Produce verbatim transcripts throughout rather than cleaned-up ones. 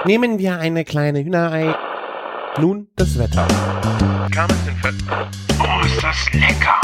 Nehmen wir eine kleine Hühnerei. Nun das Wetter. Oh, ist das lecker!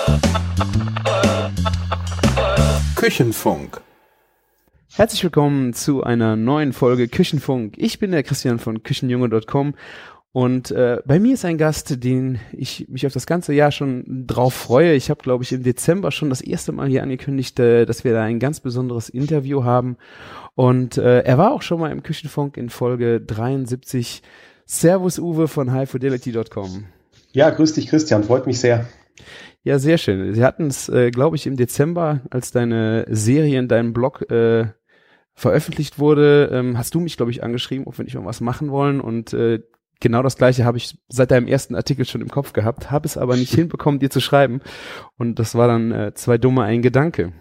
Küchenfunk. Herzlich willkommen zu einer neuen Folge Küchenfunk. Ich bin der Christian von Küchenjunge Punkt com und äh, bei mir ist ein Gast, den ich mich auf das ganze Jahr schon drauf freue. Ich habe, glaube ich, im Dezember schon das erste Mal hier angekündigt, äh, dass wir da ein ganz besonderes Interview haben. Und äh, er war auch schon mal im Küchenfunk in Folge dreiundsiebzig. Servus Uwe von high fidelity Punkt com. Ja, grüß dich Christian, freut mich sehr. Ja, sehr schön. Sie hatten es, äh, glaube ich, im Dezember, als deine Serie in deinem Blog äh, veröffentlicht wurde, ähm, hast du mich, glaube ich, angeschrieben, ob wir nicht mal was machen wollen. Und äh, genau das Gleiche habe ich seit deinem ersten Artikel schon im Kopf gehabt, habe es aber nicht hinbekommen, dir zu schreiben. Und das war dann äh, zwei dumme, ein Gedanke.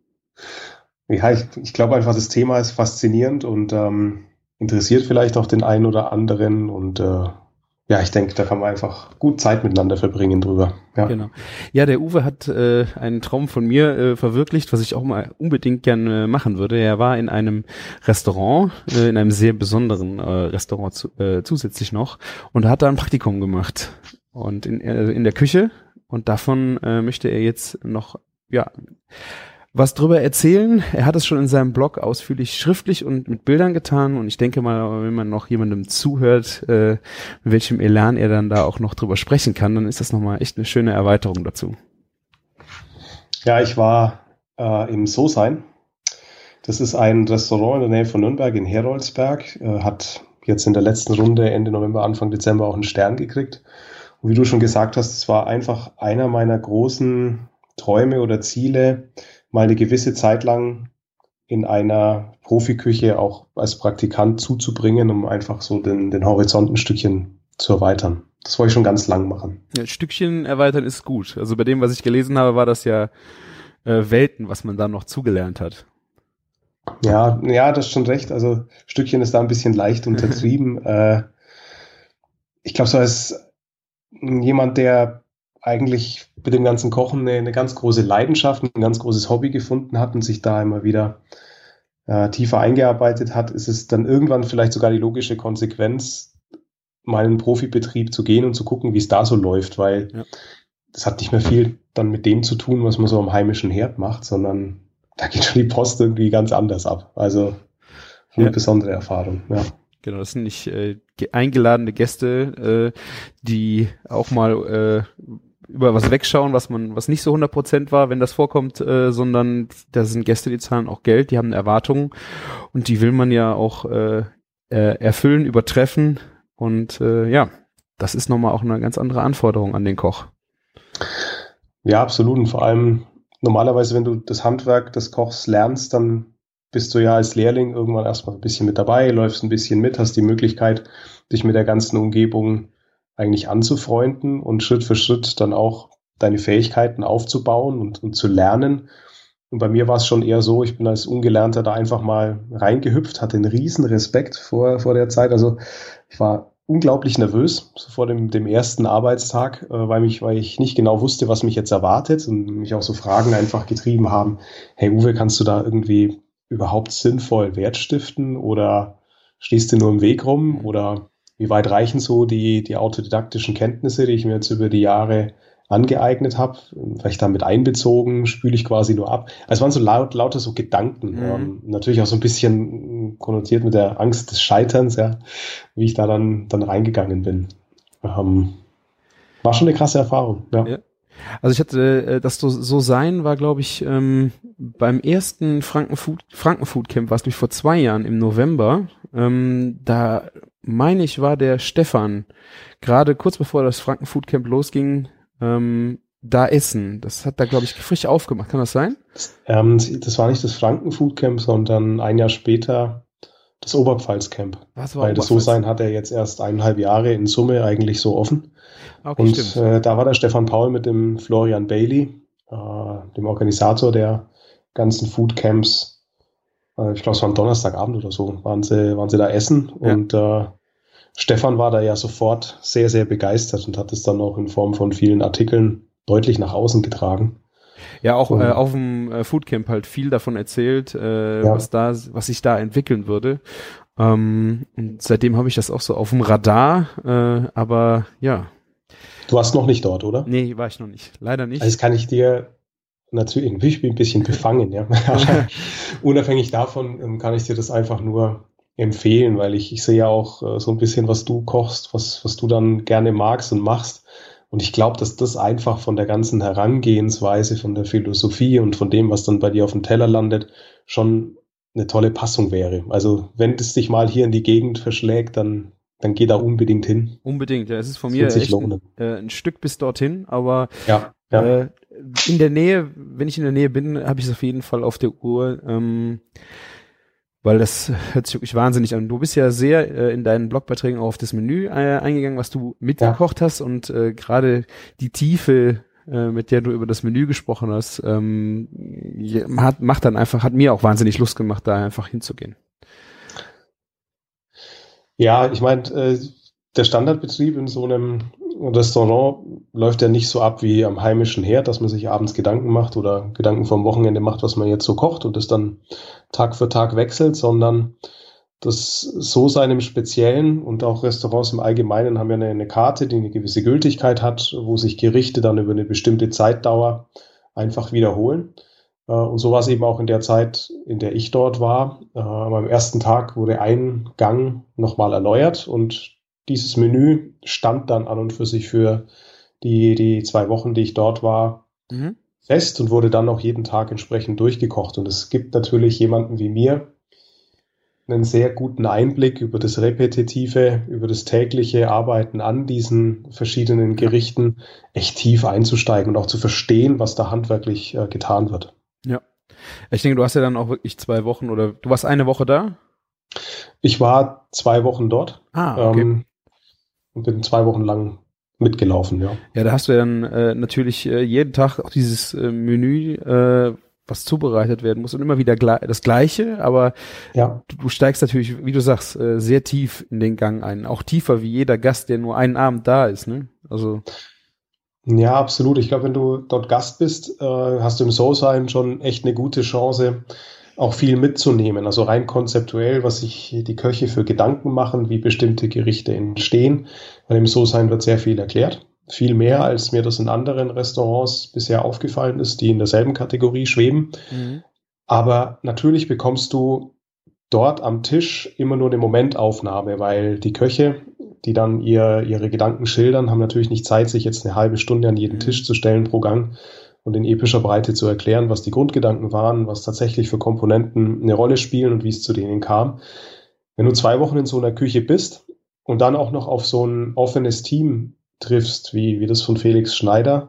Ja, ich, ich glaube einfach, das Thema ist faszinierend und ähm, interessiert vielleicht auch den einen oder anderen. Und äh, ja, ich denke, da kann man einfach gut Zeit miteinander verbringen drüber. Ja, genau. Ja, der Uwe hat äh, einen Traum von mir äh, verwirklicht, was ich auch mal unbedingt gerne machen würde. Er war in einem Restaurant, äh, in einem sehr besonderen äh, Restaurant zu, äh, zusätzlich noch und hat da ein Praktikum gemacht und in, äh, in der Küche. Und davon äh, möchte er jetzt noch, ja, was drüber erzählen. Er hat es schon in seinem Blog ausführlich schriftlich und mit Bildern getan und ich denke mal, wenn man noch jemandem zuhört, äh, mit welchem Elan er dann da auch noch drüber sprechen kann, dann ist das nochmal echt eine schöne Erweiterung dazu. Ja, ich war äh, im So-Sein. Das ist ein Restaurant in der Nähe von Nürnberg in Heroldsberg, äh, hat jetzt in der letzten Runde Ende November, Anfang Dezember auch einen Stern gekriegt. Und wie du schon gesagt hast, es war einfach einer meiner großen Träume oder Ziele, mal eine gewisse Zeit lang in einer Profiküche auch als Praktikant zuzubringen, um einfach so den, den Horizont ein Stückchen zu erweitern. Das wollte ich schon ganz lang machen. Ja, ein Stückchen erweitern ist gut. Also bei dem, was ich gelesen habe, war das ja äh, Welten, was man da noch zugelernt hat. Ja, ja, das ist schon recht. Also Stückchen ist da ein bisschen leicht untertrieben. äh, ich glaube, so als jemand, der eigentlich mit dem ganzen Kochen eine, eine ganz große Leidenschaft, ein ganz großes Hobby gefunden hat und sich da immer wieder äh, tiefer eingearbeitet hat, ist es dann irgendwann vielleicht sogar die logische Konsequenz, mal in einen Profibetrieb zu gehen und zu gucken, wie es da so läuft, weil ja. Das hat nicht mehr viel dann mit dem zu tun, was man so am heimischen Herd macht, sondern da geht schon die Post irgendwie ganz anders ab. Also eine ja. besondere Erfahrung, ja. Genau, das sind nicht äh, eingeladene Gäste, äh, die auch mal äh, über was wegschauen, was man, was nicht so hundert Prozent war, wenn das vorkommt, äh, sondern da sind Gäste, die zahlen auch Geld, die haben Erwartungen und die will man ja auch äh, äh, erfüllen, übertreffen und äh, ja, das ist nochmal auch eine ganz andere Anforderung an den Koch. Ja, absolut und vor allem normalerweise, wenn du das Handwerk des Kochs lernst, dann bist du ja als Lehrling irgendwann erstmal ein bisschen mit dabei, läufst ein bisschen mit, hast die Möglichkeit, dich mit der ganzen Umgebung eigentlich anzufreunden und Schritt für Schritt dann auch deine Fähigkeiten aufzubauen und, und zu lernen. Und bei mir war es schon eher so, ich bin als Ungelernter da einfach mal reingehüpft, hatte einen riesen Respekt vor, vor der Zeit. Also ich war unglaublich nervös so vor dem, dem ersten Arbeitstag, äh, weil, mich, weil ich nicht genau wusste, was mich jetzt erwartet und mich auch so Fragen einfach getrieben haben. Hey Uwe, kannst du da irgendwie überhaupt sinnvoll Wert stiften oder stehst du nur im Weg rum oder wie weit reichen so die, die autodidaktischen Kenntnisse, die ich mir jetzt über die Jahre angeeignet habe? Vielleicht damit einbezogen, spüle ich quasi nur ab. Also es waren so laut, lauter so Gedanken. Mhm. Ähm, natürlich auch so ein bisschen konnotiert mit der Angst des Scheiterns, ja, wie ich da dann, dann reingegangen bin. Ähm, war schon eine krasse Erfahrung, ja. ja. Also ich hatte, das so, so sein war, glaube ich, ähm, beim ersten Frankenfood, Frankenfood Camp, war es nämlich vor zwei Jahren im November, ähm, da meine ich, war der Stefan gerade kurz bevor das Frankenfood Camp losging, ähm, da essen. Das hat da, glaube ich, frisch aufgemacht. Kann das sein? Ähm, das war nicht das Frankenfood Camp, sondern ein Jahr später das Oberpfalz Camp. Was war Weil das So-Sein hat er jetzt erst eineinhalb Jahre in Summe eigentlich so offen. Okay, und äh, da war der Stefan Paul mit dem Florian Bailey, äh, dem Organisator der ganzen Food Camps. Äh, ich glaube, es war ein Donnerstagabend oder so, waren sie, waren sie da essen. Ja. Und äh, Stefan war da ja sofort sehr, sehr begeistert und hat es dann auch in Form von vielen Artikeln deutlich nach außen getragen. Ja, auch äh, auf dem äh, Foodcamp halt viel davon erzählt, äh, ja. was da, was sich da entwickeln würde. Ähm, und seitdem habe ich das auch so auf dem Radar, äh, aber ja. Du warst noch nicht dort, oder? Nee, war ich noch nicht. Leider nicht. Also kann ich dir natürlich ich bin ein bisschen befangen, ja. Aber unabhängig davon kann ich dir das einfach nur empfehlen, weil ich, ich sehe ja auch so ein bisschen, was du kochst, was, was du dann gerne magst und machst. Und ich glaube, dass das einfach von der ganzen Herangehensweise, von der Philosophie und von dem, was dann bei dir auf dem Teller landet, schon eine tolle Passung wäre. Also wenn es dich mal hier in die Gegend verschlägt, dann, dann geh da unbedingt hin. Unbedingt, ja. Es ist von Das mir wird sich echt lohnen. ein, äh, ein Stück bis dorthin, aber Ja, ja. Äh, in der Nähe, wenn ich in der Nähe bin, habe ich es auf jeden Fall auf der Uhr, ähm, weil das hört sich wirklich wahnsinnig an. Du bist ja sehr äh, in deinen Blogbeiträgen auch auf das Menü äh, eingegangen, was du mitgekocht ja. hast und äh, gerade die Tiefe, äh, mit der du über das Menü gesprochen hast, ähm, hat, macht dann einfach, hat mir auch wahnsinnig Lust gemacht, da einfach hinzugehen. Ja, ich meine, äh, der Standardbetrieb in so einem Restaurant läuft ja nicht so ab wie am heimischen Herd, dass man sich abends Gedanken macht oder Gedanken vom Wochenende macht, was man jetzt so kocht und das dann Tag für Tag wechselt, sondern das so seinem Speziellen und auch Restaurants im Allgemeinen haben ja eine, eine Karte, die eine gewisse Gültigkeit hat, wo sich Gerichte dann über eine bestimmte Zeitdauer einfach wiederholen. Und so war es eben auch in der Zeit, in der ich dort war. Am ersten Tag wurde ein Gang nochmal erneuert und dieses Menü stand dann an und für sich für die, die zwei Wochen, die ich dort war, mhm. fest und wurde dann auch jeden Tag entsprechend durchgekocht. Und es gibt natürlich jemanden wie mir einen sehr guten Einblick über das repetitive, über das tägliche Arbeiten an diesen verschiedenen Gerichten, echt tief einzusteigen und auch zu verstehen, was da handwerklich äh, getan wird. Ja, ich denke, du hast ja dann auch wirklich zwei Wochen oder du warst eine Woche da? Ich war zwei Wochen dort. Ah, okay. Ähm, und bin zwei Wochen lang mitgelaufen, ja. Ja, da hast du ja dann äh, natürlich äh, jeden Tag auch dieses äh, Menü, äh, was zubereitet werden muss und immer wieder gle- das Gleiche, aber ja. du, du steigst natürlich, wie du sagst, äh, sehr tief in den Gang ein. Auch tiefer wie jeder Gast, der nur einen Abend da ist, ne? Also. Ja, absolut. Ich glaube, wenn du dort Gast bist, äh, hast du im Soulsheim schon echt eine gute Chance, auch viel mitzunehmen. Also rein konzeptuell, was sich die Köche für Gedanken machen, wie bestimmte Gerichte entstehen. Weil im Soulsheim wird sehr viel erklärt. Viel mehr, als mir das in anderen Restaurants bisher aufgefallen ist, die in derselben Kategorie schweben. Mhm. Aber natürlich bekommst du dort am Tisch immer nur eine Momentaufnahme, weil die Köche, die dann ihr, ihre Gedanken schildern, haben natürlich nicht Zeit, sich jetzt eine halbe Stunde an jeden mhm. Tisch zu stellen pro Gang und in epischer Breite zu erklären, was die Grundgedanken waren, was tatsächlich für Komponenten eine Rolle spielen und wie es zu denen kam. Wenn du zwei Wochen in so einer Küche bist und dann auch noch auf so ein offenes Team triffst, wie, wie das von Felix Schneider,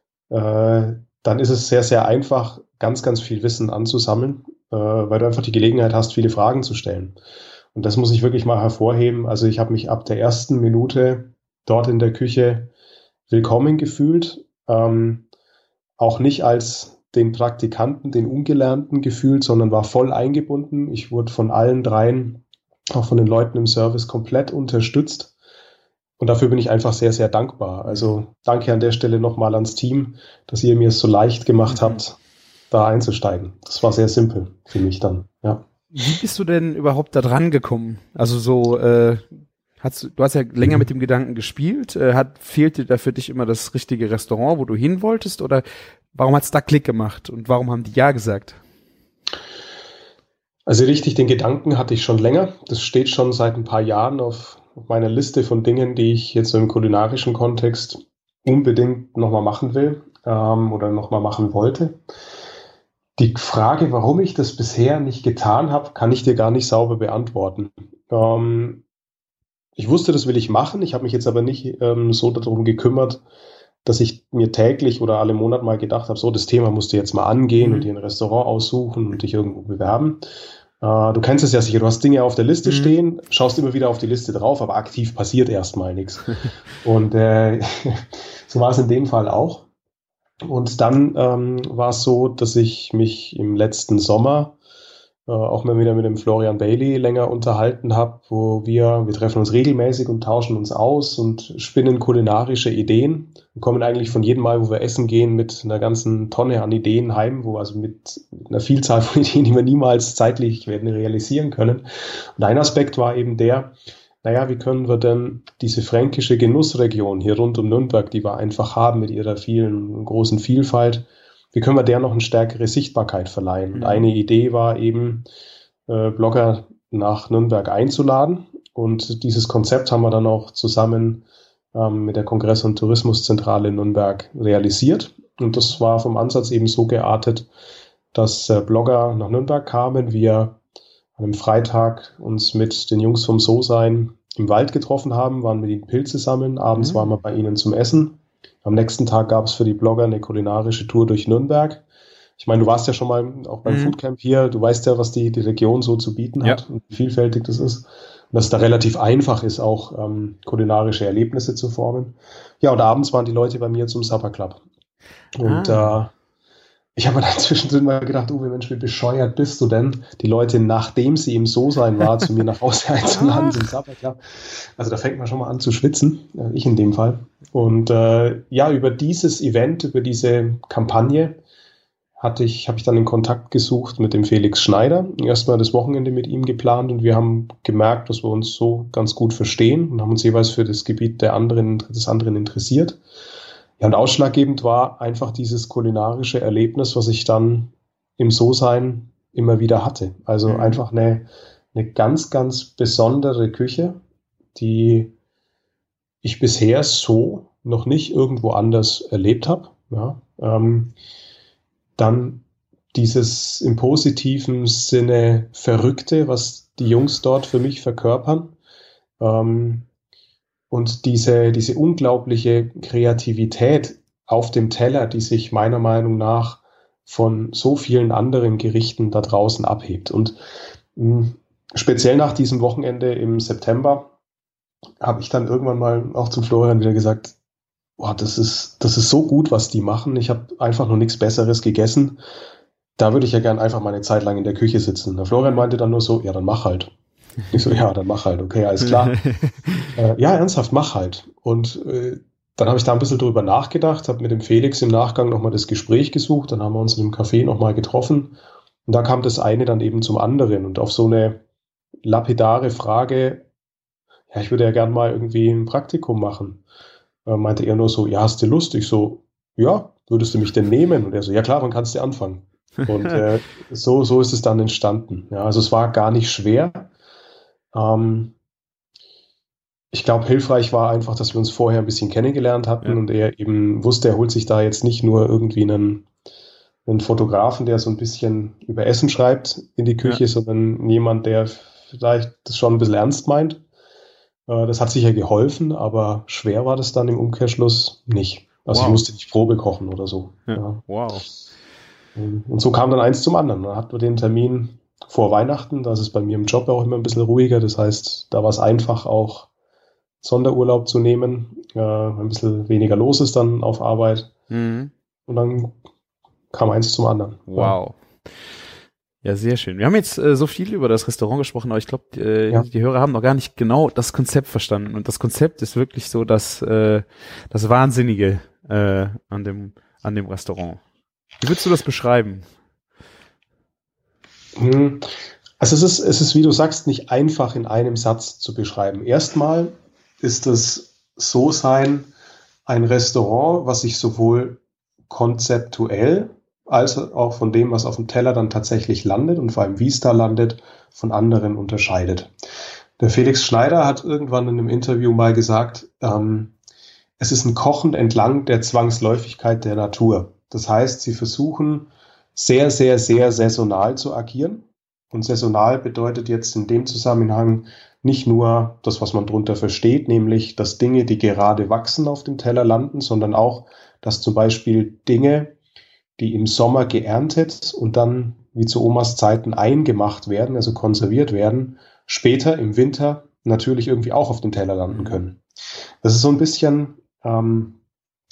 äh, dann ist es sehr, sehr einfach, ganz, ganz viel Wissen anzusammeln, äh, weil du einfach die Gelegenheit hast, viele Fragen zu stellen. Und das muss ich wirklich mal hervorheben. Also ich habe mich ab der ersten Minute dort in der Küche willkommen gefühlt, ähm, auch nicht als den Praktikanten, den Ungelernten gefühlt, sondern war voll eingebunden. Ich wurde von allen dreien, auch von den Leuten im Service, komplett unterstützt. Und dafür bin ich einfach sehr, sehr dankbar. Also danke an der Stelle nochmal ans Team, dass ihr mir es so leicht gemacht mhm. habt, da einzusteigen. Das war sehr simpel für mich dann, ja. Wie bist du denn überhaupt da dran gekommen? Also so, äh, hast du, du hast ja länger mit dem Gedanken gespielt. Äh, hat, fehlte da für dich immer das richtige Restaurant, wo du hin wolltest? Oder warum hat's da Klick gemacht? Und warum haben die Ja gesagt? Also richtig, den Gedanken hatte ich schon länger. Das steht schon seit ein paar Jahren auf, auf meiner Liste von Dingen, die ich jetzt so im kulinarischen Kontext unbedingt nochmal machen will ähm, oder nochmal machen wollte. Die Frage, warum ich das bisher nicht getan habe, kann ich dir gar nicht sauber beantworten. Ähm, ich wusste, das will ich machen. Ich habe mich jetzt aber nicht ähm, so darum gekümmert, dass ich mir täglich oder alle Monate mal gedacht habe, so, das Thema musst du jetzt mal angehen mhm. und dir ein Restaurant aussuchen und dich irgendwo bewerben. Äh, du kennst es ja sicher, du hast Dinge auf der Liste mhm. stehen, schaust immer wieder auf die Liste drauf, aber aktiv passiert erstmal nichts. Und äh, so war es in dem Fall auch. Und dann ähm, war es so, dass ich mich im letzten Sommer äh, auch mal wieder mit dem Florian Bailey länger unterhalten habe, wo wir, wir treffen uns regelmäßig und tauschen uns aus und spinnen kulinarische Ideen. Wir kommen eigentlich von jedem Mal, wo wir essen gehen, mit einer ganzen Tonne an Ideen heim, wo also mit einer Vielzahl von Ideen, die wir niemals zeitlich werden realisieren können. Und ein Aspekt war eben der, naja, wie können wir denn diese fränkische Genussregion hier rund um Nürnberg, die wir einfach haben mit ihrer vielen großen Vielfalt, wie können wir der noch eine stärkere Sichtbarkeit verleihen? Und eine Idee war eben, äh, Blogger nach Nürnberg einzuladen. Und dieses Konzept haben wir dann auch zusammen ähm, mit der Kongress- und Tourismuszentrale in Nürnberg realisiert. Und das war vom Ansatz eben so geartet, dass äh, Blogger nach Nürnberg kamen, wir an einem Freitag uns mit den Jungs vom So-Sein im Wald getroffen haben, waren mit ihnen Pilze sammeln, abends mhm. waren wir bei ihnen zum Essen. Am nächsten Tag gab es für die Blogger eine kulinarische Tour durch Nürnberg. Ich meine, du warst ja schon mal auch beim mhm. Foodcamp hier, du weißt ja, was die, die Region so zu bieten hat ja. und wie vielfältig das ist. Und dass es da relativ einfach ist, auch ähm, kulinarische Erlebnisse zu formen. Ja, und abends waren die Leute bei mir zum Supper Club. Und ah. äh, ich habe mir dann zwischendrin mal gedacht, Uwe, Mensch, wie bescheuert bist du denn, die Leute, nachdem sie im So-Sein war, zu mir nach Hause einzuladen zum Supper Club. Also da fängt man schon mal an zu schwitzen, ich in dem Fall. Und äh, ja, über dieses Event, über diese Kampagne hatte ich, habe ich dann den Kontakt gesucht mit dem Felix Schneider. Erstmal das Wochenende mit ihm geplant und wir haben gemerkt, dass wir uns so ganz gut verstehen und haben uns jeweils für das Gebiet der anderen, des anderen interessiert. Ja, und ausschlaggebend war einfach dieses kulinarische Erlebnis, was ich dann im So-Sein immer wieder hatte. Also mhm. einfach eine, eine ganz, ganz besondere Küche, die ich bisher so noch nicht irgendwo anders erlebt habe. Ja, ähm, dann dieses im positiven Sinne Verrückte, was die Jungs dort für mich verkörpern. Ähm, Und diese, diese unglaubliche Kreativität auf dem Teller, die sich meiner Meinung nach von so vielen anderen Gerichten da draußen abhebt. Und mh, speziell nach diesem Wochenende im September habe ich dann irgendwann mal auch zum Florian wieder gesagt, boah, das ist, das ist so gut, was die machen. Ich habe einfach noch nichts Besseres gegessen. Da würde ich ja gern einfach mal eine Zeit lang in der Küche sitzen. Der Florian meinte dann nur so, ja, dann mach halt. Ich so, ja, dann mach halt, okay, alles klar. äh, ja, ernsthaft, mach halt. Und äh, dann habe ich da ein bisschen drüber nachgedacht, habe mit dem Felix im Nachgang nochmal das Gespräch gesucht, dann haben wir uns in einem Café nochmal getroffen und da kam das eine dann eben zum anderen und auf so eine lapidare Frage, ja, ich würde ja gern mal irgendwie ein Praktikum machen, äh, meinte er nur so, ja, hast du Lust? Ich so, ja, würdest du mich denn nehmen? Und er so, ja klar, wann kannst du anfangen? Und äh, so, so ist es dann entstanden. Ja, also es war gar nicht schwer. Ähm, ich glaube, hilfreich war einfach, dass wir uns vorher ein bisschen kennengelernt hatten ja. und er eben wusste, er holt sich da jetzt nicht nur irgendwie einen, einen Fotografen, der so ein bisschen über Essen schreibt in die Küche, ja. sondern jemand, der vielleicht das schon ein bisschen ernst meint. Äh, das hat sicher geholfen, aber schwer war das dann im Umkehrschluss nicht. Also wow. ich musste nicht Probe kochen oder so. Ja. Ja. Wow. Und so kam dann eins zum anderen. Dann hatten wir den Termin vor Weihnachten, da ist es bei mir im Job auch immer ein bisschen ruhiger, das heißt, da war es einfach auch Sonderurlaub zu nehmen, äh, ein bisschen weniger los ist dann auf Arbeit mhm. und dann kam eins zum anderen. Wow. Ja, sehr schön. Wir haben jetzt äh, so viel über das Restaurant gesprochen, aber ich glaube, äh, ja. die Hörer haben noch gar nicht genau das Konzept verstanden und das Konzept ist wirklich so das, äh, das Wahnsinnige äh, an dem, an dem Restaurant. Wie würdest du das beschreiben? Also es ist, es ist, wie du sagst, nicht einfach in einem Satz zu beschreiben. Erstmal ist das So-Sein ein Restaurant, was sich sowohl konzeptuell als auch von dem, was auf dem Teller dann tatsächlich landet und vor allem wie es da landet, von anderen unterscheidet. Der Felix Schneider hat irgendwann in einem Interview mal gesagt, ähm, es ist ein Kochen entlang der Zwangsläufigkeit der Natur. Das heißt, sie versuchen sehr, sehr, sehr saisonal zu agieren. Und saisonal bedeutet jetzt in dem Zusammenhang nicht nur das, was man darunter versteht, nämlich, dass Dinge, die gerade wachsen, auf dem Teller landen, sondern auch, dass zum Beispiel Dinge, die im Sommer geerntet und dann, wie zu Omas Zeiten, eingemacht werden, also konserviert werden, später im Winter natürlich irgendwie auch auf dem Teller landen können. Das ist so ein bisschen, ähm,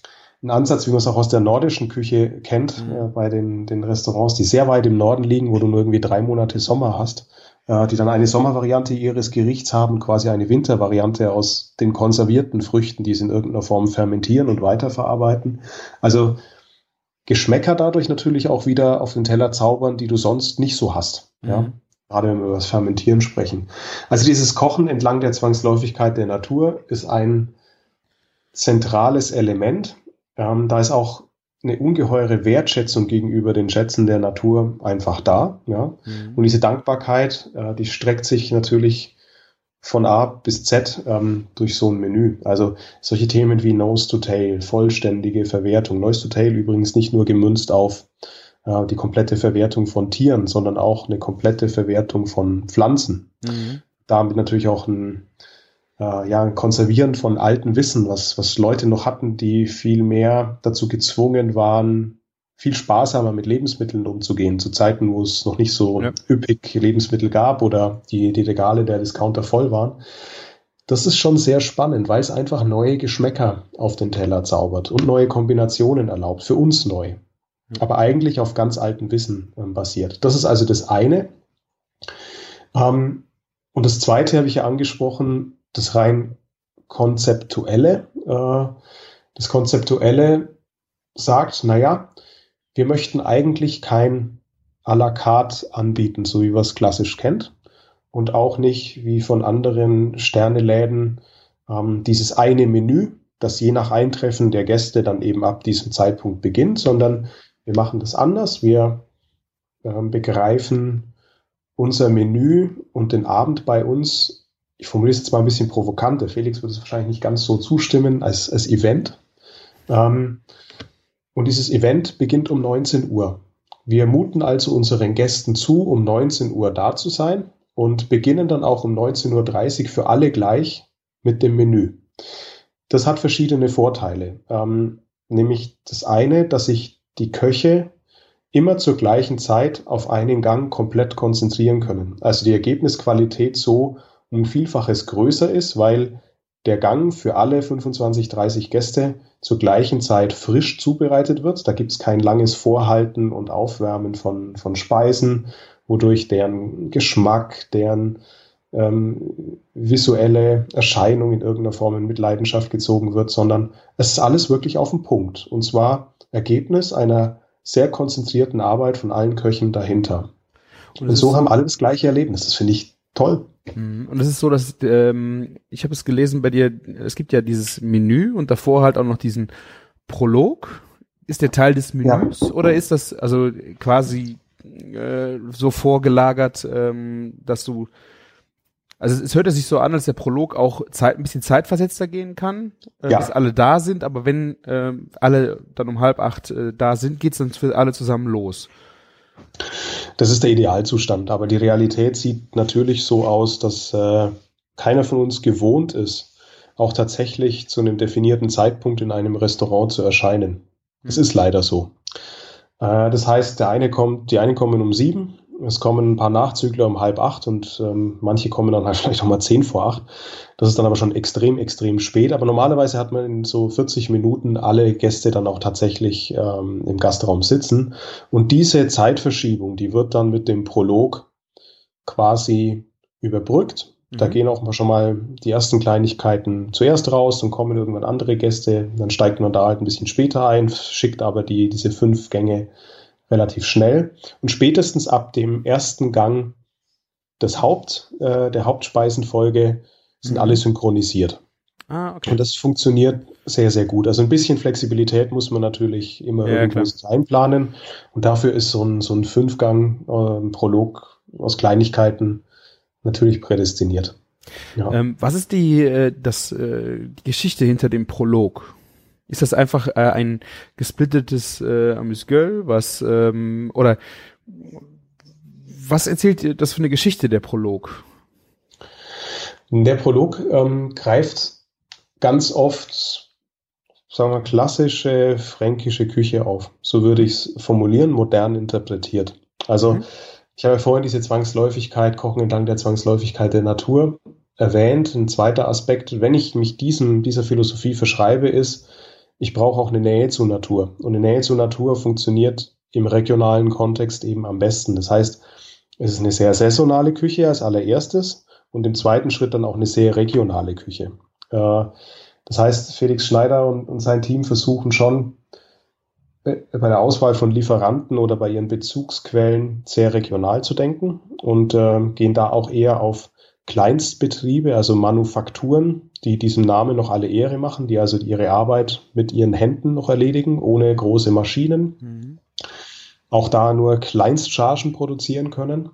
ein Ansatz, wie man es auch aus der nordischen Küche kennt, Mhm. äh, bei den, den Restaurants, die sehr weit im Norden liegen, wo du nur irgendwie drei Monate Sommer hast, äh, die dann eine Sommervariante ihres Gerichts haben, quasi eine Wintervariante aus den konservierten Früchten, die sie in irgendeiner Form fermentieren und weiterverarbeiten. Also Geschmäcker dadurch natürlich auch wieder auf den Teller zaubern, die du sonst nicht so hast. Mhm. Ja? Gerade wenn wir über das Fermentieren sprechen. Also dieses Kochen entlang der Zwangsläufigkeit der Natur ist ein zentrales Element. Ähm, da ist auch eine ungeheure Wertschätzung gegenüber den Schätzen der Natur einfach da. Ja? Mhm. Und diese Dankbarkeit, äh, die streckt sich natürlich von A bis Z ähm, durch so ein Menü. Also solche Themen wie Nose to Tail, vollständige Verwertung. Nose to Tail übrigens nicht nur gemünzt auf äh, die komplette Verwertung von Tieren, sondern auch eine komplette Verwertung von Pflanzen. Mhm. Damit natürlich auch ein, äh, ja, ein Konservieren von alten Wissen, was, was Leute noch hatten, die viel mehr dazu gezwungen waren, viel sparsamer mit Lebensmitteln umzugehen, zu Zeiten, wo es noch nicht so Ja. üppig Lebensmittel gab oder die, die Regale der Discounter voll waren. Das ist schon sehr spannend, weil es einfach neue Geschmäcker auf den Teller zaubert und neue Kombinationen erlaubt, für uns neu, aber eigentlich auf ganz altem Wissen ähm, basiert. Das ist also das eine. Ähm, und das zweite habe ich ja angesprochen, das rein konzeptuelle. Äh, das Konzeptuelle sagt, naja, wir möchten eigentlich kein à la carte anbieten, so wie man es klassisch kennt. Und auch nicht wie von anderen Sterneläden ähm, dieses eine Menü, das je nach Eintreffen der Gäste dann eben ab diesem Zeitpunkt beginnt, sondern wir machen das anders. Wir ähm, begreifen unser Menü und den Abend bei uns, ich formuliere es jetzt mal ein bisschen provokant, der Felix wird es wahrscheinlich nicht ganz so zustimmen, als, als Event. Ähm, Und dieses Event beginnt um neunzehn Uhr. Wir muten also unseren Gästen zu, um neunzehn Uhr da zu sein und beginnen dann auch um neunzehn Uhr dreißig für alle gleich mit dem Menü. Das hat verschiedene Vorteile. Ähm, nämlich das eine, dass sich die Köche immer zur gleichen Zeit auf einen Gang komplett konzentrieren können. Also die Ergebnisqualität so um ein Vielfaches größer ist, weil der Gang für alle fünfundzwanzig, dreißig Gäste zur gleichen Zeit frisch zubereitet wird. Da gibt es kein langes Vorhalten und Aufwärmen von, von Speisen, wodurch deren Geschmack, deren ähm, visuelle Erscheinung in irgendeiner Form in Mitleidenschaft gezogen wird, sondern es ist alles wirklich auf den Punkt. Und zwar Ergebnis einer sehr konzentrierten Arbeit von allen Köchen dahinter. Und, und so haben alle das gleiche Erlebnis. Das finde ich toll. Und es ist so, dass ähm, ich habe es gelesen bei dir, es gibt ja dieses Menü und davor halt auch noch diesen Prolog. Ist der Teil des Menüs ja. oder ist das also quasi äh, so vorgelagert, ähm, dass du, also es hört sich so an, als der Prolog auch Zeit, ein bisschen zeitversetzter gehen kann, äh, ja. bis alle da sind, aber wenn äh, alle dann um halb acht äh, da sind, geht's dann für alle zusammen los. Das ist der Idealzustand, aber die Realität sieht natürlich so aus, dass äh, keiner von uns gewohnt ist, auch tatsächlich zu einem definierten Zeitpunkt in einem Restaurant zu erscheinen. Es ist leider so. Äh, das heißt, der eine kommt, die einen kommen um sieben, es kommen ein paar Nachzügler um halb acht und ähm, manche kommen dann halt vielleicht noch mal zehn vor acht. Das ist dann aber schon extrem, extrem spät. Aber normalerweise hat man in so vierzig Minuten alle Gäste dann auch tatsächlich ähm, im Gastraum sitzen. Und diese Zeitverschiebung, die wird dann mit dem Prolog quasi überbrückt. Mhm. Da gehen auch schon mal die ersten Kleinigkeiten zuerst raus und kommen irgendwann andere Gäste. Dann steigt man da halt ein bisschen später ein, schickt aber die diese fünf Gänge relativ schnell. Und spätestens ab dem ersten Gang des Haupt, äh, der Hauptspeisenfolge sind mhm. alle synchronisiert. Ah, okay. Und das funktioniert sehr, sehr gut. Also ein bisschen Flexibilität muss man natürlich immer ja, irgendwo einplanen. Und dafür ist so ein, so ein Fünfgang äh, Prolog aus Kleinigkeiten natürlich prädestiniert. Ja. Ähm, was ist die, äh, das, äh, die Geschichte hinter dem Prolog? Ist das einfach äh, ein gesplittetes äh, Amuse-Gueule, was ähm, oder was erzählt das für eine Geschichte, der Prolog? Der Prolog ähm, greift ganz oft, sagen wir, klassische fränkische Küche auf. So würde ich es formulieren, modern interpretiert. Also mhm. ich habe ja vorhin diese Zwangsläufigkeit, Kochen entlang der Zwangsläufigkeit der Natur erwähnt. Ein zweiter Aspekt, wenn ich mich diesem, dieser Philosophie verschreibe, ist, ich brauche auch eine Nähe zur Natur. Und eine Nähe zur Natur funktioniert im regionalen Kontext eben am besten. Das heißt, es ist eine sehr saisonale Küche als allererstes und im zweiten Schritt dann auch eine sehr regionale Küche. Äh, das heißt, Felix Schneider und, und sein Team versuchen schon bei der Auswahl von Lieferanten oder bei ihren Bezugsquellen sehr regional zu denken und äh, gehen da auch eher auf Kleinstbetriebe, also Manufakturen, die diesem Namen noch alle Ehre machen, die also ihre Arbeit mit ihren Händen noch erledigen, ohne große Maschinen. Mhm. Auch da nur Kleinstchargen produzieren können.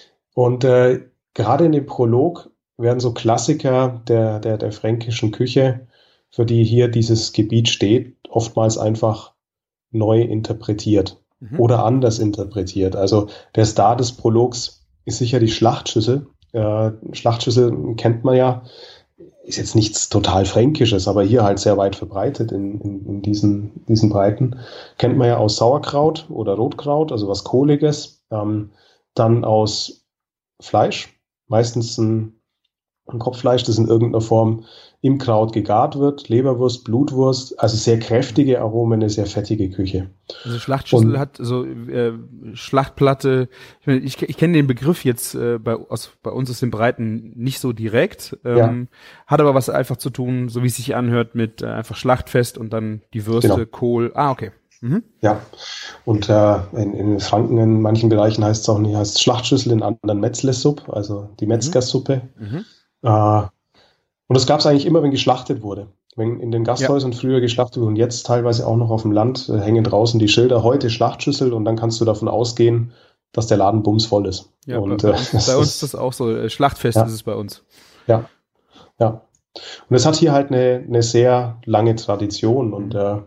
Und äh, gerade in dem Prolog werden so Klassiker der, der, der fränkischen Küche, für die hier dieses Gebiet steht, oftmals einfach neu interpretiert mhm. oder anders interpretiert. Also der Star des Prologs ist sicher die Schlachtschüssel. Äh, Schlachtschüssel kennt man ja, ist jetzt nichts total Fränkisches, aber hier halt sehr weit verbreitet in, in, in diesen, diesen Breiten. Kennt man ja aus Sauerkraut oder Rotkraut, also was Kohliges. Ähm, dann aus Fleisch, meistens ein, ein Kopffleisch, das in irgendeiner Form im Kraut gegart wird, Leberwurst, Blutwurst, also sehr kräftige Aromen, eine sehr fettige Küche. Also Schlachtschüssel und, hat so äh, Schlachtplatte, ich, meine, ich, ich kenne den Begriff jetzt äh, bei, aus, bei uns aus den Breiten nicht so direkt, ähm, ja. Hat aber was einfach zu tun, so wie es sich anhört, mit äh, einfach Schlachtfest und dann die Würste, genau. Kohl, ah okay. Mhm. Ja, und äh, in, in Franken in manchen Bereichen heißt es auch nicht, heißt Schlachtschüssel, in anderen Metzlesuppe, also die Metzgersuppe. Mhm. Äh, Und das gab es eigentlich immer, wenn geschlachtet wurde. Wenn in den Gasthäusern ja. früher geschlachtet wurde und jetzt teilweise auch noch auf dem Land äh, hängen draußen die Schilder, heute Schlachtschüssel, und dann kannst du davon ausgehen, dass der Laden bumsvoll ist. Ja, und, bei, äh, bei, bei uns ist das auch so. Schlachtfest ja. ist es bei uns. Ja, ja. Und es hat hier halt eine, eine sehr lange Tradition und äh,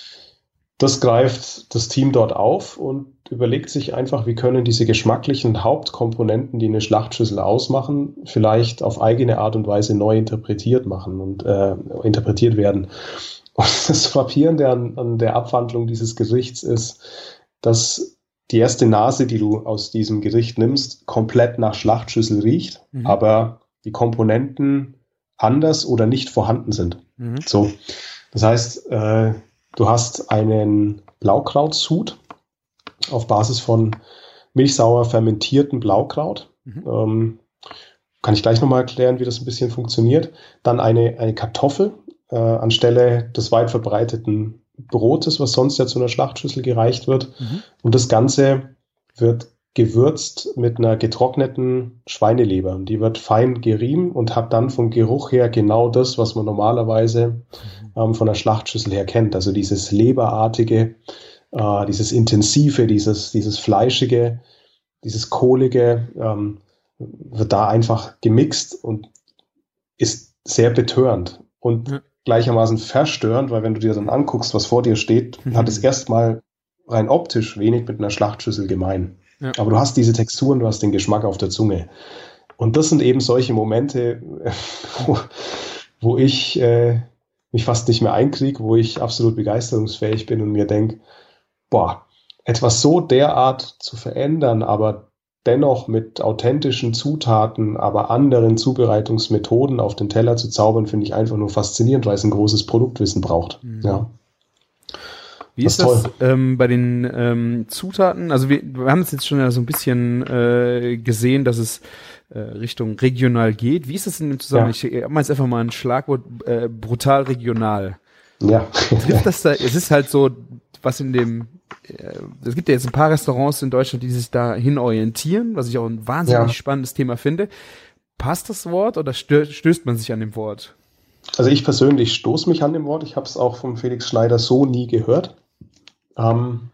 das greift das Team dort auf und überlegt sich einfach, wie können diese geschmacklichen Hauptkomponenten, die eine Schlachtschüssel ausmachen, vielleicht auf eigene Art und Weise neu interpretiert machen und äh, interpretiert werden. Und das Frappierende an, an der Abwandlung dieses Gerichts ist, dass die erste Nase, die du aus diesem Gericht nimmst, komplett nach Schlachtschüssel riecht, mhm. aber die Komponenten anders oder nicht vorhanden sind. Mhm. So, das heißt, äh, du hast einen Blaukrautsud auf Basis von milchsauer fermentierten Blaukraut. Mhm. Ähm, kann ich gleich nochmal erklären, wie das ein bisschen funktioniert. Dann eine, eine Kartoffel äh, anstelle des weit verbreiteten Brotes, was sonst ja zu einer Schlachtschüssel gereicht wird. Mhm. Und das Ganze wird gewürzt mit einer getrockneten Schweineleber. Und die wird fein gerieben und hat dann vom Geruch her genau das, was man normalerweise mhm. ähm, von der Schlachtschüssel her kennt. Also dieses leberartige, äh, dieses intensive, dieses, dieses fleischige, dieses kohlige, ähm, wird da einfach gemixt und ist sehr betörend und ja. gleichermaßen verstörend, weil wenn du dir dann anguckst, was vor dir steht, mhm. hat es erstmal rein optisch wenig mit einer Schlachtschüssel gemein. Ja. Aber du hast diese Texturen, du hast den Geschmack auf der Zunge. Und das sind eben solche Momente, wo, wo ich äh, mich fast nicht mehr einkriege, wo ich absolut begeisterungsfähig bin und mir denke, boah, etwas so derart zu verändern, aber dennoch mit authentischen Zutaten, aber anderen Zubereitungsmethoden auf den Teller zu zaubern, finde ich einfach nur faszinierend, weil es ein großes Produktwissen braucht. Mhm. Ja. Wie ist das, das ähm, bei den ähm, Zutaten? Also wir, wir haben es jetzt schon so ein bisschen äh, gesehen, dass es äh, Richtung regional geht. Wie ist das in dem Zusammenhang? Ja. Ich habe mal jetzt einfach mal ein Schlagwort, äh, brutal regional. Ja. Trifft das da? Es ist halt so, was in dem, äh, es gibt ja jetzt ein paar Restaurants in Deutschland, die sich dahin orientieren, was ich auch ein wahnsinnig ja. spannendes Thema finde. Passt das Wort oder stö- stößt man sich an dem Wort? Also ich persönlich stoße mich an dem Wort. Ich habe es auch von Felix Schneider so nie gehört. Ähm,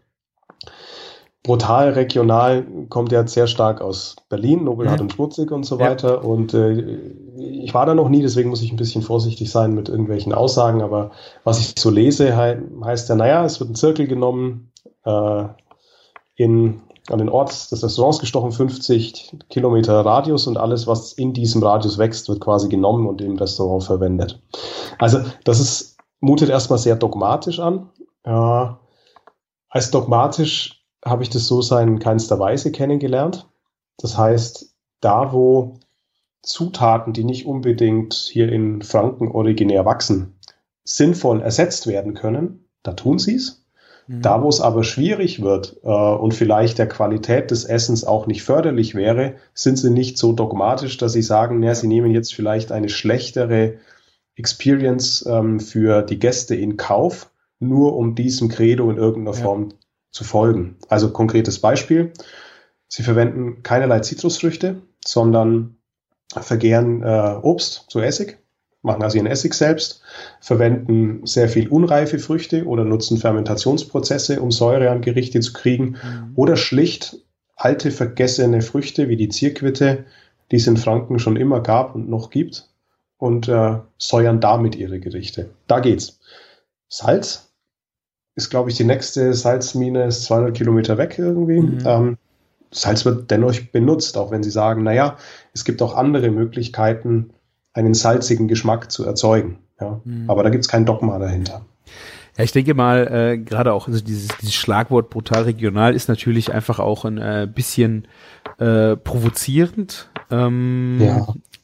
brutal regional kommt ja sehr stark aus Berlin, Nobelhart mhm. und Schmutzig und so weiter. Ja. Und äh, ich war da noch nie, deswegen muss ich ein bisschen vorsichtig sein mit irgendwelchen Aussagen. Aber was ich so lese, he- heißt ja, naja, es wird ein Zirkel genommen, äh, in, an den Ort des Restaurants gestochen, fünfzig Kilometer Radius, und alles, was in diesem Radius wächst, wird quasi genommen und im Restaurant verwendet. Also das ist, mutet erstmal sehr dogmatisch an. Äh, als dogmatisch habe ich das so in keinster Weise kennengelernt. Das heißt, da wo Zutaten, die nicht unbedingt hier in Franken originär wachsen, sinnvoll ersetzt werden können, da tun sie es. Mhm. Da, wo es aber schwierig wird äh, und vielleicht der Qualität des Essens auch nicht förderlich wäre, sind sie nicht so dogmatisch, dass sie sagen, ja, sie nehmen jetzt vielleicht eine schlechtere Experience ähm, für die Gäste in Kauf, nur um diesem Credo in irgendeiner ja. Form zu folgen. Also konkretes Beispiel. Sie verwenden keinerlei Zitrusfrüchte, sondern vergären äh, Obst zu Essig, machen also ihren Essig selbst, verwenden sehr viel unreife Früchte oder nutzen Fermentationsprozesse, um Säure an Gerichte zu kriegen, mhm. oder schlicht alte, vergessene Früchte wie die Zierquitte, die es in Franken schon immer gab und noch gibt, und äh, säuern damit ihre Gerichte. Da geht's. Salz ist, glaube ich, die nächste Salzmine, ist zweihundert Kilometer weg irgendwie. Mhm. Ähm, Salz wird dennoch benutzt, auch wenn sie sagen, naja, es gibt auch andere Möglichkeiten, einen salzigen Geschmack zu erzeugen. Ja? Mhm. Aber da gibt es kein Dogma dahinter. Ja, ich denke mal, äh, gerade auch also dieses, dieses Schlagwort brutal regional ist natürlich einfach auch ein äh, bisschen äh, provozierend. Ähm, ja.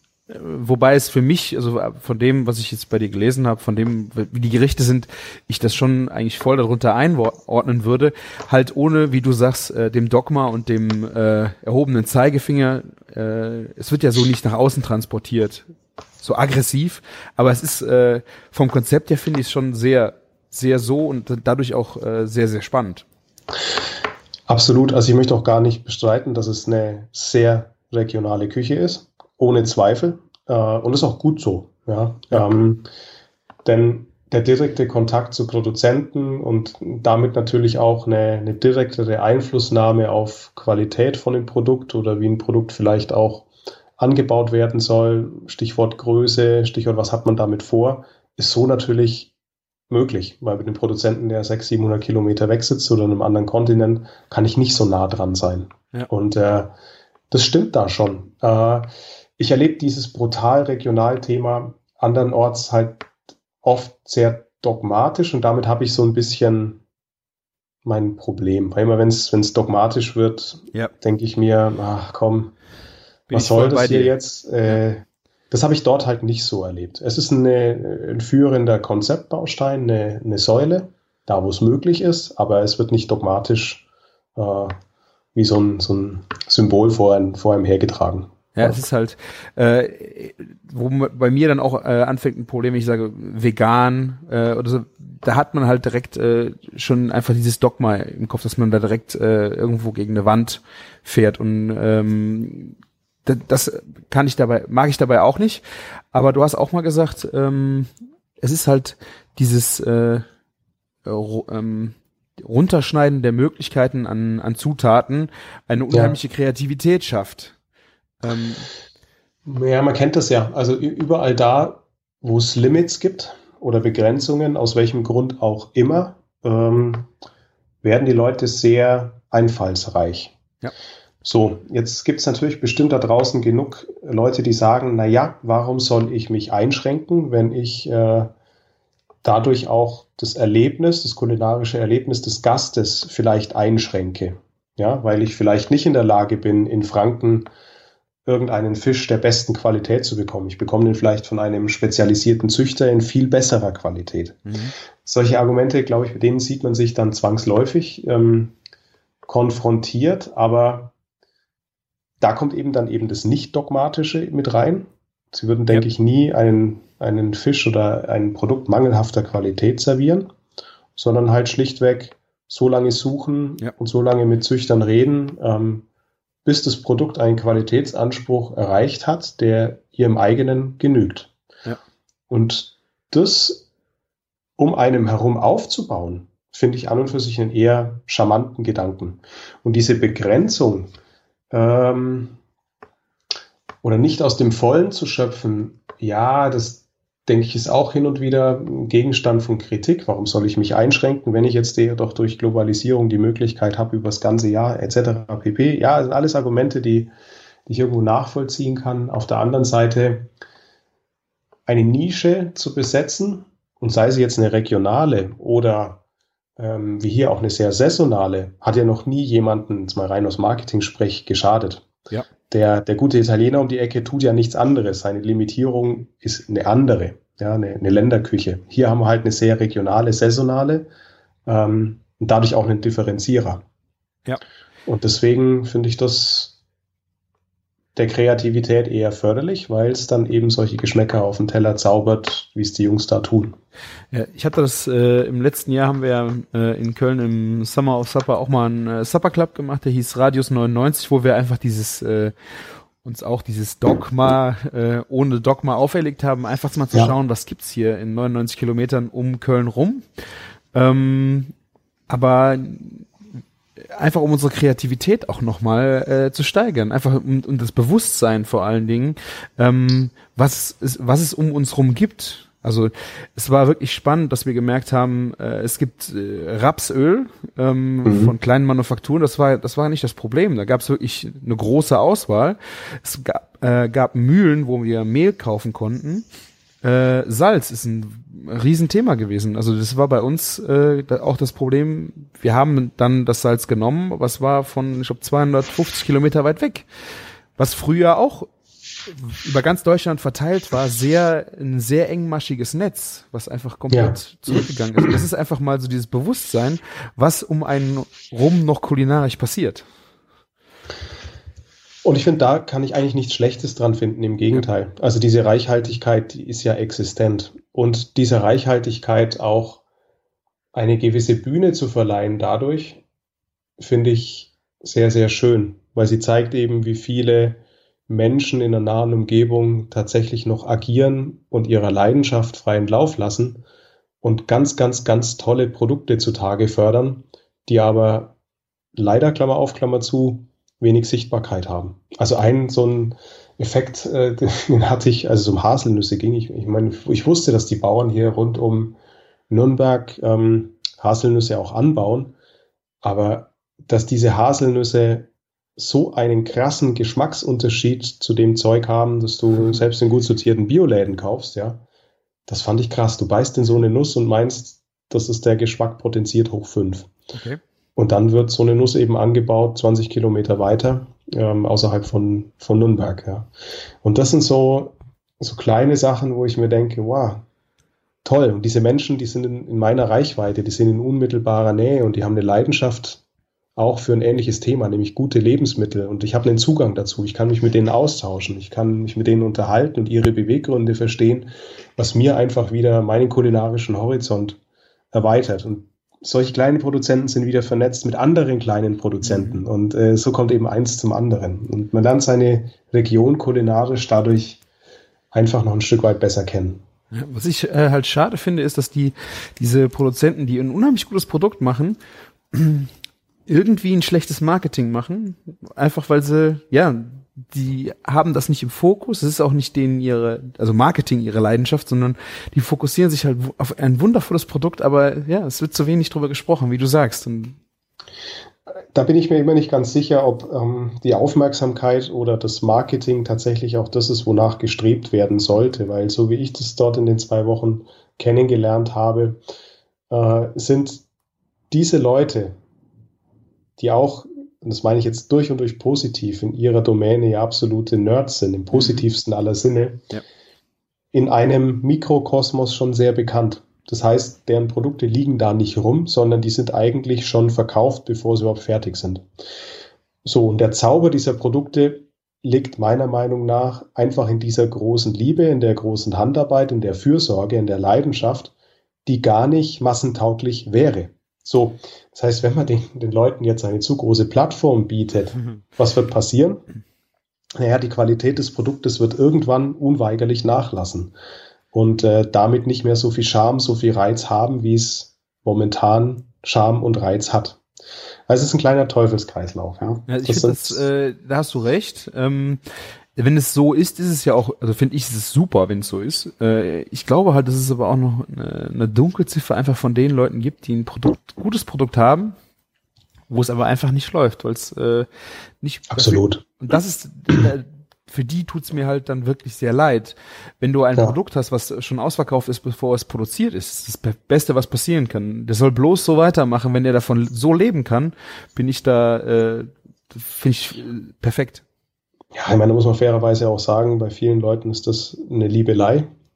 Wobei es für mich, also von dem, was ich jetzt bei dir gelesen habe, von dem, wie die Gerichte sind, ich das schon eigentlich voll darunter einordnen würde, halt ohne, wie du sagst, äh, dem Dogma und dem äh, erhobenen Zeigefinger. Äh, es wird ja so nicht nach außen transportiert, so aggressiv, aber es ist äh, vom Konzept her, finde ich es schon sehr, sehr so und dadurch auch äh, sehr, sehr spannend. Absolut, also ich möchte auch gar nicht bestreiten, dass es eine sehr regionale Küche ist. Ohne Zweifel. Äh, und ist auch gut so. Ja? Ja. Ähm, denn der direkte Kontakt zu Produzenten und damit natürlich auch eine, eine direktere Einflussnahme auf Qualität von dem Produkt oder wie ein Produkt vielleicht auch angebaut werden soll, Stichwort Größe, Stichwort was hat man damit vor, ist so natürlich möglich. Weil mit dem Produzenten, der sechshundert, siebenhundert Kilometer weg sitzt oder in einem anderen Kontinent, kann ich nicht so nah dran sein. Ja. Und äh, das stimmt da schon. Äh, Ich erlebe dieses brutal Regionalthema andernorts halt oft sehr dogmatisch und damit habe ich so ein bisschen mein Problem. Weil immer wenn es wenn es dogmatisch wird, ja. denke ich mir, ach komm, Bin was soll das hier dir. jetzt? Äh, das habe ich dort halt nicht so erlebt. Es ist eine, ein führender Konzeptbaustein, eine, eine Säule, da wo es möglich ist, aber es wird nicht dogmatisch äh, wie so ein, so ein Symbol vor einem, vor einem hergetragen. Ja, es ist halt, äh, wo bei mir dann auch äh, anfängt ein Problem, ich sage vegan äh, oder so, da hat man halt direkt äh, schon einfach dieses Dogma im Kopf, dass man da direkt äh, irgendwo gegen eine Wand fährt und ähm, das, das kann ich dabei, mag ich dabei auch nicht, aber du hast auch mal gesagt, ähm, es ist halt dieses äh, ähm, Runterschneiden der Möglichkeiten an, an Zutaten eine unheimliche ja. Kreativität schafft. Ähm, ja, man kennt das ja. Also überall da, wo es Limits gibt oder Begrenzungen, aus welchem Grund auch immer, ähm, werden die Leute sehr einfallsreich. Ja. So, jetzt gibt es natürlich bestimmt da draußen genug Leute, die sagen, na ja, warum soll ich mich einschränken, wenn ich äh, dadurch auch das Erlebnis, das kulinarische Erlebnis des Gastes vielleicht einschränke. Ja, weil ich vielleicht nicht in der Lage bin, in Franken irgendeinen Fisch der besten Qualität zu bekommen. Ich bekomme den vielleicht von einem spezialisierten Züchter in viel besserer Qualität. Mhm. Solche Argumente, glaube ich, mit denen sieht man sich dann zwangsläufig ähm, konfrontiert, aber da kommt eben dann eben das Nicht-Dogmatische mit rein. Sie würden, denke ja. ich, nie einen, einen Fisch oder ein Produkt mangelhafter Qualität servieren, sondern halt schlichtweg so lange suchen ja. und so lange mit Züchtern reden, ähm, bis das Produkt einen Qualitätsanspruch erreicht hat, der ihrem eigenen genügt. Ja. Und das um einem herum aufzubauen, finde ich an und für sich einen eher charmanten Gedanken. Und diese Begrenzung ähm, oder nicht aus dem Vollen zu schöpfen, ja, das denke ich, ist auch hin und wieder ein Gegenstand von Kritik. Warum soll ich mich einschränken, wenn ich jetzt doch durch Globalisierung die Möglichkeit habe, über das ganze Jahr et cetera pp. Ja, das sind alles Argumente, die, die ich irgendwo nachvollziehen kann. Auf der anderen Seite eine Nische zu besetzen, und sei sie jetzt eine regionale oder ähm, wie hier auch eine sehr saisonale, hat ja noch nie jemanden, jetzt mal rein aus Marketing-Sprech, geschadet. Ja. Der, der gute Italiener um die Ecke tut ja nichts anderes. Seine Limitierung ist eine andere. ja, eine, eine Länderküche. Hier haben wir halt eine sehr regionale, saisonale ähm, und dadurch auch einen Differenzierer. Ja. Und deswegen finde ich das der Kreativität eher förderlich, weil es dann eben solche Geschmäcker auf den Teller zaubert, wie es die Jungs da tun. Ja, ich hatte das, äh, im letzten Jahr haben wir äh, in Köln im Summer of Supper auch mal einen äh, Supper Club gemacht, der hieß Radius neunundneunzig, wo wir einfach dieses, äh, uns auch dieses Dogma, äh, ohne Dogma auferlegt haben, einfach mal zu Ja. schauen, was gibt's hier in neunundneunzig Kilometern um Köln rum. Ähm, aber einfach um unsere Kreativität auch nochmal äh, zu steigern, einfach um, um das Bewusstsein vor allen Dingen, ähm, was es, was es um uns rum gibt. Also es war wirklich spannend, dass wir gemerkt haben, äh, es gibt äh, Rapsöl ähm, Mhm. von kleinen Manufakturen. Das war das war nicht das Problem. Da gab es wirklich eine große Auswahl. Es gab, äh, gab Mühlen, wo wir Mehl kaufen konnten. Äh, Salz ist ein Riesenthema gewesen. Also das war bei uns äh, da auch das Problem. Wir haben dann das Salz genommen, aber es war von, ich glaube, zweihundertfünfzig Kilometer weit weg. Was früher auch über ganz Deutschland verteilt war, sehr ein sehr engmaschiges Netz, was einfach komplett Ja. zurückgegangen ist. Und das ist einfach mal so dieses Bewusstsein, was um einen rum noch kulinarisch passiert. Und ich finde, da kann ich eigentlich nichts Schlechtes dran finden, im Gegenteil. Also diese Reichhaltigkeit, die ist ja existent. Und dieser Reichhaltigkeit auch eine gewisse Bühne zu verleihen dadurch, finde ich sehr, sehr schön, weil sie zeigt eben, wie viele Menschen in der nahen Umgebung tatsächlich noch agieren und ihrer Leidenschaft freien Lauf lassen und ganz, ganz, ganz tolle Produkte zutage fördern, die aber leider, Klammer auf, Klammer zu, wenig Sichtbarkeit haben. Also ein so ein Effekt, äh, den hatte ich, also es um Haselnüsse ging. Ich, ich meine, ich wusste, dass die Bauern hier rund um Nürnberg ähm, Haselnüsse auch anbauen, aber dass diese Haselnüsse so einen krassen Geschmacksunterschied zu dem Zeug haben, dass du selbst in gut sortierten Bioläden kaufst, ja, das fand ich krass. Du beißt in so eine Nuss und meinst, das ist der Geschmack potenziert hoch fünf. Okay. Und dann wird so eine Nuss eben angebaut, zwanzig Kilometer weiter, ähm, außerhalb von, von Nürnberg, ja. Und das sind so, so kleine Sachen, wo ich mir denke, wow, toll. Und diese Menschen, die sind in, in meiner Reichweite, die sind in unmittelbarer Nähe und die haben eine Leidenschaft auch für ein ähnliches Thema, nämlich gute Lebensmittel. Und ich habe einen Zugang dazu. Ich kann mich mit denen austauschen. Ich kann mich mit denen unterhalten und ihre Beweggründe verstehen, was mir einfach wieder meinen kulinarischen Horizont erweitert. Und solche kleine Produzenten sind wieder vernetzt mit anderen kleinen Produzenten. Mhm. Und äh, so kommt eben eins zum anderen. Und man lernt seine Region kulinarisch dadurch einfach noch ein Stück weit besser kennen. Ja, was ich äh, halt schade finde, ist, dass die diese Produzenten, die ein unheimlich gutes Produkt machen, irgendwie ein schlechtes Marketing machen, einfach weil sie, ja, die haben das nicht im Fokus, es ist auch nicht denen ihre, also Marketing ihre Leidenschaft, sondern die fokussieren sich halt auf ein wundervolles Produkt, aber ja, es wird zu wenig drüber gesprochen, wie du sagst. Und da bin ich mir immer nicht ganz sicher, ob ähm, die Aufmerksamkeit oder das Marketing tatsächlich auch das ist, wonach gestrebt werden sollte, weil so wie ich das dort in den zwei Wochen kennengelernt habe, äh, sind diese Leute, die auch, und das meine ich jetzt durch und durch positiv, in ihrer Domäne ja absolute Nerds sind, im positivsten aller Sinne, ja. in einem Mikrokosmos schon sehr bekannt. Das heißt, deren Produkte liegen da nicht rum, sondern die sind eigentlich schon verkauft, bevor sie überhaupt fertig sind. So, und der Zauber dieser Produkte liegt meiner Meinung nach einfach in dieser großen Liebe, in der großen Handarbeit, in der Fürsorge, in der Leidenschaft, die gar nicht massentauglich wäre. So, das heißt, wenn man den, den Leuten jetzt eine zu große Plattform bietet, mhm. was wird passieren? Naja, die Qualität des Produktes wird irgendwann unweigerlich nachlassen und äh, damit nicht mehr so viel Charme, so viel Reiz haben, wie es momentan Charme und Reiz hat. Also es ist ein kleiner Teufelskreislauf. Ja, ja ich finde, das, äh, da hast du recht. Ähm, wenn es so ist, ist es ja auch, also finde ich, ist es super, wenn es so ist. Äh, ich glaube halt, dass es aber auch noch eine, eine Dunkelziffer einfach von den Leuten gibt, die ein Produkt, gutes Produkt haben, wo es aber einfach nicht läuft, weil es äh, nicht... Absolut. Dafür, und das ist, äh, für die tut's mir halt dann wirklich sehr leid. Wenn du ein ja. Produkt hast, was schon ausverkauft ist, bevor es produziert ist, das ist das Beste, was passieren kann. Der soll bloß so weitermachen, wenn der davon so leben kann, bin ich da, äh, finde ich äh, perfekt. Ja, ich meine, da muss man fairerweise auch sagen, bei vielen Leuten ist das eine Liebelei.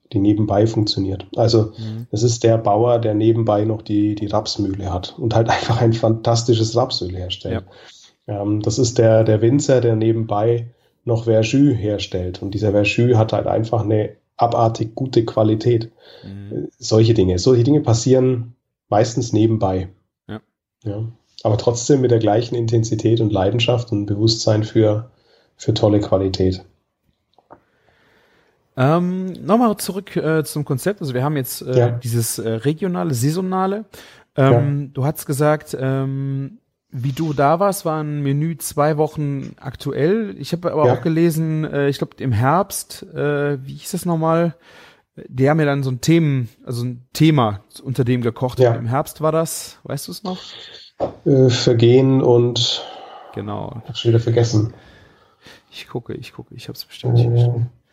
die nebenbei funktioniert. Also mhm. das ist der Bauer, der nebenbei noch die, die Rapsmühle hat und halt einfach ein fantastisches Rapsöl herstellt. Ja. Ähm, das ist der, der Winzer, der nebenbei noch Verjus herstellt. Und dieser Verjus hat halt einfach eine abartig gute Qualität. Mhm. Solche Dinge. Solche Dinge passieren meistens nebenbei. Ja. Ja. Aber trotzdem mit der gleichen Intensität und Leidenschaft und Bewusstsein für, für tolle Qualität. Ähm, Nochmal zurück äh, zum Konzept. Also wir haben jetzt äh, ja. dieses äh, regionale, saisonale. Ähm, ja. Du hast gesagt, ähm, wie du da warst, war ein Menü zwei Wochen aktuell. Ich habe aber ja. auch gelesen, äh, ich glaube im Herbst, äh, wie hieß das nochmal? Die haben ja dann so ein Themen, also ein Thema unter dem gekocht. Ja. Im Herbst war das, weißt du es noch? Äh, Vergehen und genau. Hab schon wieder vergessen. Ich gucke, ich gucke, ich habe es bestimmt hier äh,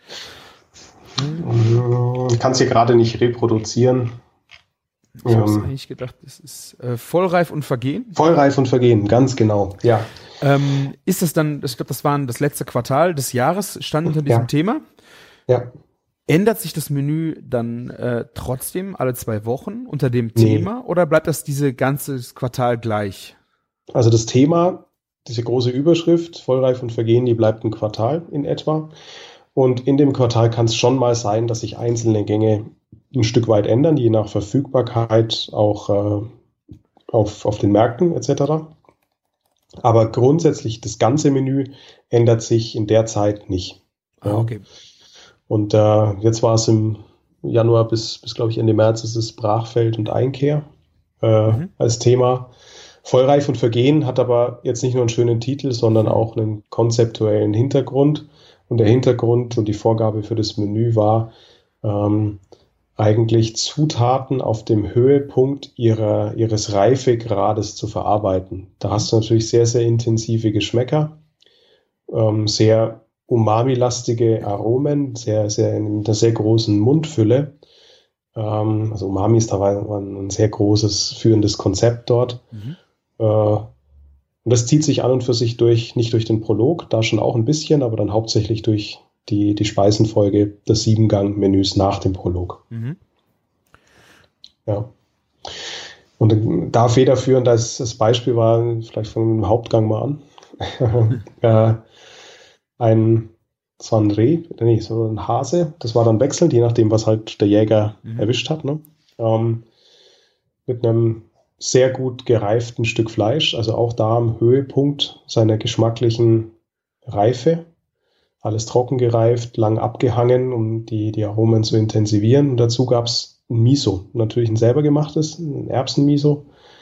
Ich kann es hier gerade nicht reproduzieren. Ich habe ähm, eigentlich gedacht, es ist äh, Vollreif und Vergehen. Vollreif und Vergehen, ganz genau, ja. Ähm, ist das dann, ich glaube, das war das letzte Quartal des Jahres, stand unter diesem ja. Thema. Ja. Ändert sich das Menü dann äh, trotzdem alle zwei Wochen unter dem Thema nee. oder bleibt das diese ganze Quartal gleich? Also das Thema, diese große Überschrift, Vollreif und Vergehen, die bleibt ein Quartal in etwa. Und in dem Quartal kann es schon mal sein, dass sich einzelne Gänge ein Stück weit ändern, je nach Verfügbarkeit auch äh, auf, auf den Märkten et cetera. Aber grundsätzlich das ganze Menü ändert sich in der Zeit nicht. Ah, okay. Und äh, jetzt war es im Januar bis, bis glaube ich, Ende März ist es Brachfeld und Einkehr äh, mhm. als Thema. Vollreif und Vergehen hat aber jetzt nicht nur einen schönen Titel, sondern auch einen konzeptuellen Hintergrund. Und der Hintergrund und die Vorgabe für das Menü war, ähm, eigentlich Zutaten auf dem Höhepunkt ihrer, ihres Reifegrades zu verarbeiten. Da hast du natürlich sehr, sehr intensive Geschmäcker, ähm, sehr umami-lastige Aromen, sehr, sehr, in einer sehr großen Mundfülle. Ähm, also Umami ist da war ein sehr großes, führendes Konzept dort. Mhm. Äh, Und das zieht sich an und für sich durch, nicht durch den Prolog, da schon auch ein bisschen, aber dann hauptsächlich durch die, die Speisenfolge des Siebengang-Menüs nach dem Prolog. Mhm. Ja. Und da federführend als das Beispiel war, vielleicht von dem Hauptgang mal an, äh, ein, das war ein Reh, nee, so ein Hase, das war dann wechselnd, je nachdem, was halt der Jäger mhm. erwischt hat, ne? Ähm, mit einem sehr gut gereiften Stück Fleisch, also auch da am Höhepunkt seiner geschmacklichen Reife. Alles trocken gereift, lang abgehangen, um die, die Aromen zu intensivieren. Und dazu gab es ein Miso, natürlich ein selber gemachtes, ein Erbsenmiso,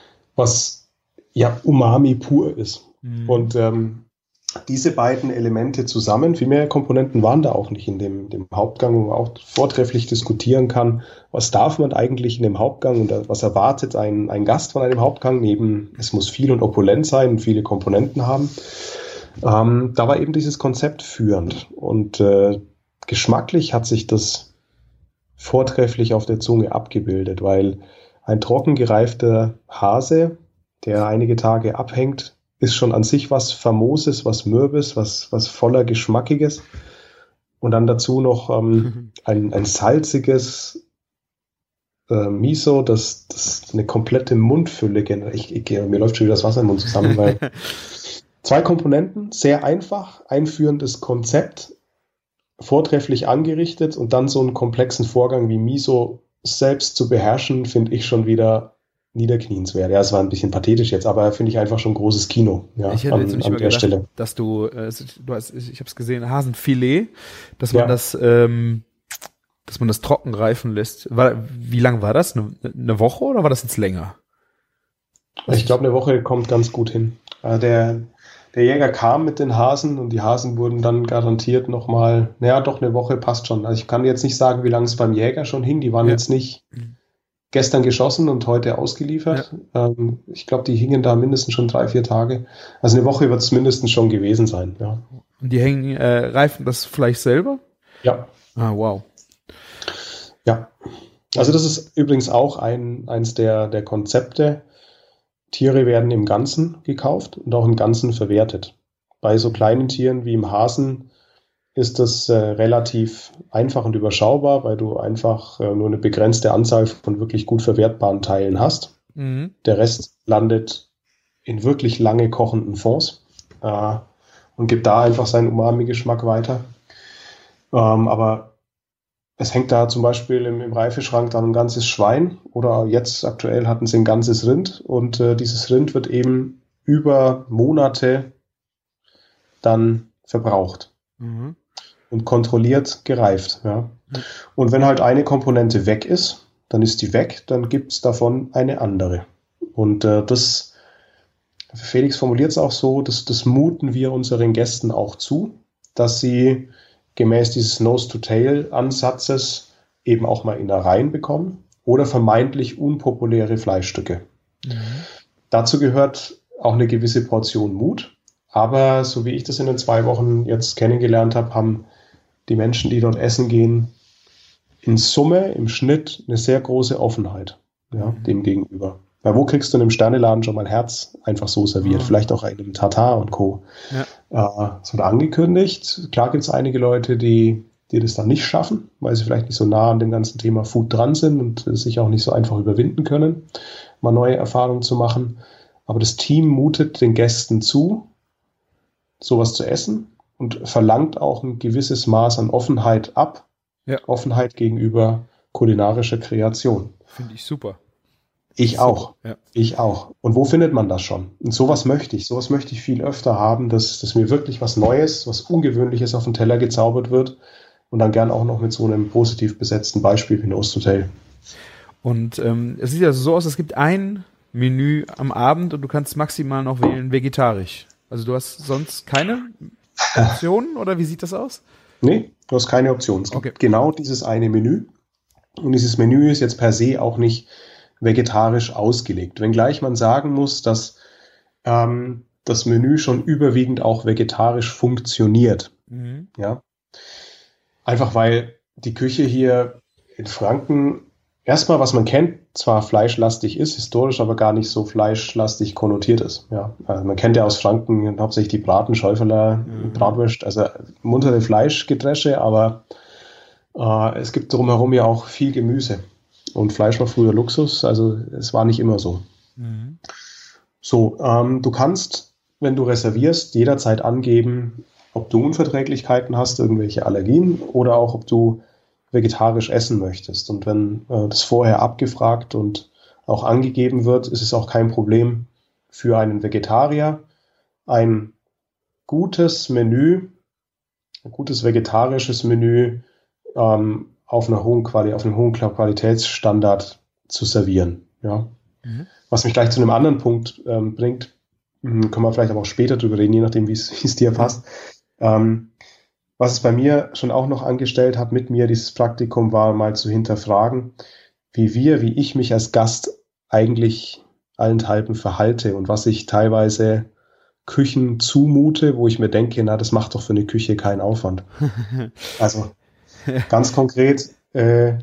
was ja Umami pur ist. Mhm. Und ähm, diese beiden Elemente zusammen, viel mehr Komponenten waren da auch nicht in dem, dem Hauptgang, wo man auch vortrefflich diskutieren kann, was darf man eigentlich in dem Hauptgang und was erwartet ein, ein Gast von einem Hauptgang, neben es muss viel und opulent sein und viele Komponenten haben. Ähm, da war eben dieses Konzept führend und äh, geschmacklich hat sich das vortrefflich auf der Zunge abgebildet, weil ein trocken gereifter Hase, der einige Tage abhängt, ist schon an sich was Famoses, was Mürbes, was, was voller Geschmackiges. Und dann dazu noch ähm, ein, ein salziges äh, Miso, das, das eine komplette Mundfülle generiert. Ich, ich, mir läuft schon wieder das Wasser im Mund zusammen, weil zwei Komponenten, sehr einfach, einführendes Konzept, vortrefflich angerichtet und dann so einen komplexen Vorgang wie Miso selbst zu beherrschen, finde ich schon wieder niederknienswert. Ja, es war ein bisschen pathetisch jetzt, aber finde ich einfach schon großes Kino. Ja, ich hätte an, jetzt nicht an mal der gedacht, Stelle. dass du, äh, du hast, ich habe es gesehen, Hasenfilet, dass man ja. das, ähm, dass man das trocken reifen lässt. War, wie lang war das? Eine, eine Woche oder war das jetzt länger? Ich glaube, eine Woche kommt ganz gut hin. Der, der Jäger kam mit den Hasen und die Hasen wurden dann garantiert nochmal, naja, doch eine Woche passt schon. Also ich kann jetzt nicht sagen, wie lange es beim Jäger schon hing. Die waren ja. jetzt nicht gestern geschossen und heute ausgeliefert. Ja. Ähm, ich glaube, die hingen da mindestens schon drei, vier Tage. Also eine Woche wird es mindestens schon gewesen sein. Ja. Und die hängen, äh, reifen das Fleisch selber? Ja. Ah, wow. Ja. Also das ist übrigens auch ein, eins der, der Konzepte. Tiere werden im Ganzen gekauft und auch im Ganzen verwertet. Bei so kleinen Tieren wie im Hasen ist das äh, relativ einfach und überschaubar, weil du einfach äh, nur eine begrenzte Anzahl von wirklich gut verwertbaren Teilen hast. Mhm. Der Rest landet in wirklich lange kochenden Fonds äh, und gibt da einfach seinen Umami-Geschmack weiter. Ähm, aber es hängt da zum Beispiel im, im Reifeschrank dann ein ganzes Schwein oder jetzt aktuell hatten sie ein ganzes Rind und äh, dieses Rind wird eben über Monate dann verbraucht. Mhm. Und kontrolliert gereift. Ja. Mhm. Und wenn halt eine Komponente weg ist, dann ist die weg, dann gibt es davon eine andere. Und äh, das, Felix formuliert es auch so, das, das muten wir unseren Gästen auch zu, dass sie gemäß dieses Nose-to-Tail-Ansatzes eben auch mal Innereien bekommen oder vermeintlich unpopuläre Fleischstücke. Mhm. Dazu gehört auch eine gewisse Portion Mut. Aber so wie ich das in den zwei Wochen jetzt kennengelernt habe, haben die Menschen, die dort essen gehen, in Summe, im Schnitt eine sehr große Offenheit, ja, Mhm. dem gegenüber. Weil wo kriegst du in einem Sterneladen schon mal Herz einfach so serviert? Ah. Vielleicht auch in einem Tartar und Co. Ja. Äh, es wird angekündigt. Klar gibt es einige Leute, die, die das dann nicht schaffen, weil sie vielleicht nicht so nah an dem ganzen Thema Food dran sind und äh, sich auch nicht so einfach überwinden können, mal neue Erfahrungen zu machen. Aber das Team mutet den Gästen zu, sowas zu essen und verlangt auch ein gewisses Maß an Offenheit ab. Ja. Offenheit gegenüber kulinarischer Kreation. Finde ich super. Ich auch. Ja. Ich auch. Und wo findet man das schon? Und sowas möchte ich. Sowas möchte ich viel öfter haben, dass, dass mir wirklich was Neues, was Ungewöhnliches auf den Teller gezaubert wird und dann gern auch noch mit so einem positiv besetzten Beispiel wie Nose to Tail. Und ähm, es sieht ja so aus, es gibt ein Menü am Abend und du kannst maximal noch wählen vegetarisch. Also du hast sonst keine Optionen oder wie sieht das aus? Nee, du hast keine Option. Es gibt Okay. genau dieses eine Menü. Und dieses Menü ist jetzt per se auch nicht vegetarisch ausgelegt. Wenngleich man sagen muss, dass ähm, das Menü schon überwiegend auch vegetarisch funktioniert. Mhm. Ja. Einfach weil die Küche hier in Franken erstmal, was man kennt, zwar fleischlastig ist, historisch aber gar nicht so fleischlastig konnotiert ist. Ja. Also man kennt ja aus Franken hauptsächlich die Braten, Schäuferler, Mhm. Bratwurst, also muntere Fleischgedresche, aber äh, es gibt drumherum ja auch viel Gemüse. Und Fleisch war früher Luxus, also es war nicht immer so. Mhm. So, ähm, du kannst, wenn du reservierst, jederzeit angeben, ob du Unverträglichkeiten hast, irgendwelche Allergien oder auch, ob du vegetarisch essen möchtest. Und wenn äh, das vorher abgefragt und auch angegeben wird, ist es auch kein Problem für einen Vegetarier, ein gutes Menü, ein gutes vegetarisches Menü ähm, auf, einer hohen Quali- auf einem hohen Qualitätsstandard zu servieren. Ja. Mhm. Was mich gleich zu einem anderen Punkt ähm, bringt, hm, können wir vielleicht aber auch später drüber reden, je nachdem, wie es wie es dir passt. Ähm, was es bei mir schon auch noch angestellt hat mit mir, dieses Praktikum, war mal zu hinterfragen, wie wir, wie ich mich als Gast eigentlich allenthalben verhalte und was ich teilweise Küchen zumute, wo ich mir denke, na, das macht doch für eine Küche keinen Aufwand. Also ganz konkret, äh,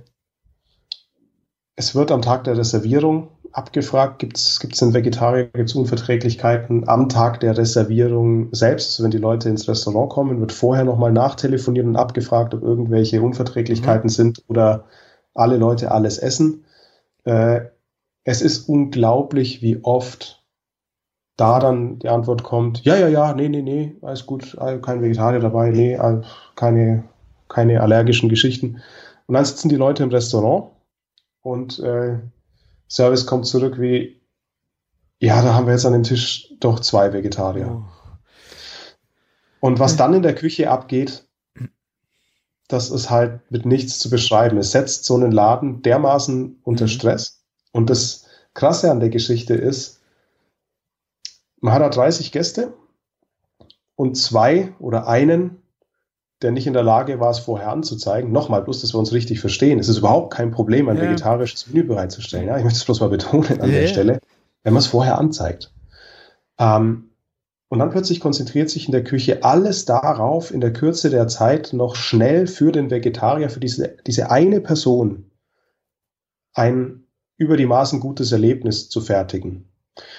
es wird am Tag der Reservierung abgefragt, gibt es denn Vegetarier, gibt es Unverträglichkeiten am Tag der Reservierung selbst, also wenn die Leute ins Restaurant kommen, wird vorher nochmal nachtelefoniert und abgefragt, ob irgendwelche Unverträglichkeiten mhm. sind oder alle Leute alles essen. Äh, es ist unglaublich, wie oft da dann die Antwort kommt, ja, ja, ja, nee, nee, nee, alles gut, kein Vegetarier dabei, nee, keine, keine allergischen Geschichten. Und dann sitzen die Leute im Restaurant und äh, Service kommt zurück wie, ja, da haben wir jetzt an dem Tisch doch zwei Vegetarier. Oh. Und was dann in der Küche abgeht, das ist halt mit nichts zu beschreiben. Es setzt so einen Laden dermaßen unter Stress. Und das Krasse an der Geschichte ist, man hat da dreißig Gäste und zwei oder einen, der nicht in der Lage war, es vorher anzuzeigen. Nochmal, bloß, dass wir uns richtig verstehen. Es ist überhaupt kein Problem, ein ja. vegetarisches Menü bereitzustellen. Ja, ich möchte es bloß mal betonen an ja. der Stelle, wenn man es vorher anzeigt. Ähm, und dann plötzlich konzentriert sich in der Küche alles darauf, in der Kürze der Zeit noch schnell für den Vegetarier, für diese, diese eine Person ein über die Maßen gutes Erlebnis zu fertigen.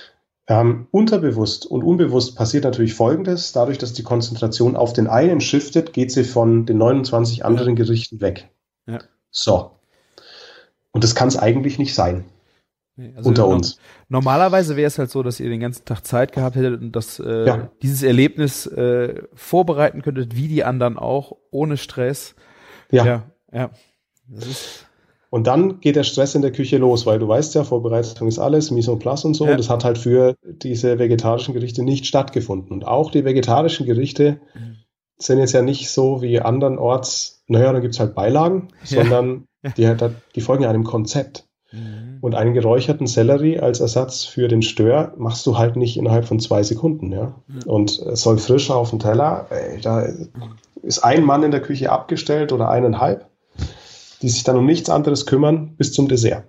Ähm, unterbewusst und unbewusst passiert natürlich Folgendes. Dadurch, dass die Konzentration auf den einen shiftet, geht sie von den neunundzwanzig anderen ja. Gerichten weg. Ja. So. Und das kann es eigentlich nicht sein. Nee, also unter uns. Normalerweise wäre es halt so, dass ihr den ganzen Tag Zeit gehabt hättet und dass äh, ja. dieses Erlebnis äh, vorbereiten könntet, wie die anderen auch, ohne Stress. Ja. Ja. ja. Das ist Und dann geht der Stress in der Küche los, weil du weißt ja, Vorbereitung ist alles, Mise en place und so. Ja. Und das hat halt für diese vegetarischen Gerichte nicht stattgefunden. Und auch die vegetarischen Gerichte mhm. sind jetzt ja nicht so wie andernorts, naja, dann gibt's halt Beilagen, ja. sondern die, die folgen ja einem Konzept. Mhm. Und einen geräucherten Sellerie als Ersatz für den Stör machst du halt nicht innerhalb von zwei Sekunden. Ja? Mhm. Und es soll frischer auf dem Teller. Ey, da ist ein Mann in der Küche abgestellt oder eineinhalb, die sich dann um nichts anderes kümmern, bis zum Dessert.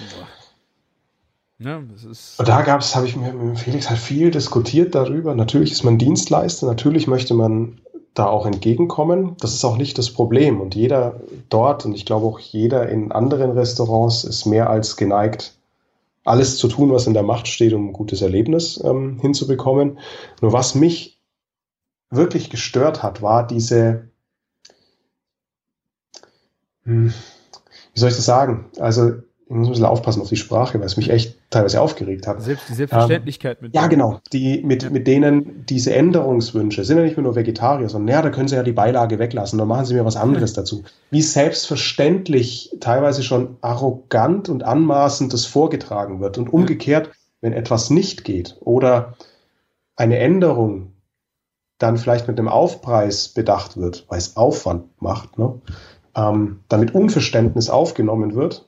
Ja, das ist Und da gab's, habe ich mir mit Felix halt viel diskutiert darüber. Natürlich ist man Dienstleister, natürlich möchte man da auch entgegenkommen. Das ist auch nicht das Problem. Und jeder dort, und ich glaube auch jeder in anderen Restaurants, ist mehr als geneigt, alles zu tun, was in der Macht steht, um ein gutes Erlebnis ähm, hinzubekommen. Nur was mich wirklich gestört hat, war diese Wie soll ich das sagen? Also, ich muss ein bisschen aufpassen auf die Sprache, weil es mich echt teilweise aufgeregt hat. Selbst die Selbstverständlichkeit ähm, mit Ja, genau. Die, mit, ja. mit denen diese Änderungswünsche sind ja nicht mehr nur Vegetarier, sondern ja, da können sie ja die Beilage weglassen, dann machen sie mir was anderes ja. dazu. Wie selbstverständlich teilweise schon arrogant und anmaßend das vorgetragen wird. Und umgekehrt, ja. wenn etwas nicht geht oder eine Änderung dann vielleicht mit einem Aufpreis bedacht wird, weil es Aufwand macht, ne? Ähm, damit Unverständnis aufgenommen wird,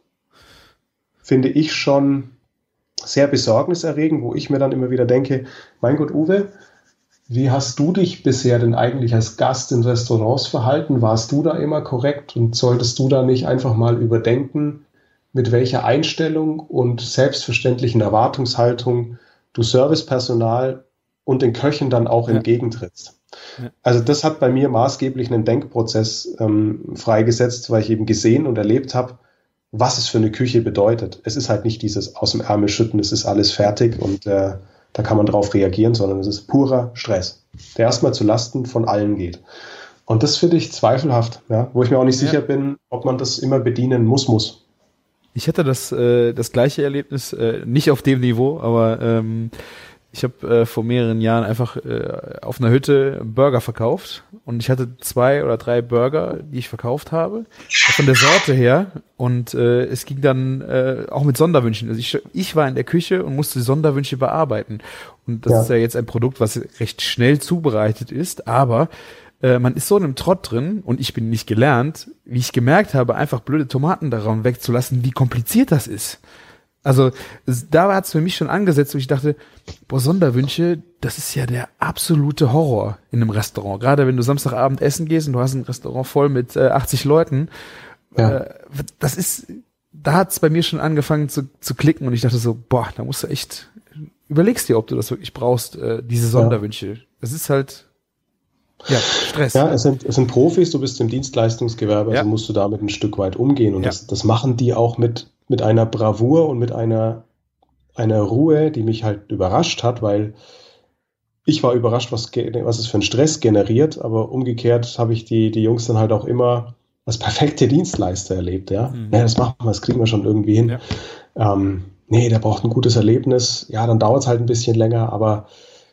finde ich schon sehr besorgniserregend, wo ich mir dann immer wieder denke, mein Gott, Uwe, wie hast du dich bisher denn eigentlich als Gast in Restaurants verhalten? Warst du da immer korrekt und solltest du da nicht einfach mal überdenken, mit welcher Einstellung und selbstverständlichen Erwartungshaltung du Servicepersonal und den Köchen dann auch ja. entgegentrittst? Ja. Also das hat bei mir maßgeblich einen Denkprozess ähm, freigesetzt, weil ich eben gesehen und erlebt habe, was es für eine Küche bedeutet. Es ist halt nicht dieses aus dem Ärmel schütten, es ist alles fertig und äh, da kann man drauf reagieren, sondern es ist purer Stress, der erstmal zu Lasten von allen geht. Und das finde ich zweifelhaft, ja, wo ich mir auch nicht ja. sicher bin, ob man das immer bedienen muss, muss. Ich hatte das, äh, das gleiche Erlebnis, äh, nicht auf dem Niveau, aber ähm, ich habe äh, vor mehreren Jahren einfach äh, auf einer Hütte Burger verkauft und ich hatte zwei oder drei Burger, die ich verkauft habe, von der Sorte her und äh, es ging dann äh, auch mit Sonderwünschen. Also ich, ich war in der Küche und musste die Sonderwünsche bearbeiten und das ja. ist ja jetzt ein Produkt, was recht schnell zubereitet ist, aber äh, man ist so in einem Trott drin und ich bin nicht gelernt, wie ich gemerkt habe, einfach blöde Tomaten daran wegzulassen, wie kompliziert das ist. Also da hat es für mich schon angesetzt, wo ich dachte, boah, Sonderwünsche, das ist ja der absolute Horror in einem Restaurant. Gerade wenn du Samstagabend essen gehst und du hast ein Restaurant voll mit äh, achtzig Leuten. Ja. Äh, das ist, da hat es bei mir schon angefangen zu, zu klicken und ich dachte so, boah, da musst du echt, überlegst dir, ob du das wirklich brauchst, äh, diese Sonderwünsche. Ja. Das ist halt, ja, Stress. Ja, es sind, es sind Profis, du bist im Dienstleistungsgewerbe, also ja. musst du damit ein Stück weit umgehen und ja. das, das machen die auch mit mit einer Bravour und mit einer, einer Ruhe, die mich halt überrascht hat, weil ich war überrascht, was, was es für einen Stress generiert, aber umgekehrt habe ich die, die Jungs dann halt auch immer als perfekte Dienstleister erlebt, ja. Mhm. Naja, das machen wir, das kriegen wir schon irgendwie hin. Ja. Ähm, nee, der braucht ein gutes Erlebnis, ja, dann dauert es halt ein bisschen länger, aber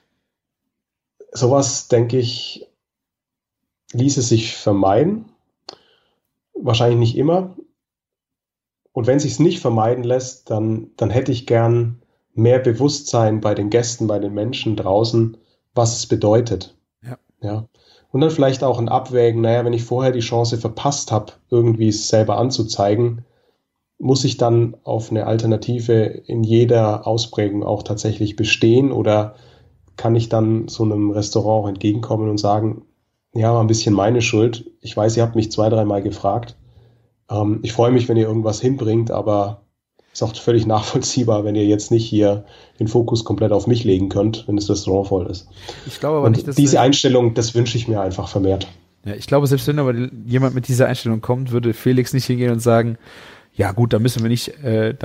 sowas, denke ich, ließe sich vermeiden. Wahrscheinlich nicht immer. Und wenn es sich nicht vermeiden lässt, dann, dann hätte ich gern mehr Bewusstsein bei den Gästen, bei den Menschen draußen, was es bedeutet. Ja. Ja. Und dann vielleicht auch ein Abwägen, naja, wenn ich vorher die Chance verpasst habe, irgendwie es selber anzuzeigen, muss ich dann auf eine Alternative in jeder Ausprägung auch tatsächlich bestehen oder kann ich dann so einem Restaurant auch entgegenkommen und sagen, ja, war ein bisschen meine Schuld. Ich weiß, ihr habt mich zwei, dreimal gefragt. Ähm, ich freue mich, wenn ihr irgendwas hinbringt, aber ist auch völlig nachvollziehbar, wenn ihr jetzt nicht hier den Fokus komplett auf mich legen könnt, wenn das Restaurant voll ist. Ich glaube aber und nicht, dass diese Einstellung, das wünsche ich mir einfach vermehrt. Ja, ich glaube, selbst wenn aber jemand mit dieser Einstellung kommt, würde Felix nicht hingehen und sagen, ja gut, da müssen wir nicht, äh, dann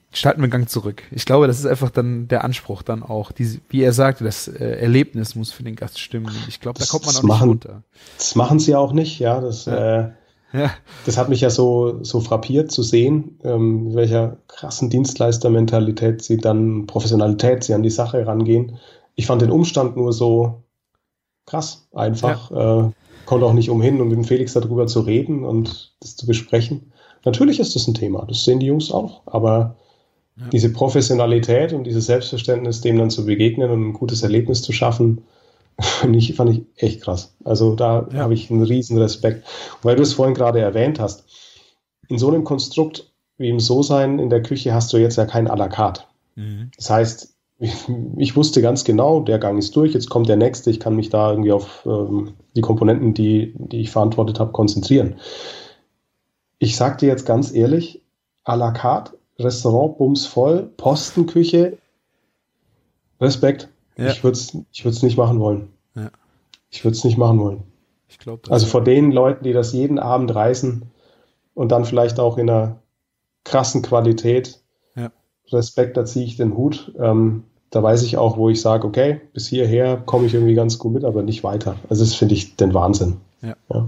schalten wir einen Gang zurück. Ich glaube, das ist einfach dann der Anspruch dann auch. Diese, wie er sagte, das äh, Erlebnis muss für den Gast stimmen. Ich glaube, da kommt man auch machen, nicht runter. Das machen sie auch nicht, ja. Das, ja. Äh, ja. das hat mich ja so, so frappiert zu sehen, ähm, mit welcher krassen Dienstleistermentalität sie dann, Professionalität sie an die Sache rangehen. Ich fand den Umstand nur so krass, einfach. Ja. Äh, konnte auch nicht umhin, um mit dem Felix darüber zu reden und das zu besprechen. Natürlich ist das ein Thema, das sehen die Jungs auch, aber ja. diese Professionalität und dieses Selbstverständnis, dem dann zu begegnen und ein gutes Erlebnis zu schaffen, fand ich, fand ich echt krass. Also da ja. habe ich einen riesen Respekt. Und weil du es vorhin gerade erwähnt hast, in so einem Konstrukt wie im So-Sein in der Küche hast du jetzt ja kein à la carte. Mhm. Das heißt, ich, ich wusste ganz genau, der Gang ist durch, jetzt kommt der nächste, ich kann mich da irgendwie auf ähm, die Komponenten, die, die ich verantwortet habe, konzentrieren. Ich sag dir jetzt ganz ehrlich, à la carte, Restaurant, bumsvoll, Postenküche, Respekt. Ja. Ich würde es ich würd's nicht machen wollen. Ja. Ich würde es nicht machen wollen. Ich glaub, also vor den Leuten, die das jeden Abend reißen und dann vielleicht auch in einer krassen Qualität, ja. Respekt, da ziehe ich den Hut. Ähm, da weiß ich auch, wo ich sage, okay, bis hierher komme ich irgendwie ganz gut mit, aber nicht weiter. Also das finde ich den Wahnsinn. Ja. Ja.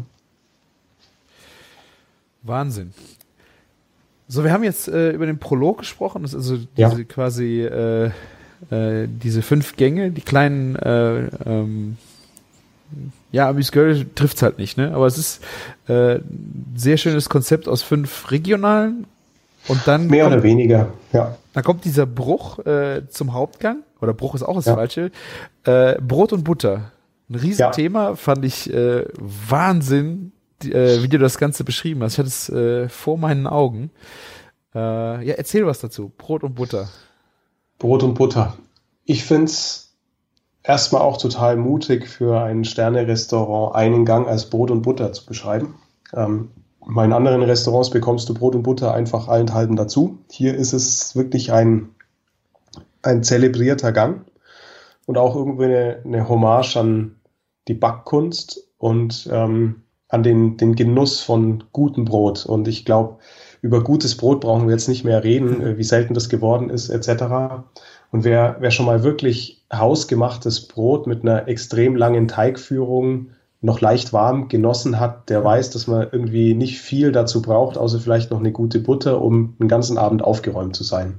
Wahnsinn. So, wir haben jetzt äh, über den Prolog gesprochen, das ist also diese ja. quasi äh, äh, diese fünf Gänge, die kleinen äh, ähm, ja, Amuse-Gueule trifft's halt nicht, ne? Aber es ist äh, ein sehr schönes Konzept aus fünf regionalen und dann mehr kommt, oder weniger, ja. Dann kommt dieser Bruch äh, zum Hauptgang, oder Bruch ist auch das ja. Falsche, äh, Brot und Butter. Ein Riesenthema, ja. fand ich äh, Wahnsinn, die, äh, wie du das Ganze beschrieben hast. Ich hatte es äh, vor meinen Augen. Äh, ja, erzähl was dazu. Brot und Butter. Brot und Butter. Ich find's erstmal auch total mutig für ein Sterne-Restaurant einen Gang als Brot und Butter zu beschreiben. Ähm, in anderen Restaurants bekommst du Brot und Butter einfach allenthalben dazu. Hier ist es wirklich ein, ein zelebrierter Gang und auch irgendwie eine, eine Hommage an die Backkunst und ähm, an den, den Genuss von gutem Brot. Und ich glaube, über gutes Brot brauchen wir jetzt nicht mehr reden, wie selten das geworden ist, et cetera. Und wer, wer schon mal wirklich hausgemachtes Brot mit einer extrem langen Teigführung noch leicht warm genossen hat, der weiß, dass man irgendwie nicht viel dazu braucht, außer vielleicht noch eine gute Butter, um den ganzen Abend aufgeräumt zu sein.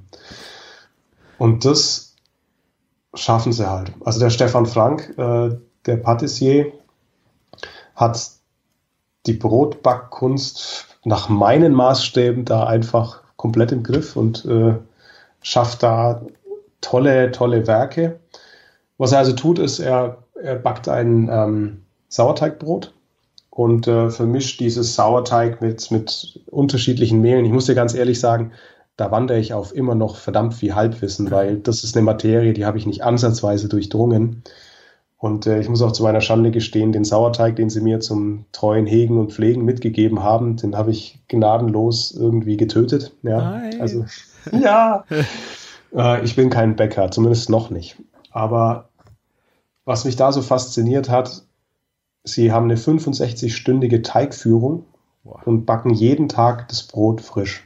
Und das schaffen sie halt. Also der Stefan Frank, äh, der Patissier, hat die Brotbackkunst nach meinen Maßstäben da einfach komplett im Griff und äh, schafft da tolle, tolle Werke. Was er also tut, ist, er, er backt ein ähm, Sauerteigbrot und äh, vermischt dieses Sauerteig mit, mit unterschiedlichen Mehlen. Ich muss dir ganz ehrlich sagen, da wandere ich auf immer noch verdammt viel Halbwissen, weil das ist eine Materie, die habe ich nicht ansatzweise durchdrungen. Und äh, ich muss auch zu meiner Schande gestehen, den Sauerteig, den sie mir zum treuen Hegen und Pflegen mitgegeben haben, den habe ich gnadenlos irgendwie getötet. Ja, Nein. Also, ja. äh, ich bin kein Bäcker, zumindest noch nicht. Aber was mich da so fasziniert hat, sie haben eine fünfundsechzig-stündige Teigführung wow. und backen jeden Tag das Brot frisch.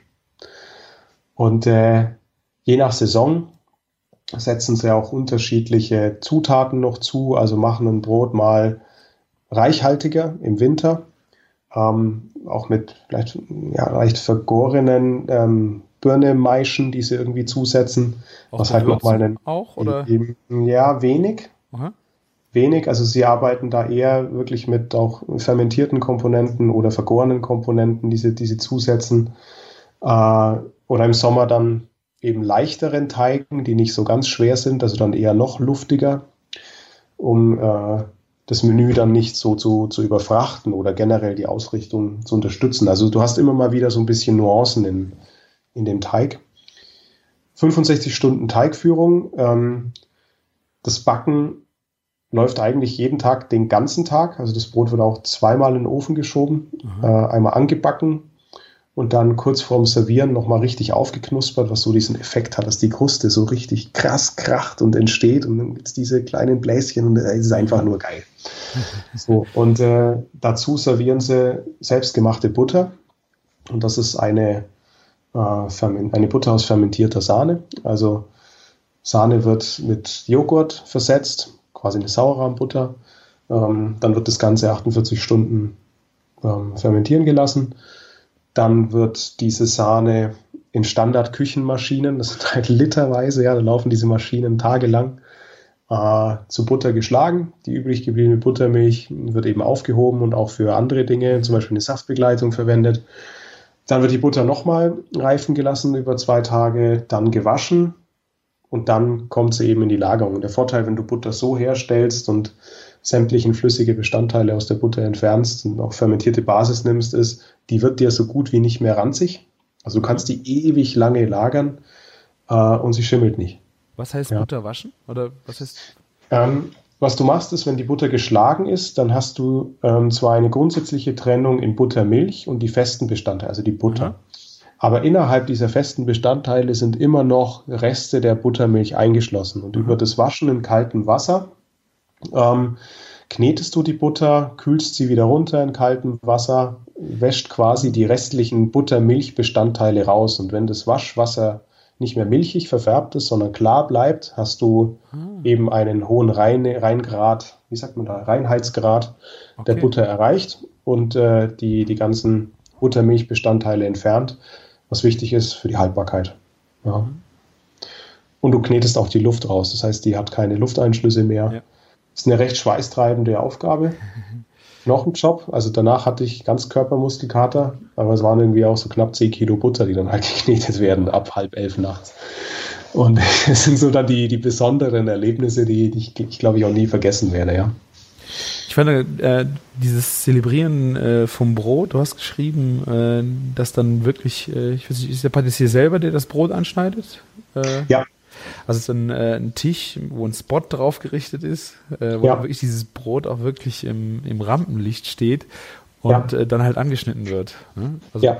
Und äh, je nach Saison setzen sie auch unterschiedliche Zutaten noch zu, also machen ein Brot mal reichhaltiger im Winter, ähm, auch mit vielleicht ja, leicht vergorenen ähm, Birne-Maischen, die sie irgendwie zusetzen. Auch was halt noch mal einen, auch, oder? Eben, ja, wenig. Aha. Wenig, also sie arbeiten da eher wirklich mit auch fermentierten Komponenten oder vergorenen Komponenten, die sie, die sie zusetzen. Äh, oder im Sommer dann eben leichteren Teigen, die nicht so ganz schwer sind, also dann eher noch luftiger, um äh, das Menü dann nicht so zu, zu überfrachten oder generell die Ausrichtung zu unterstützen. Also du hast immer mal wieder so ein bisschen Nuancen in, in dem Teig. fünfundsechzig Stunden Teigführung. Ähm, das Backen läuft eigentlich jeden Tag den ganzen Tag. Also das Brot wird auch zweimal in den Ofen geschoben, mhm. äh, einmal angebacken und dann kurz vorm Servieren nochmal richtig aufgeknuspert, was so diesen Effekt hat, dass die Kruste so richtig krass kracht und entsteht und dann gibt es diese kleinen Bläschen und es ist einfach nur geil. So, und äh, dazu servieren sie selbstgemachte Butter und das ist eine äh, eine Butter aus fermentierter Sahne. Also Sahne wird mit Joghurt versetzt, quasi eine Sauerrahmbutter. Ähm, dann wird das Ganze achtundvierzig Stunden ähm, fermentieren gelassen. Dann wird diese Sahne in Standard-Küchenmaschinen, das sind halt literweise, ja, da laufen diese Maschinen tagelang, äh, zu Butter geschlagen. Die übrig gebliebene Buttermilch wird eben aufgehoben und auch für andere Dinge, zum Beispiel eine Saftbegleitung, verwendet. Dann wird die Butter nochmal reifen gelassen über zwei Tage, dann gewaschen und dann kommt sie eben in die Lagerung. Und der Vorteil, wenn du Butter so herstellst und sämtlichen flüssige Bestandteile aus der Butter entfernst und auch fermentierte Basis nimmst, ist, die wird dir so gut wie nicht mehr ranzig. Also du kannst die ewig lange lagern äh, und sie schimmelt nicht. Was heißt ja. Butter waschen? Oder was heißt? Ähm, was du machst, ist, wenn die Butter geschlagen ist, dann hast du ähm, zwar eine grundsätzliche Trennung in Buttermilch und die festen Bestandteile, also die Butter. Mhm. Aber innerhalb dieser festen Bestandteile sind immer noch Reste der Buttermilch eingeschlossen. Und mhm. über das Waschen in kaltem Wasser ähm, knetest du die Butter, kühlst sie wieder runter in kaltem Wasser, wäscht quasi die restlichen Buttermilchbestandteile raus. Und wenn das Waschwasser nicht mehr milchig verfärbt ist, sondern klar bleibt, hast du hm. eben einen hohen Rein, Reingrad, wie sagt man da, Reinheitsgrad okay. der Butter erreicht und äh, die, die ganzen Buttermilchbestandteile entfernt, was wichtig ist für die Haltbarkeit. Ja. Hm. Und du knetest auch die Luft raus, das heißt, die hat keine Lufteinschlüsse mehr. Ja. Das ist eine recht schweißtreibende Aufgabe. Mhm. Noch ein Job, also danach hatte ich Ganzkörpermuskelkater, aber es waren irgendwie auch so knapp zehn Kilo Butter, die dann halt geknetet werden ab halb elf nachts. Und das sind so dann die, die besonderen Erlebnisse, die ich, ich glaube ich auch nie vergessen werde, ja. Ich fand äh, dieses Zelebrieren äh, vom Brot, du hast geschrieben, äh, dass dann wirklich, äh, ich weiß nicht, ist der Patissier selber, der das Brot anschneidet? Äh, ja. Also es ist ein, äh, ein Tisch, wo ein Spot drauf gerichtet ist, äh, wo ja. wirklich dieses Brot auch wirklich im, im Rampenlicht steht und ja. äh, dann halt angeschnitten wird. Ne? Also, ja,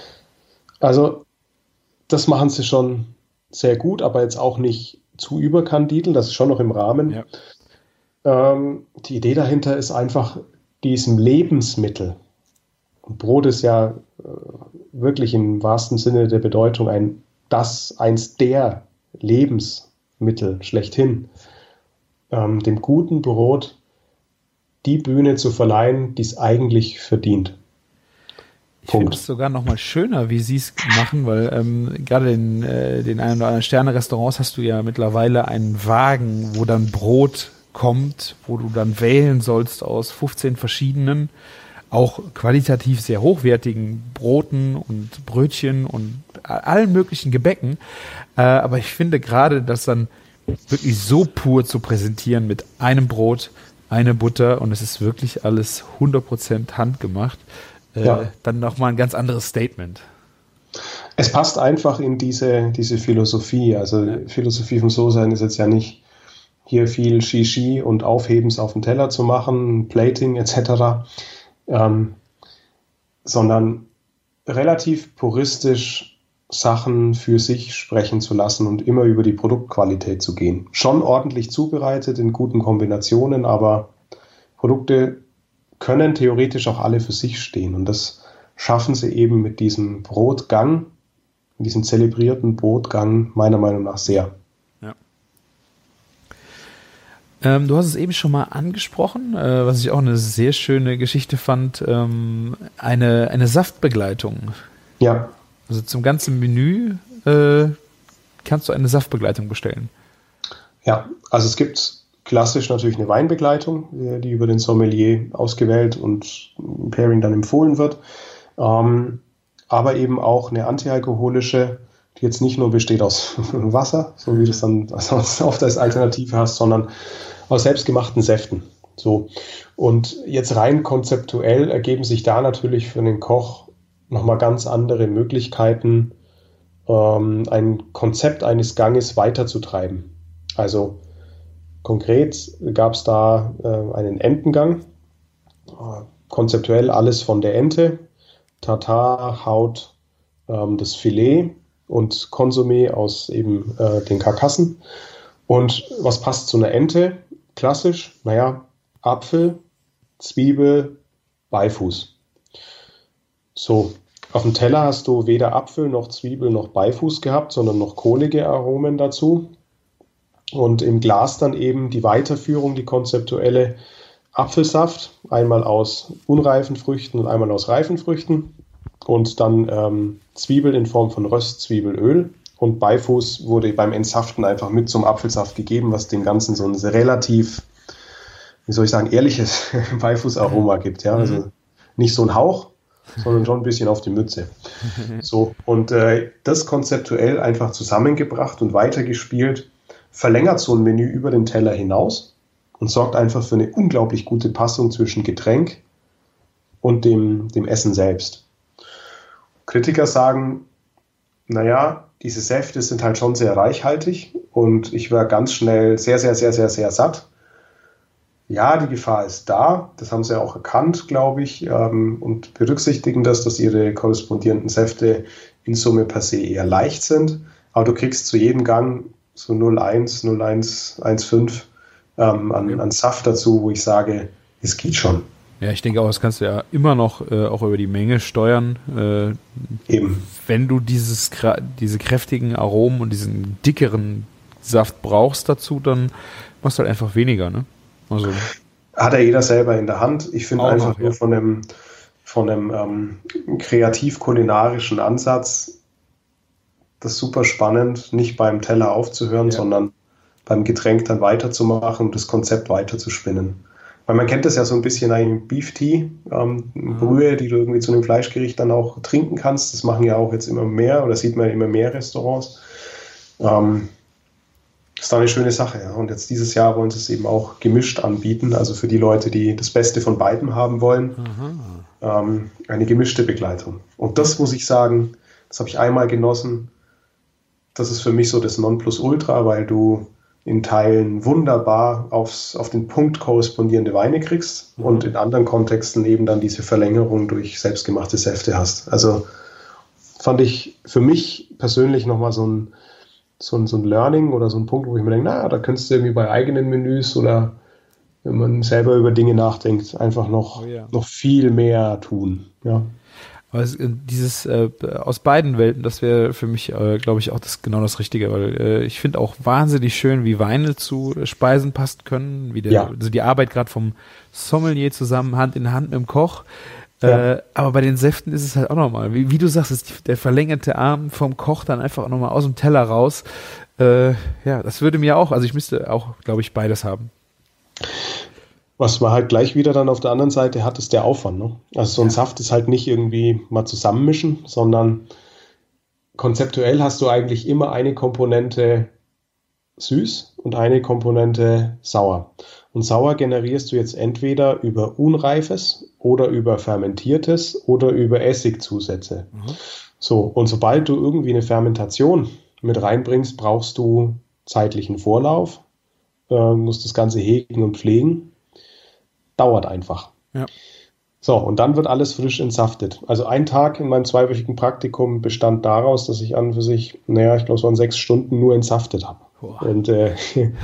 also das machen sie schon sehr gut, aber jetzt auch nicht zu überkandidel, das ist schon noch im Rahmen. Ja. Ähm, die Idee dahinter ist einfach diesem Lebensmittel. Und Brot ist ja äh, wirklich im wahrsten Sinne der Bedeutung ein das, eins der Lebensmittel schlechthin, ähm, dem guten Brot die Bühne zu verleihen, die es eigentlich verdient. Ich finde es sogar noch mal schöner, wie sie es machen, weil ähm, gerade in äh, den ein oder anderen Sterne-Restaurants hast du ja mittlerweile einen Wagen, wo dann Brot kommt, wo du dann wählen sollst aus fünfzehn verschiedenen, auch qualitativ sehr hochwertigen Broten und Brötchen und allen möglichen Gebäcken. Äh, aber ich finde gerade, das dann wirklich so pur zu präsentieren mit einem Brot, eine Butter und es ist wirklich alles hundert Prozent handgemacht, äh, ja. dann nochmal ein ganz anderes Statement. Es passt einfach in diese, diese Philosophie. Also ja. Philosophie vom So-Sein ist jetzt ja nicht hier viel Shishi und Aufhebens auf den Teller zu machen, Plating et cetera, ähm, sondern relativ puristisch Sachen für sich sprechen zu lassen und immer über die Produktqualität zu gehen. Schon ordentlich zubereitet in guten Kombinationen, aber Produkte können theoretisch auch alle für sich stehen. Und das schaffen sie eben mit diesem Brotgang, mit diesem zelebrierten Brotgang meiner Meinung nach sehr. Ja. Ähm, du hast es eben schon mal angesprochen, äh, was ich auch eine sehr schöne Geschichte fand, ähm, eine, eine Saftbegleitung. Ja. Also zum ganzen Menü äh, kannst du eine Saftbegleitung bestellen. Ja, also es gibt klassisch natürlich eine Weinbegleitung, die über den Sommelier ausgewählt und im Pairing dann empfohlen wird. Ähm, aber eben auch eine antialkoholische, die jetzt nicht nur besteht aus Wasser, so wie du es dann oft als Alternative hast, sondern aus selbstgemachten Säften. So. Und jetzt rein konzeptuell ergeben sich da natürlich für den Koch nochmal ganz andere Möglichkeiten, ähm, ein Konzept eines Ganges weiterzutreiben. Also konkret gab es da äh, einen Entengang, äh, konzeptuell alles von der Ente, Tartar, Haut, ähm, das Filet und Konsumé aus eben äh, den Karkassen. Und was passt zu einer Ente? Klassisch, naja, Apfel, Zwiebel, Beifuß. So, auf dem Teller hast du weder Apfel noch Zwiebel noch Beifuß gehabt, sondern noch kohlige Aromen dazu. Und im Glas dann eben die Weiterführung, die konzeptuelle Apfelsaft, einmal aus unreifen Früchten und einmal aus reifen Früchten. Und dann ähm, Zwiebel in Form von Röstzwiebelöl. Und Beifuß wurde beim Entsaften einfach mit zum Apfelsaft gegeben, was dem Ganzen so ein relativ, wie soll ich sagen, ehrliches Beifußaroma gibt. Ja? Also nicht so ein Hauch, sondern schon ein bisschen auf die Mütze. So, und äh, das konzeptuell einfach zusammengebracht und weitergespielt, verlängert so ein Menü über den Teller hinaus und sorgt einfach für eine unglaublich gute Passung zwischen Getränk und dem, dem Essen selbst. Kritiker sagen, naja, diese Säfte sind halt schon sehr reichhaltig und ich war ganz schnell sehr, sehr, sehr, sehr, sehr satt. Ja, die Gefahr ist da, das haben sie auch erkannt, glaube ich, ähm, und berücksichtigen das, dass ihre korrespondierenden Säfte in Summe per se eher leicht sind. Aber du kriegst zu jedem Gang so null Komma eins, null Komma eins, eins Komma fünf ähm, an, an Saft dazu, wo ich sage, es geht schon. Ja, ich denke auch, das kannst du ja immer noch äh, auch über die Menge steuern. Äh, Eben. Wenn du dieses diese kräftigen Aromen und diesen dickeren Saft brauchst dazu, dann machst du halt einfach weniger, ne? Also hat ja jeder selber in der Hand. Ich finde einfach noch, nur ja. von einem, von einem ähm, kreativ-kulinarischen Ansatz das super spannend, nicht beim Teller aufzuhören, ja. sondern beim Getränk dann weiterzumachen und das Konzept weiterzuspinnen. Weil man kennt das ja so ein bisschen eigentlich Beef Tea, ähm, mhm. Brühe, die du irgendwie zu einem Fleischgericht dann auch trinken kannst. Das machen ja auch jetzt immer mehr oder sieht man immer mehr Restaurants. Ähm, ist da eine schöne Sache. Ja. Und jetzt dieses Jahr wollen sie es eben auch gemischt anbieten, also für die Leute, die das Beste von beidem haben wollen, ähm, eine gemischte Begleitung. Und das muss ich sagen, das habe ich einmal genossen. Das ist für mich so das Nonplusultra, weil du in Teilen wunderbar aufs, auf den Punkt korrespondierende Weine kriegst mhm. und in anderen Kontexten eben dann diese Verlängerung durch selbstgemachte Säfte hast. Also fand ich für mich persönlich nochmal so ein, so, ein, so ein Learning oder so ein Punkt, wo ich mir denke, naja, da könntest du irgendwie bei eigenen Menüs oder wenn man selber über Dinge nachdenkt, einfach noch, oh ja. noch viel mehr tun. Ja. Aber es, dieses äh, aus beiden Welten, das wäre für mich, äh, glaube ich, auch das genau das Richtige, weil äh, ich finde auch wahnsinnig schön, wie Weine zu Speisen passen können, wie der, ja. also die Arbeit gerade vom Sommelier zusammen, Hand in Hand mit dem Koch. Ja. Äh, aber bei den Säften ist es halt auch nochmal, wie, wie du sagst, ist der verlängerte Arm vom Koch dann einfach nochmal aus dem Teller raus. Äh, ja, das würde mir auch, also ich müsste auch, glaube ich, beides haben. Was man halt gleich wieder dann auf der anderen Seite hat, ist der Aufwand. Ne? Also so ein ja. Saft ist halt nicht irgendwie mal zusammenmischen, sondern konzeptuell hast du eigentlich immer eine Komponente süß und eine Komponente sauer. Und sauer generierst du jetzt entweder über unreifes oder über fermentiertes oder über Essigzusätze. Mhm. So, und sobald du irgendwie eine Fermentation mit reinbringst, brauchst du zeitlichen Vorlauf, äh, musst das Ganze hegen und pflegen. Dauert einfach. Ja. So, und dann wird alles frisch entsaftet. Also ein Tag in meinem zweiwöchigen Praktikum bestand daraus, dass ich an und für sich, naja, ich glaube, es waren sechs Stunden nur entsaftet habe. Und äh,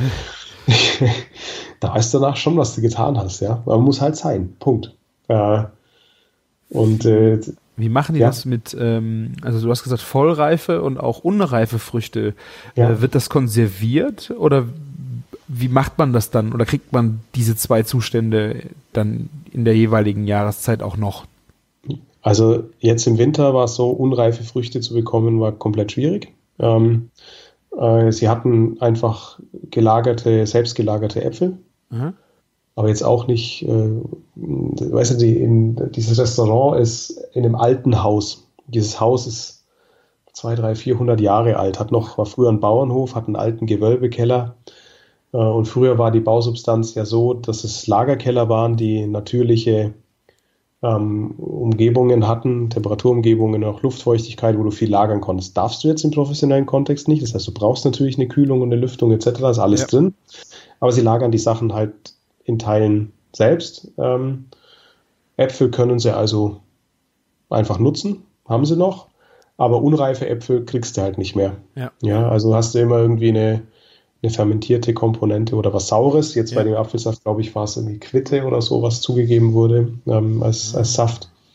da weißt du danach schon, was du getan hast. Ja, aber muss halt sein. Punkt. Äh, und äh, Wie machen die ja. das mit, ähm, also du hast gesagt, vollreife und auch unreife Früchte. Ja. Äh, wird das konserviert oder wie macht man das dann? Oder kriegt man diese zwei Zustände dann in der jeweiligen Jahreszeit auch noch? Also jetzt im Winter war es so, unreife Früchte zu bekommen, war komplett schwierig. Ähm, äh, sie hatten einfach gelagerte, selbstgelagerte Äpfel. Mhm. Aber jetzt auch nicht, äh, weißt du, die, in, dieses Restaurant ist in einem alten Haus. Dieses Haus ist zweihundert, dreihundert, vierhundert Jahre alt, hat noch, war früher ein Bauernhof, hat einen alten Gewölbekeller. Und früher war die Bausubstanz ja so, dass es Lagerkeller waren, die natürliche ähm, Umgebungen hatten, Temperaturumgebungen, auch Luftfeuchtigkeit, wo du viel lagern konntest. Darfst du jetzt im professionellen Kontext nicht. Das heißt, du brauchst natürlich eine Kühlung und eine Lüftung et cetera. Ist alles ja. drin. Aber sie lagern die Sachen halt in Teilen selbst. Ähm, Äpfel können sie also einfach nutzen, haben sie noch. Aber unreife Äpfel kriegst du halt nicht mehr. Ja, ja also hast du immer irgendwie eine eine fermentierte Komponente oder was Saures. Jetzt ja. bei dem Apfelsaft, glaube ich, war es irgendwie Quitte oder so, was zugegeben wurde ähm, als, als Saft. Ja.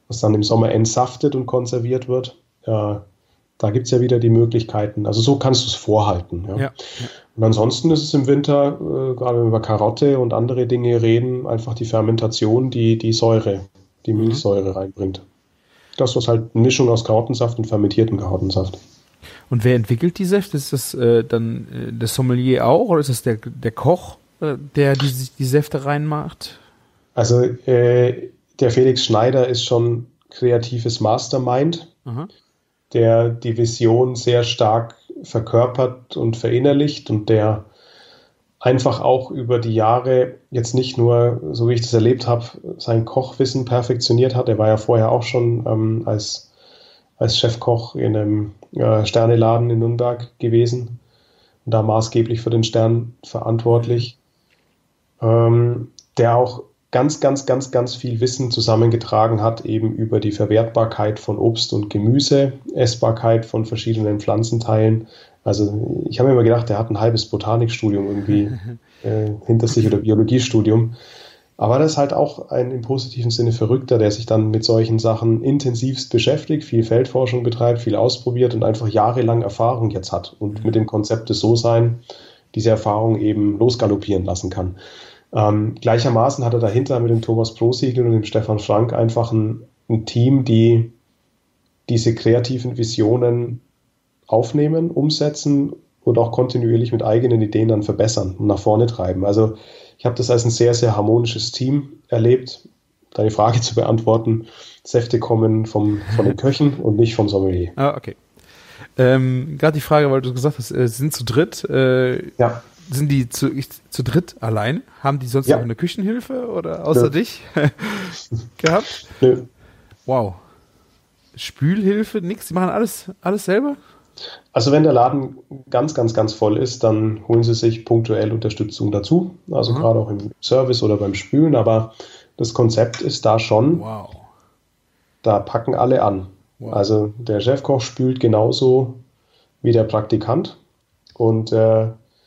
was dann im Sommer entsaftet und konserviert wird. Äh, da gibt es ja wieder die Möglichkeiten. Also so kannst du es vorhalten. Ja. Ja, ja. Und ansonsten ist es im Winter, äh, gerade wenn wir über Karotte und andere Dinge reden, einfach die Fermentation, die die Säure, die Milchsäure mhm. reinbringt. Das ist halt eine Mischung aus Karottensaft und fermentierten Karottensaft. Und wer entwickelt die Säfte? Ist das äh, dann äh, der Sommelier auch oder ist das der, der Koch, äh, der die, die Säfte reinmacht? Also äh, der Felix Schneider ist schon kreatives Mastermind, Aha. der die Vision sehr stark verkörpert und verinnerlicht und der einfach auch über die Jahre jetzt nicht nur, so wie ich das erlebt habe, sein Kochwissen perfektioniert hat. Er war ja vorher auch schon ähm, als, als Chefkoch in einem äh, Sterneladen in Nürnberg gewesen und da maßgeblich für den Stern verantwortlich, ähm, der auch ganz, ganz, ganz, ganz viel Wissen zusammengetragen hat, eben über die Verwertbarkeit von Obst und Gemüse, Essbarkeit von verschiedenen Pflanzenteilen. Also ich habe mir immer gedacht, der hat ein halbes Botanikstudium irgendwie äh, hinter sich oder Biologiestudium. Aber das ist halt auch ein im positiven Sinne Verrückter, der sich dann mit solchen Sachen intensivst beschäftigt, viel Feldforschung betreibt, viel ausprobiert und einfach jahrelang Erfahrung jetzt hat und mit dem Konzept des So-Sein diese Erfahrung eben losgaloppieren lassen kann. Ähm, gleichermaßen hat er dahinter mit dem Thomas Prosiegel und dem Stefan Frank einfach ein, ein Team, die diese kreativen Visionen aufnehmen, umsetzen und auch kontinuierlich mit eigenen Ideen dann verbessern und nach vorne treiben. Also ich habe das als ein sehr, sehr harmonisches Team erlebt. Deine Frage zu beantworten, Säfte kommen vom, von den Köchen und nicht vom Sommelier. Ah, okay. Ähm, gerade die Frage, weil du gesagt hast, äh, sie sind zu dritt. Äh, ja. Sind die zu, ich, zu dritt allein? Haben die sonst ja. noch eine Küchenhilfe oder außer Nö. dich gehabt? Nö. Wow. Spülhilfe, nix? Die machen alles, alles selber? Also wenn der Laden ganz, ganz, ganz voll ist, dann holen sie sich punktuell Unterstützung dazu. Also mhm. gerade auch im Service oder beim Spülen. Aber das Konzept ist da schon, wow. da packen alle an. Wow. Also der Chefkoch spült genauso wie der Praktikant. Und äh,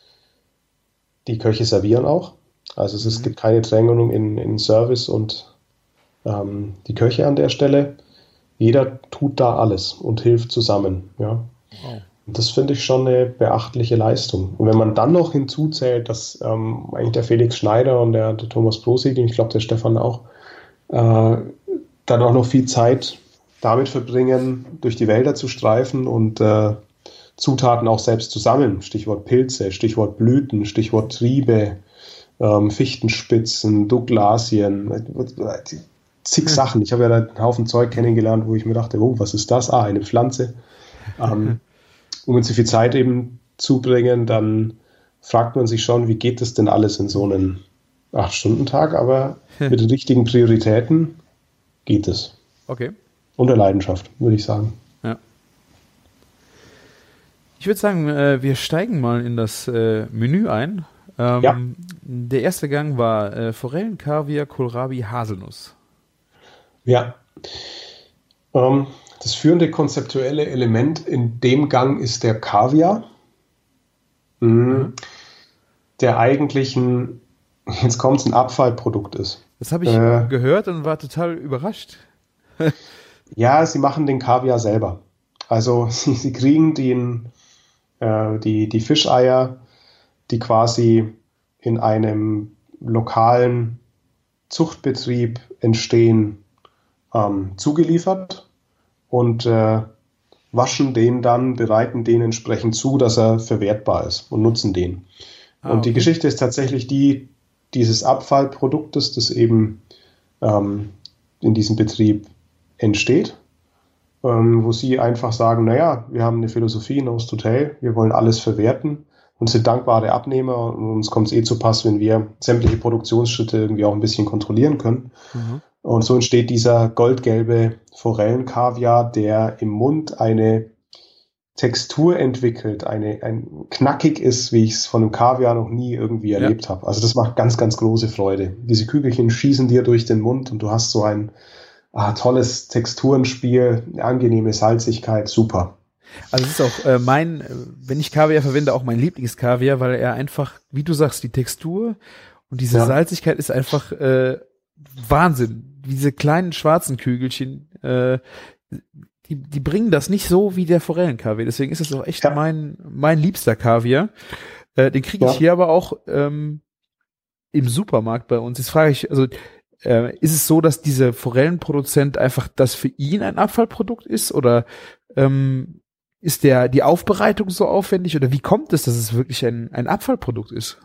die Köche servieren auch. Also es, mhm. es gibt keine Drängelung in, in Service und ähm, die Köche an der Stelle. Jeder tut da alles und hilft zusammen. Ja. Wow. Und das finde ich schon eine beachtliche Leistung. Und wenn man dann noch hinzuzählt, dass ähm, eigentlich der Felix Schneider und der, der Thomas Prosiegel, ich glaube der Stefan auch, äh, dann auch noch viel Zeit damit verbringen, durch die Wälder zu streifen und äh, Zutaten auch selbst zu sammeln. Stichwort Pilze, Stichwort Blüten, Stichwort Triebe, ähm, Fichtenspitzen, Douglasien, zig Sachen. Ich habe ja da einen Haufen Zeug kennengelernt, wo ich mir dachte, oh, was ist das? Ah, eine Pflanze. Ähm, um uns so viel Zeit eben zubringen, dann fragt man sich schon, wie geht das denn alles in so einem acht-Stunden-Tag? Aber mit den richtigen Prioritäten geht es. Okay. Und der Leidenschaft, würde ich sagen. Ja. Ich würde sagen, äh, wir steigen mal in das äh, Menü ein. Ähm, ja. Der erste Gang war äh, Forellen, Kaviar, Kohlrabi, Haselnuss. Ja. Ähm, das führende konzeptuelle Element in dem Gang ist der Kaviar, mhm. der eigentlich ein, jetzt kommt es, ein Abfallprodukt ist. Das habe ich äh, gehört und war total überrascht. Ja, sie machen den Kaviar selber. Also sie, sie kriegen den Die, die Fischeier, die quasi in einem lokalen Zuchtbetrieb entstehen, ähm, zugeliefert und äh, waschen den dann, bereiten den entsprechend zu, dass er verwertbar ist und nutzen den. Ah, und die okay. Geschichte ist tatsächlich die dieses Abfallproduktes, das eben ähm, in diesem Betrieb entsteht. Wo sie einfach sagen, naja, wir haben eine Philosophie in Host Hotel, wir wollen alles verwerten und sind dankbare Abnehmer und uns kommt es eh zu Pass, wenn wir sämtliche Produktionsschritte irgendwie auch ein bisschen kontrollieren können. Mhm. Und so entsteht dieser goldgelbe Forellenkaviar, der im Mund eine Textur entwickelt, eine, ein knackig ist, wie ich es von einem Kaviar noch nie irgendwie ja. erlebt habe. Also das macht ganz, ganz große Freude. Diese Kügelchen schießen dir durch den Mund und du hast so ein Ah, tolles Texturenspiel, eine angenehme Salzigkeit, super. Also es ist auch äh, mein, wenn ich Kaviar verwende, auch mein Lieblingskaviar, weil er einfach, wie du sagst, die Textur und diese ja. Salzigkeit ist einfach äh, Wahnsinn. diese kleinen schwarzen Kügelchen, äh, die, die bringen das nicht so wie der Forellenkaviar. Deswegen ist es auch echt ja. mein, mein liebster Kaviar. Äh, den kriege ich ja. hier aber auch ähm, im Supermarkt bei uns. Jetzt frage ich, also äh, ist es so, dass dieser Forellenproduzent einfach das für ihn ein Abfallprodukt ist oder ähm, ist der die Aufbereitung so aufwendig oder wie kommt es, dass es wirklich ein, ein Abfallprodukt ist?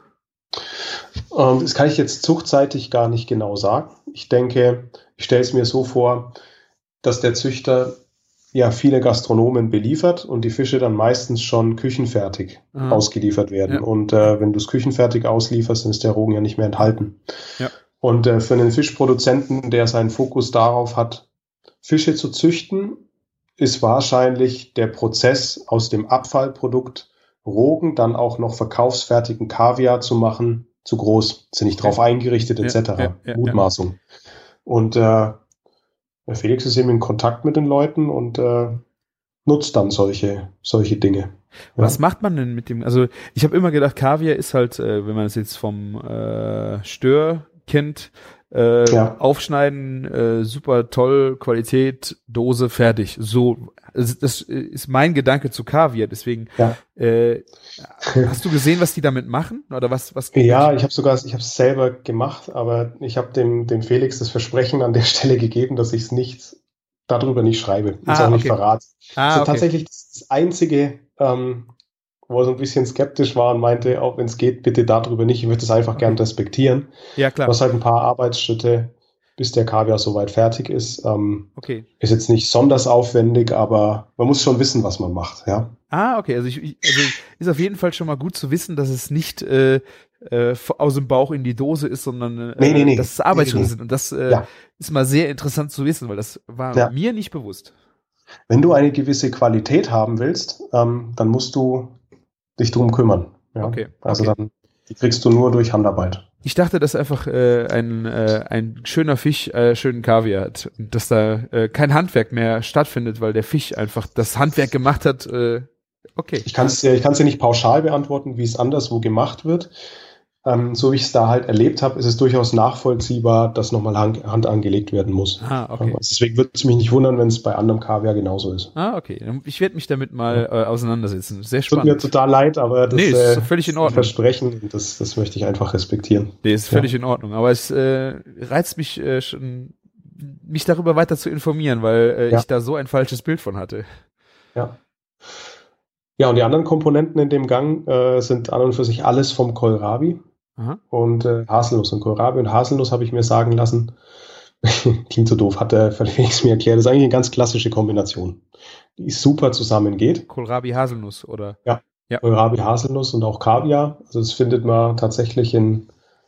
Ähm, das kann ich jetzt zuchtseitig gar nicht genau sagen. Ich denke, ich stelle es mir so vor, dass der Züchter ja viele Gastronomen beliefert und die Fische dann meistens schon küchenfertig Aha. ausgeliefert werden. Ja. Und äh, wenn du es küchenfertig auslieferst, dann ist der Rogen ja nicht mehr enthalten. Ja. Und äh, für einen Fischproduzenten, der seinen Fokus darauf hat, Fische zu züchten, ist wahrscheinlich der Prozess aus dem Abfallprodukt Rogen dann auch noch verkaufsfertigen Kaviar zu machen, zu groß. Sind nicht drauf eingerichtet, et cetera. Ja, ja, ja, Mutmaßung. Ja. Und äh, Felix ist eben in Kontakt mit den Leuten und äh, nutzt dann solche solche Dinge. Was ja. macht man denn mit dem? Also ich habe immer gedacht, Kaviar ist halt, äh, wenn man es jetzt vom äh, Stör kennt, äh, ja. aufschneiden, äh, super toll, Qualität, Dose, fertig. So, also das ist mein Gedanke zu Kaviar. Deswegen, ja. äh, hast du gesehen, was die damit machen oder was? Was? Ja, ich habe sogar, ich habe es selber gemacht, aber ich habe dem dem Felix das Versprechen an der Stelle gegeben, dass ich es nicht darüber nicht schreibe, das ah, auch nicht okay. verrate. Ah, also okay. tatsächlich das einzige, ähm, wo er so ein bisschen skeptisch war und meinte, auch wenn es geht, bitte darüber nicht. Ich würde das einfach okay. gern respektieren. Ja, klar. Du hast halt ein paar Arbeitsschritte, bis der Kaviar soweit fertig ist. Ähm, okay. Ist jetzt nicht besonders aufwendig, aber man muss schon wissen, was man macht, ja. Ah, okay. Also, ich, also ist auf jeden Fall schon mal gut zu wissen, dass es nicht äh, äh, aus dem Bauch in die Dose ist, sondern äh, nee, nee, nee. dass es Arbeitsschritte nee, nee. sind. Und das äh, ja. ist mal sehr interessant zu wissen, weil das war ja. mir nicht bewusst. Wenn du eine gewisse Qualität haben willst, ähm, dann musst du dich drum kümmern. Ja? Okay. Also okay. dann die kriegst du nur durch Handarbeit. Ich dachte, dass einfach äh, ein äh, ein schöner Fisch äh, schönen Kaviar hat und dass da äh, kein Handwerk mehr stattfindet, weil der Fisch einfach das Handwerk gemacht hat. Äh, okay. Ich kann es dir, ich kann es dir nicht pauschal beantworten, wie es anderswo gemacht wird. Ähm, so wie ich es da halt erlebt habe, ist es durchaus nachvollziehbar, dass nochmal Hand, Hand angelegt werden muss. Ah, okay. Also deswegen würde es mich nicht wundern, wenn es bei anderem Kaviar genauso ist. Ah, okay. Ich werde mich damit mal äh, auseinandersetzen. Sehr spannend. Tut mir total leid, aber das nee, ist äh, völlig in Ordnung. Versprechen, das, das möchte ich einfach respektieren. Nee, ist völlig ja. in Ordnung. Aber es äh, reizt mich äh, schon, mich darüber weiter zu informieren, weil äh, ja. ich da so ein falsches Bild von hatte. Ja. Ja, und die anderen Komponenten in dem Gang äh, sind an und für sich alles vom Kohlrabi. Aha. Und äh, Haselnuss und Kohlrabi und Haselnuss habe ich mir sagen lassen, klingt so doof, hat der Felix mir erklärt, das ist eigentlich eine ganz klassische Kombination, die super zusammengeht. Kohlrabi, Haselnuss, oder? Ja, ja. Kohlrabi, Haselnuss und auch Kaviar. Also das findet man tatsächlich in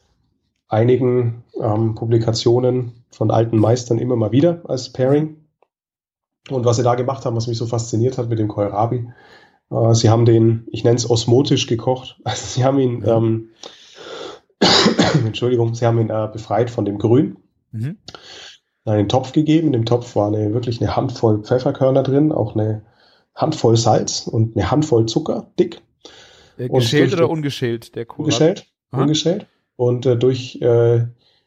einigen ähm, Publikationen von alten Meistern immer mal wieder als Pairing. Und was sie da gemacht haben, was mich so fasziniert hat mit dem Kohlrabi, äh, sie haben den, ich nenne es osmotisch gekocht, also sie haben ihn ähm, Entschuldigung, sie haben ihn äh, befreit von dem Grün, mhm. in den Topf gegeben. In dem Topf war eine, wirklich eine Handvoll Pfefferkörner drin, auch eine Handvoll Salz und eine Handvoll Zucker, dick. Äh, geschält oder ungeschält? Der Kohlrabi? Ungeschält, ungeschält. Und äh, durch äh,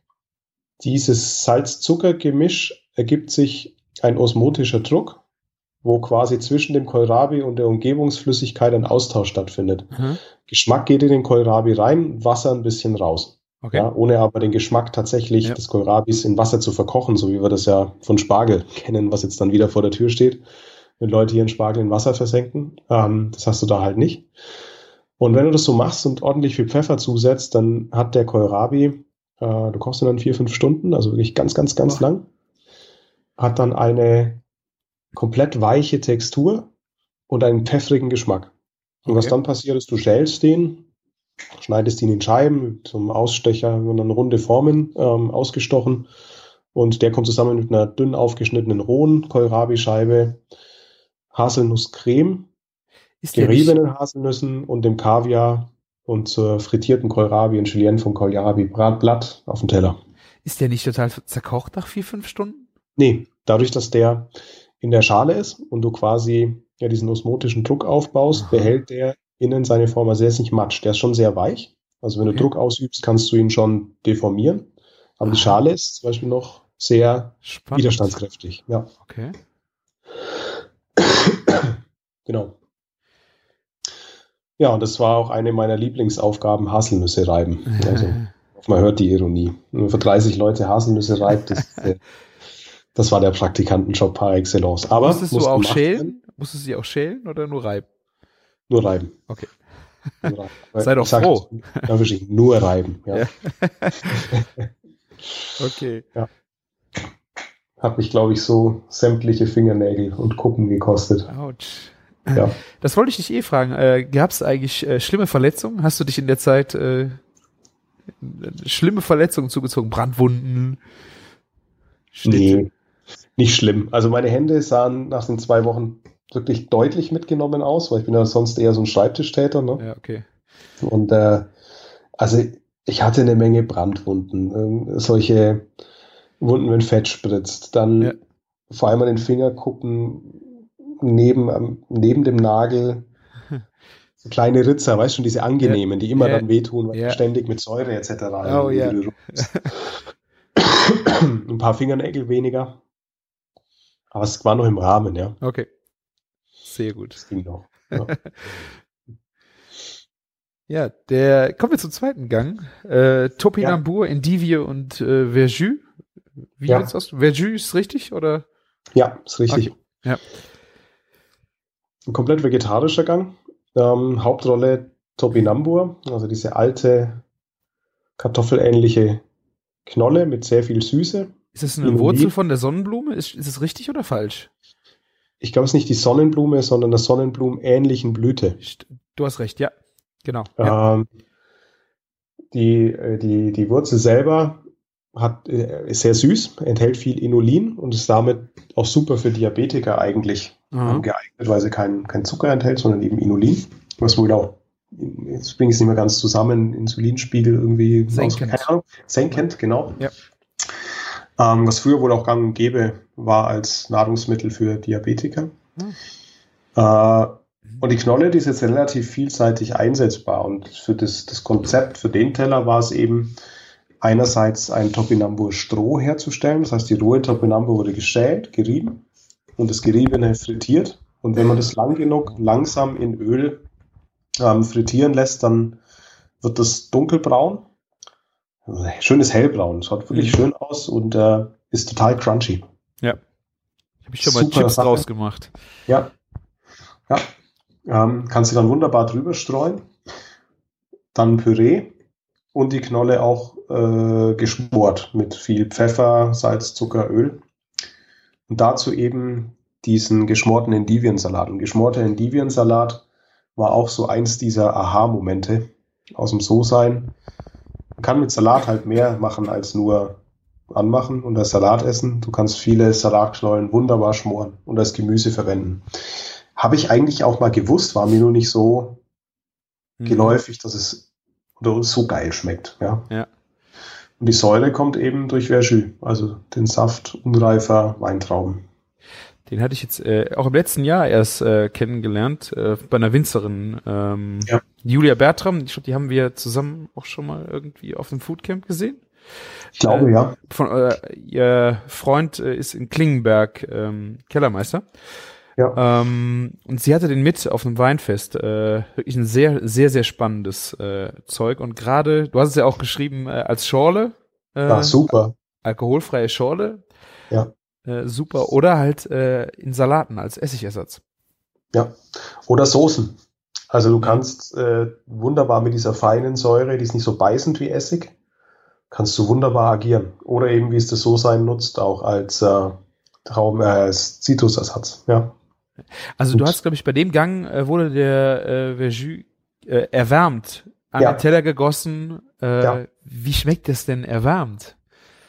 dieses Salz-Zucker-Gemisch ergibt sich ein osmotischer Druck, wo quasi zwischen dem Kohlrabi und der Umgebungsflüssigkeit ein Austausch stattfindet. Mhm. Geschmack geht in den Kohlrabi rein, Wasser ein bisschen raus. Okay. Ja, ohne aber den Geschmack tatsächlich ja. des Kohlrabis in Wasser zu verkochen, so wie wir das ja von Spargel kennen, was jetzt dann wieder vor der Tür steht, wenn Leute ihren Spargel in Wasser versenken. Ähm, das hast du da halt nicht. Und wenn du das so machst und ordentlich viel Pfeffer zusetzt, dann hat der Kohlrabi, äh, du kochst ihn dann vier, fünf Stunden, also wirklich ganz, ganz, ganz oh. lang, hat dann eine komplett weiche Textur und einen pfeffrigen Geschmack. Und okay. was dann passiert ist, du schälst den, schneidest ihn in Scheiben, zum Ausstecher und dann runde Formen ähm, ausgestochen und der kommt zusammen mit einer dünn aufgeschnittenen rohen Kohlrabi-Scheibe, Haselnusscreme, geriebenen Haselnüssen und dem Kaviar und zur frittierten Kohlrabi und Julienne vom Kohlrabi-Bratblatt auf dem Teller. Ist der nicht total zerkocht nach vier, fünf Stunden? Nee, dadurch, dass der in der Schale ist und du quasi ja diesen osmotischen Druck aufbaust, Aha. behält der innen seine Form, also der ist nicht matsch, der ist schon sehr weich. Also wenn okay. du Druck ausübst, kannst du ihn schon deformieren. Aber Aha. die Schale ist zum Beispiel noch sehr Spannend. widerstandskräftig. Ja. Okay. Genau. Ja, und das war auch eine meiner Lieblingsaufgaben, Haselnüsse reiben. Also, man hört die Ironie. Wenn man für dreißig Leute Haselnüsse reibt, das, äh, das war der Praktikantenjob par excellence. Aber musstest muss du auch gemacht schälen? werden. Musstest du sie auch schälen oder nur reiben? Nur reiben. Okay. Nur reiben. Sei doch Ich sag, froh. Ja, wirklich, nur reiben. Ja. Ja. Okay. Ja. Hat mich, glaube ich, so sämtliche Fingernägel und Kuppen gekostet. Autsch. Ja. Das wollte ich dich eh fragen. Äh, Gab es eigentlich äh, schlimme Verletzungen? Hast du dich in der Zeit äh, schlimme Verletzungen zugezogen? Brandwunden? Schnitte? Nee, nicht schlimm. Also meine Hände sahen nach den zwei Wochen wirklich deutlich mitgenommen aus, weil ich bin ja sonst eher so ein Schreibtischtäter. Ne? Ja, okay. Und äh, also ich hatte eine Menge Brandwunden, äh, solche Wunden, wenn Fett spritzt. Dann Ja. vor allem an den Fingerkuppen neben, am- neben dem Nagel so kleine Ritzer, weißt du, schon diese angenehmen, die immer Ja. dann wehtun, weil Ja. du ständig mit Säure et cetera Oh, in ja. Berührung bist. Ein paar Fingernägel weniger. Aber es war noch im Rahmen, ja. Okay. Sehr gut. Das ging noch. Ja. Ja, der kommen wir zum zweiten Gang. Äh, Topinambur, Endivie und äh, Verjus. Wie Ja. wird's aus? Verjus ist richtig oder? Ja, ist richtig. Okay. Ja. Ein komplett vegetarischer Gang. Ähm, Hauptrolle Topinambur, also diese alte kartoffelähnliche Knolle mit sehr viel Süße. Ist das eine Inulin. Wurzel von der Sonnenblume? Ist, ist es richtig oder falsch? Ich glaube, es ist nicht die Sonnenblume, sondern der Sonnenblumenähnlichen Blüte. St- Du hast recht, ja. Genau. Ja. Ähm, die, äh, die, die Wurzel selber hat, äh, ist sehr süß, enthält viel Inulin und ist damit auch super für Diabetiker eigentlich Aha. ähm, geeignet, weil sie kein, kein Zucker enthält, sondern eben Inulin. Was wohl auch, jetzt bringe ich es nicht mehr ganz zusammen, Insulinspiegel irgendwie Senkend. Aus, keine Ahnung, senkend, genau. Ja. Ähm, was früher wohl auch gang und gäbe war als Nahrungsmittel für Diabetiker. Äh, und die Knolle, die ist jetzt relativ vielseitig einsetzbar. Und für das, das Konzept, für den Teller war es eben einerseits ein Topinambur-Stroh herzustellen. Das heißt, die rohe Topinambur wurde geschält, gerieben und das Geriebene frittiert. Und wenn man das lang genug langsam in Öl ähm, frittieren lässt, dann wird das dunkelbraun. Also schönes Hellbraun. Schaut wirklich Mhm. schön aus und äh, ist total crunchy. Ja. Habe ich schon mal Super Chips Sache. draus gemacht. Ja. Ja. Ähm, kannst du dann wunderbar drüber streuen. Dann Püree und die Knolle auch äh, geschmort mit viel Pfeffer, Salz, Zucker, Öl. Und dazu eben diesen geschmorten Endiviensalat. Und geschmorter Endiviensalat war auch so eins dieser Aha-Momente aus dem So-Sein. Man kann mit Salat halt mehr machen als nur anmachen und das Salat essen. Du kannst viele Salatknollen wunderbar schmoren und als Gemüse verwenden. Habe ich eigentlich auch mal gewusst, war mir nur nicht so Mhm. geläufig, dass es oder uns so geil schmeckt. Ja. Ja. Und die Säure kommt eben durch Verjus, also den Saft unreifer Weintrauben. Den hatte ich jetzt äh, auch im letzten Jahr erst äh, kennengelernt, äh, bei einer Winzerin, ähm, Ja. Julia Bertram. Ich glaube, die haben wir zusammen auch schon mal irgendwie auf dem Foodcamp gesehen. Ich glaube, Äh, ja. Von, äh, ihr Freund äh, ist in Klingenberg ähm, Kellermeister. Ja. Ähm, und sie hatte den mit auf einem Weinfest. Äh, wirklich ein sehr, sehr, sehr spannendes äh, Zeug. Und gerade, du hast es ja auch geschrieben, äh, als Schorle. Äh, Ja, super. alkoholfreie Schorle. Ja. Äh, super. Oder halt äh, in Salaten als Essigersatz. Ja. Oder Soßen. Also du kannst äh, wunderbar mit dieser feinen Säure, die ist nicht so beißend wie Essig, kannst du wunderbar agieren. Oder eben, wie es das So-Sein nutzt, auch als äh, Traum, äh, als Zitrusersatz. Ja. Also Gut. du hast, glaube ich, bei dem Gang äh, wurde der äh, Verjus äh, erwärmt, an Ja. den Teller gegossen. Äh, Ja. Wie schmeckt das denn erwärmt?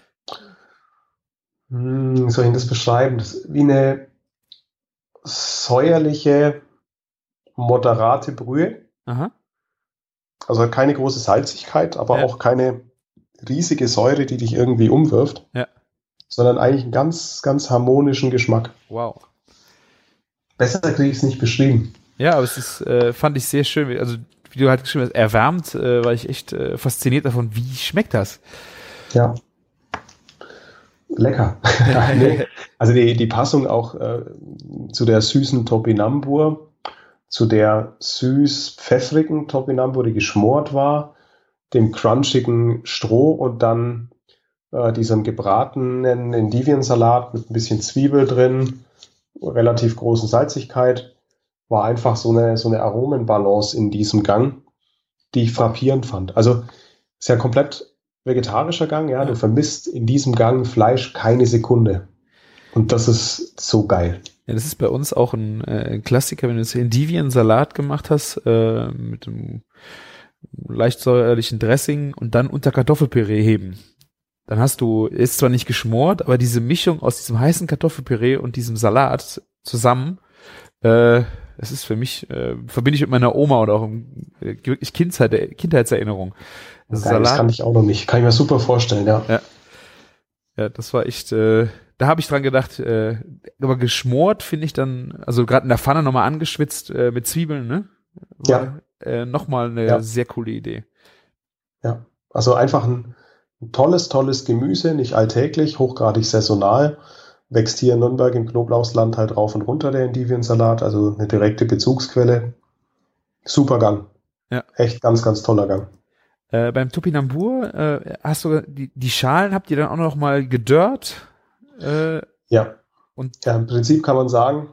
Hm, wie soll ich das beschreiben? Das ist wie eine säuerliche, moderate Brühe. Aha. Also hat keine große Salzigkeit, aber Ja. auch keine riesige Säure, die dich irgendwie umwirft. Ja. Sondern eigentlich einen ganz, ganz harmonischen Geschmack. Wow. Besser kriege ich es nicht beschrieben. Ja, aber es ist, äh, fand ich sehr schön. Also wie du halt geschrieben hast, erwärmt, äh, war ich echt äh, fasziniert davon, wie schmeckt das? Ja. Lecker. Nee, also die, die Passung auch äh, zu der süßen Topinambur, zu der süß-pfeffrigen Topinambur, die geschmort war, dem crunchigen Stroh und dann äh, diesem gebratenen Endiviensalat mit ein bisschen Zwiebel drin, relativ großen Salzigkeit, war einfach so eine, so eine Aromenbalance in diesem Gang, die ich frappierend fand. Also ist ja komplett vegetarischer Gang, ja, du vermisst in diesem Gang Fleisch keine Sekunde. Und das ist so geil. Ja, das ist bei uns auch ein, äh, ein Klassiker, wenn du jetzt Endiviensalat gemacht hast, äh, mit einem leicht säuerlichen Dressing und dann unter Kartoffelpüree heben. Dann hast du, ist zwar nicht geschmort, aber diese Mischung aus diesem heißen Kartoffelpüree und diesem Salat zusammen, äh, das ist für mich, äh, verbinde ich mit meiner Oma oder auch äh, wirklich Kindheit, Kindheitserinnerung. Das, Geil, das kann ich auch noch nicht. Kann ich mir super vorstellen, ja. Ja, ja das war echt, äh, da habe ich dran gedacht, äh, aber geschmort finde ich dann, also gerade in der Pfanne nochmal angeschwitzt äh, mit Zwiebeln, ne? War, ja. Äh, nochmal eine ja. sehr coole Idee. Ja, also einfach ein, ein tolles, tolles Gemüse, nicht alltäglich, hochgradig saisonal. Wächst hier in Nürnberg im Knoblauchsland halt rauf und runter der Endiviensalat, also eine direkte Bezugsquelle. Super Gang. Ja. Echt ganz, ganz toller Gang. Äh, beim Topinambur äh, hast du die, die Schalen, habt ihr dann auch noch mal gedörrt? Äh, ja. Und ja, im Prinzip kann man sagen,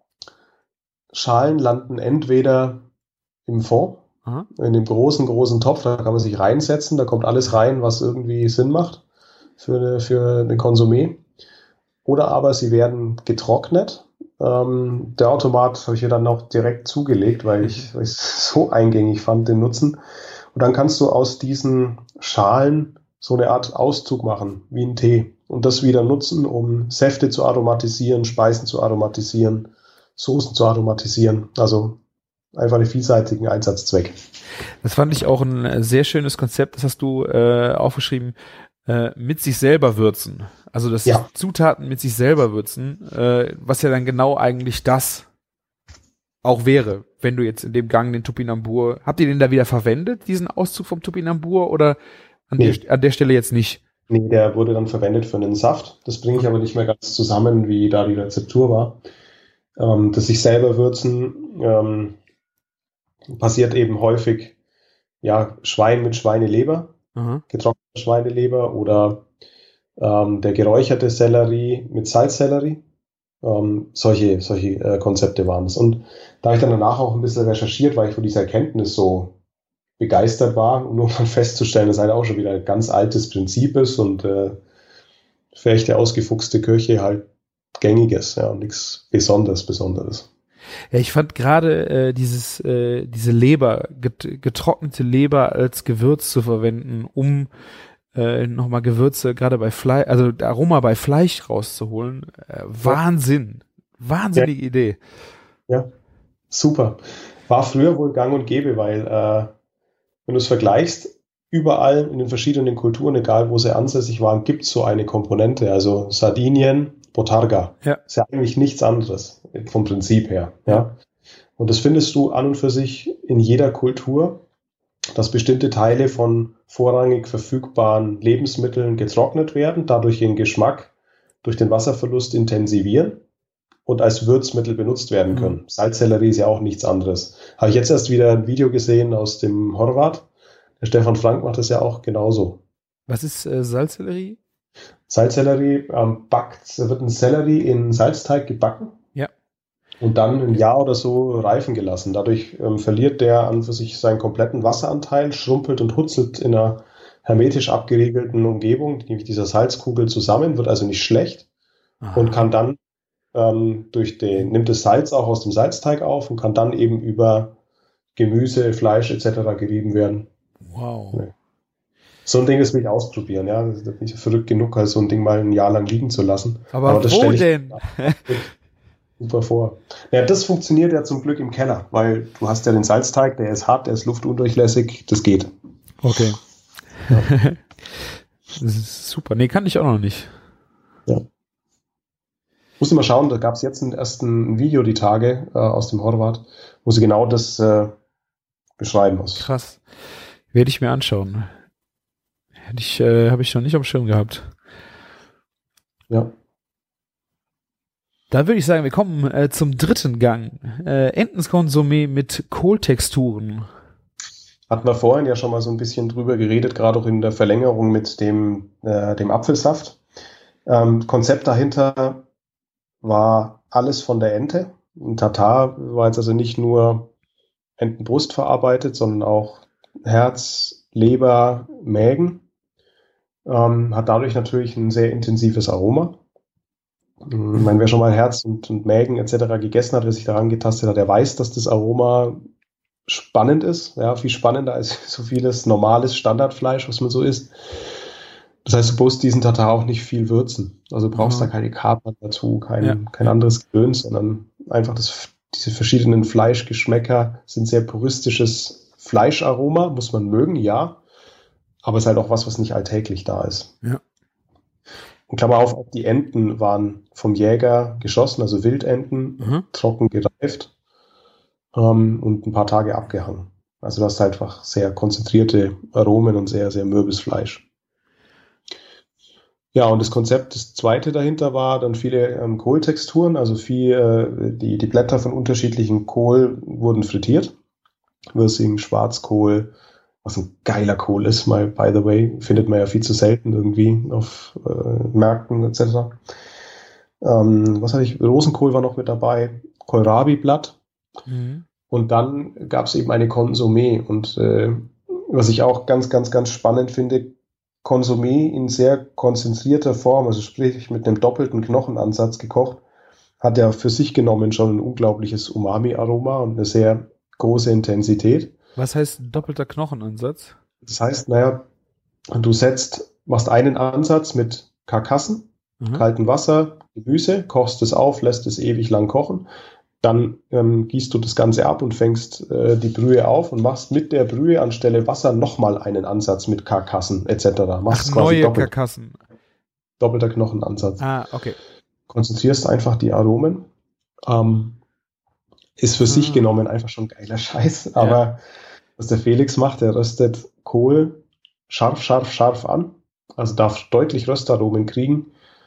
Schalen landen entweder im Fond, aha. in dem großen, großen Topf, da kann man sich reinsetzen, da kommt alles rein, was irgendwie Sinn macht für eine, für eine Konsumé. Oder aber sie werden getrocknet. Ähm, der Automat habe ich hier dann auch direkt zugelegt, weil ich es so eingängig fand, den Nutzen. Und dann kannst du aus diesen Schalen so eine Art Auszug machen, wie ein Tee. Und das wieder nutzen, um Säfte zu aromatisieren, Speisen zu aromatisieren, Soßen zu aromatisieren. Also einfach einen vielseitigen Einsatzzweck. Das fand ich auch ein sehr schönes Konzept. Das hast du äh, aufgeschrieben, äh, mit sich selber würzen. Also das ja. Zutaten mit sich selber würzen, äh, was ja dann genau eigentlich das auch wäre, wenn du jetzt in dem Gang den Topinambur, habt ihr den da wieder verwendet, diesen Auszug vom Topinambur, oder an, nee. der, an der Stelle jetzt nicht? Nee, der wurde dann verwendet für einen Saft. Das bringe ich aber nicht mehr ganz zusammen, wie da die Rezeptur war. Ähm, das sich selber würzen ähm, passiert eben häufig, ja, Schwein mit Schweineleber, aha. getrocknete Schweineleber oder ähm, der geräucherte Sellerie mit Salzsellerie. Ähm, solche solche äh, Konzepte waren es. Und da habe ich dann danach auch ein bisschen recherchiert, weil ich von dieser Erkenntnis so begeistert war, um nur mal festzustellen, dass halt auch schon wieder ein ganz altes Prinzip ist und äh, für echte ausgefuchste Kirche halt gängiges, ja, nichts besonders Besonderes. Ja, ich fand gerade äh, dieses äh, diese Leber, get- getrocknete Leber als Gewürz zu verwenden, um äh, nochmal Gewürze gerade bei Fleisch, also Aroma bei Fleisch rauszuholen. Äh, Wahnsinn. Wahnsinnige ja. Idee. Ja, super. War früher wohl gang und gäbe, weil äh, wenn du es vergleichst, überall in den verschiedenen Kulturen, egal wo sie ansässig waren, gibt es so eine Komponente. Also Sardinien, Botarga. Ja. Ist ja eigentlich nichts anderes vom Prinzip her. Ja. Und das findest du an und für sich in jeder Kultur, dass bestimmte Teile von vorrangig verfügbaren Lebensmitteln getrocknet werden, dadurch ihren Geschmack durch den Wasserverlust intensivieren und als Würzmittel benutzt werden können. Mhm. Salzsellerie ist ja auch nichts anderes. Habe ich jetzt erst wieder ein Video gesehen aus dem Horvath. Der Stefan Frank macht das ja auch genauso. Was ist äh, Salzsellerie? Salzsellerie ähm, backt, wird ein Sellerie in Salzteig gebacken. Ja. Und dann ein Jahr oder so reifen gelassen. Dadurch ähm, verliert der an für sich seinen kompletten Wasseranteil, schrumpelt und hutzelt in einer hermetisch abgeriegelten Umgebung, nämlich dieser Salzkugel zusammen, wird also nicht schlecht. Aha. Und kann dann ähm, durch den, nimmt das Salz auch aus dem Salzteig auf und kann dann eben über Gemüse, Fleisch et cetera gerieben werden. Wow. Nee. So ein Ding ist mich ausprobieren, ja. Das ist nicht verrückt genug, halt so ein Ding mal ein Jahr lang liegen zu lassen. Aber, Aber das wo denn? Super vor. Ja, das funktioniert ja zum Glück im Keller, weil du hast ja den Salzteig, der ist hart, der ist luftundurchlässig, das geht. Okay. Ja. Das ist super. Nee, kann ich auch noch nicht. Ja. Musst du mal schauen, da gab es jetzt ein, erst ein Video die Tage äh, aus dem Horvath, wo sie genau das äh, beschreiben. Was. Krass. Werde ich mir anschauen. Hätte ich, äh, habe ich noch nicht auf dem Schirm gehabt. Ja. Da würde ich sagen, wir kommen äh, zum dritten Gang. Äh, Entenskonsumé mit Kohltexturen. Hatten wir vorhin ja schon mal so ein bisschen drüber geredet, gerade auch in der Verlängerung mit dem, äh, dem Apfelsaft. Ähm, Konzept dahinter war alles von der Ente. Ein Tatar war jetzt also nicht nur Entenbrust verarbeitet, sondern auch Herz, Leber, Mägen. Ähm, hat dadurch natürlich ein sehr intensives Aroma. Ich meine, wer schon mal Herz und, und Mägen et cetera gegessen hat, wer sich daran getastet hat, der weiß, dass das Aroma spannend ist. Ja, viel spannender als so vieles normales Standardfleisch, was man so isst. Das heißt, du musst diesen Tatar auch nicht viel würzen. Also du brauchst mhm. da keine Kapern dazu, kein, ja. kein anderes Gedöns, sondern einfach das, diese verschiedenen Fleischgeschmäcker sind sehr puristisches Fleischaroma, muss man mögen, ja. Aber es ist halt auch was, was nicht alltäglich da ist. Ja. Und Klammer auf, auch die Enten waren vom Jäger geschossen, also Wildenten, mhm. trocken gereift ähm, und ein paar Tage abgehangen. Also du hast halt einfach sehr konzentrierte Aromen und sehr, sehr mürbes Fleisch. Ja, und das Konzept, das zweite dahinter war dann viele ähm, Kohltexturen, also viel, äh, die, die Blätter von unterschiedlichen Kohl wurden frittiert. Würsing, Schwarzkohl, was ein geiler Kohl ist, mal by the way, findet man ja viel zu selten irgendwie auf äh, Märkten et cetera. Ähm, was hatte ich? Rosenkohl war noch mit dabei, Kohlrabi-Blatt mhm. und dann gab es eben eine Konsumé und äh, was ich auch ganz, ganz, ganz spannend finde, Konsumé in sehr konzentrierter Form, also sprich mit einem doppelten Knochenansatz gekocht, hat ja für sich genommen schon ein unglaubliches Umami-Aroma und eine sehr große Intensität. Was heißt doppelter Knochenansatz? Das heißt, naja, du setzt, machst einen Ansatz mit Karkassen, mhm. kaltem Wasser, Gemüse, kochst es auf, lässt es ewig lang kochen, dann ähm, gießt du das Ganze ab und fängst äh, die Brühe auf und machst mit der Brühe anstelle Wasser nochmal einen Ansatz mit Karkassen et cetera. Machst Ach, quasi neue doppelt. Karkassen. Doppelter Knochenansatz. Ah, okay. Konzentrierst einfach die Aromen. Ähm, ist für ah. sich genommen einfach schon geiler Scheiß. Aber ja. was der Felix macht, der röstet Kohl scharf, scharf, scharf an. Also darf deutlich Röstaromen kriegen.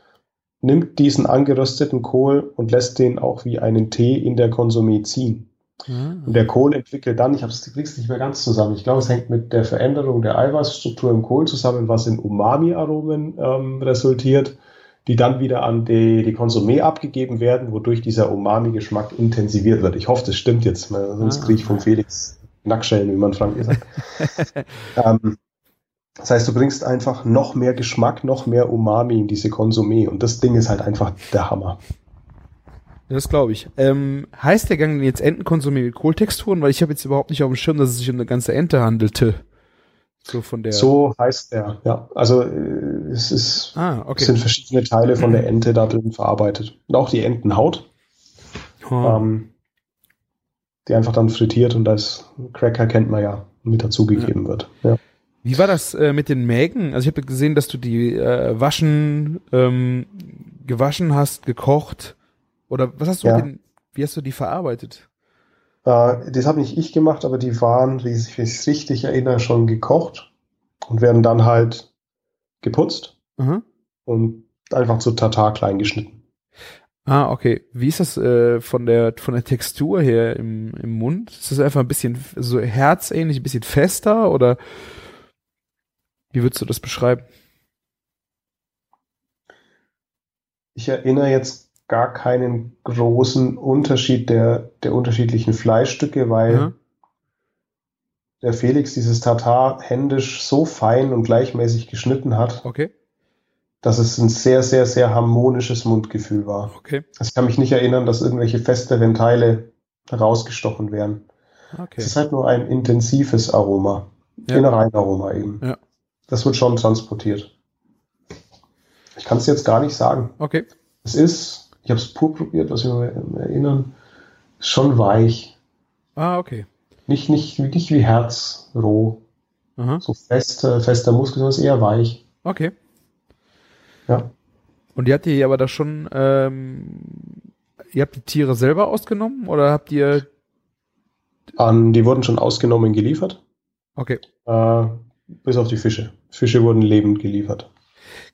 Nimmt diesen angerösteten Kohl und lässt den auch wie einen Tee in der Konsumé ziehen. Mhm. Und der Kohl entwickelt dann, ich habe es nicht mehr ganz zusammen, ich glaube, es hängt mit der Veränderung der Eiweißstruktur im Kohl zusammen, was in Umami-Aromen ähm, resultiert, die dann wieder an die, die Konsumé abgegeben werden, wodurch dieser Umami-Geschmack intensiviert wird. Ich hoffe, das stimmt jetzt, weil sonst kriege ich vom Felix Nackschellen, wie man Frank sagt. ähm, Das heißt, du bringst einfach noch mehr Geschmack, noch mehr Umami in diese Konsumé. Und das Ding ist halt einfach der Hammer. Das glaube ich. Ähm, heißt der Gang jetzt Entenkonsumé mit Kohltexturen? Weil ich habe jetzt überhaupt nicht auf dem Schirm, dass es sich um eine ganze Ente handelte. So von der. So heißt der, ja. Also äh, es ist, ah, okay. es sind verschiedene Teile von der Ente da drin verarbeitet. Und auch die Entenhaut. Oh. Ähm, die einfach dann frittiert und als Cracker kennt man ja, mit dazugegeben ja. wird. Ja. Wie war das äh, mit den Mägen? Also ich habe gesehen, dass du die äh, waschen, ähm, gewaschen hast, gekocht. Oder was hast du ja. mit den, wie hast du die verarbeitet? Äh, das habe nicht ich gemacht, aber die waren, wie ich mich richtig erinnere, schon gekocht und werden dann halt geputzt mhm. und einfach zu Tatar klein geschnitten. Ah, okay. Wie ist das äh, von der von der Textur her im, im Mund? Ist das einfach ein bisschen so herzähnlich, ein bisschen fester oder wie würdest du das beschreiben? Ich erinnere jetzt gar keinen großen Unterschied der, der unterschiedlichen Fleischstücke, weil mhm. der Felix dieses Tatar händisch so fein und gleichmäßig geschnitten hat, okay. dass es ein sehr, sehr, sehr harmonisches Mundgefühl war. Okay. Also ich kann mich nicht erinnern, dass irgendwelche festeren Teile rausgestochen wären. Okay. Es ist halt nur ein intensives Aroma. Ja. Innereienaroma eben. Ja. Das wird schon transportiert. Ich kann es jetzt gar nicht sagen. Okay. Es ist, ich habe es pur probiert, was wir mir erinnern, schon weich. Ah, okay. Nicht, nicht, nicht wie Herz, roh. Aha. So fester, fester Muskel, sondern es ist eher weich. Okay. Ja. Und ihr habt ihr aber da schon, ähm, ihr habt die Tiere selber ausgenommen oder habt ihr? Um, die wurden schon ausgenommen geliefert. Okay. Äh, bis auf die Fische. Fische wurden lebend geliefert.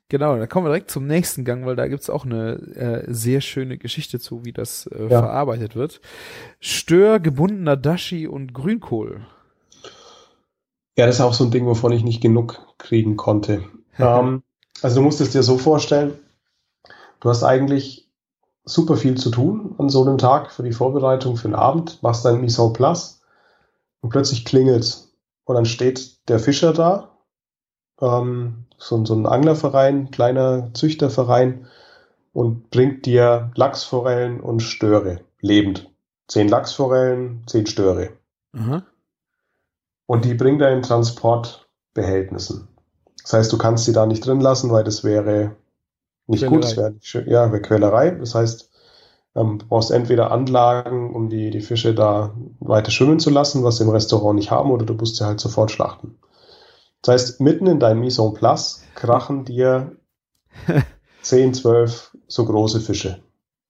Genau, da kommen wir direkt zum nächsten Gang, weil da gibt's auch eine äh, sehr schöne Geschichte zu, wie das äh, Ja. verarbeitet wird. Stör, gebundener Dashi und Grünkohl. Ja, das ist auch so ein Ding, wovon ich nicht genug kriegen konnte. ähm, also du musst es dir so vorstellen, du hast eigentlich super viel zu tun an so einem Tag für die Vorbereitung für den Abend, machst dein Mise en place und plötzlich klingelt's. Und dann steht der Fischer da, ähm, so, so ein Anglerverein, kleiner Züchterverein, und bringt dir Lachsforellen und Störe, lebend. Zehn Lachsforellen, zehn Störe. Aha. Und die bringt er in Transportbehältnissen. Das heißt, du kannst sie da nicht drin lassen, weil das wäre nicht Quälerei. gut. Das wäre nicht schön. Ja, wäre Quälerei. Das heißt, ähm, du brauchst entweder Anlagen, um die, die Fische da weiter schwimmen zu lassen, was sie im Restaurant nicht haben, oder du musst sie halt sofort schlachten. Das heißt, mitten in deinem Mise en place krachen dir zehn, zwölf so große Fische.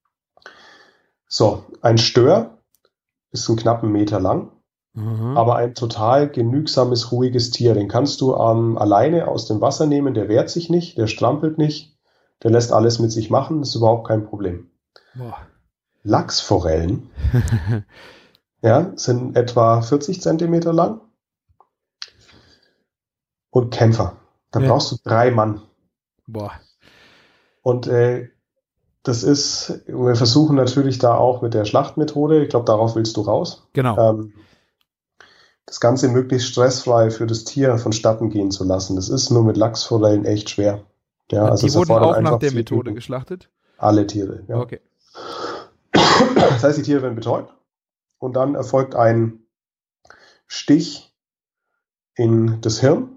So, ein Stör ist einen knappen Meter lang, Aha. aber ein total genügsames, ruhiges Tier. Den kannst du ähm, alleine aus dem Wasser nehmen, der wehrt sich nicht, der strampelt nicht, der lässt alles mit sich machen, das ist überhaupt kein Problem. Boah. Lachsforellen ja, sind etwa vierzig Zentimeter lang und Kämpfer. Da Ja. brauchst du drei Mann. Boah. Und äh, das ist, wir versuchen natürlich da auch mit der Schlachtmethode, ich glaube, darauf willst du raus, Genau. ähm, das Ganze möglichst stressfrei für das Tier vonstatten gehen zu lassen. Das ist nur mit Lachsforellen echt schwer. Ja, Und also die es wurden erfordert auch nach einfach der viel Methode Übung. geschlachtet? Alle Tiere. Ja. Okay. Das heißt, die Tiere werden betäubt und dann erfolgt ein Stich in das Hirn.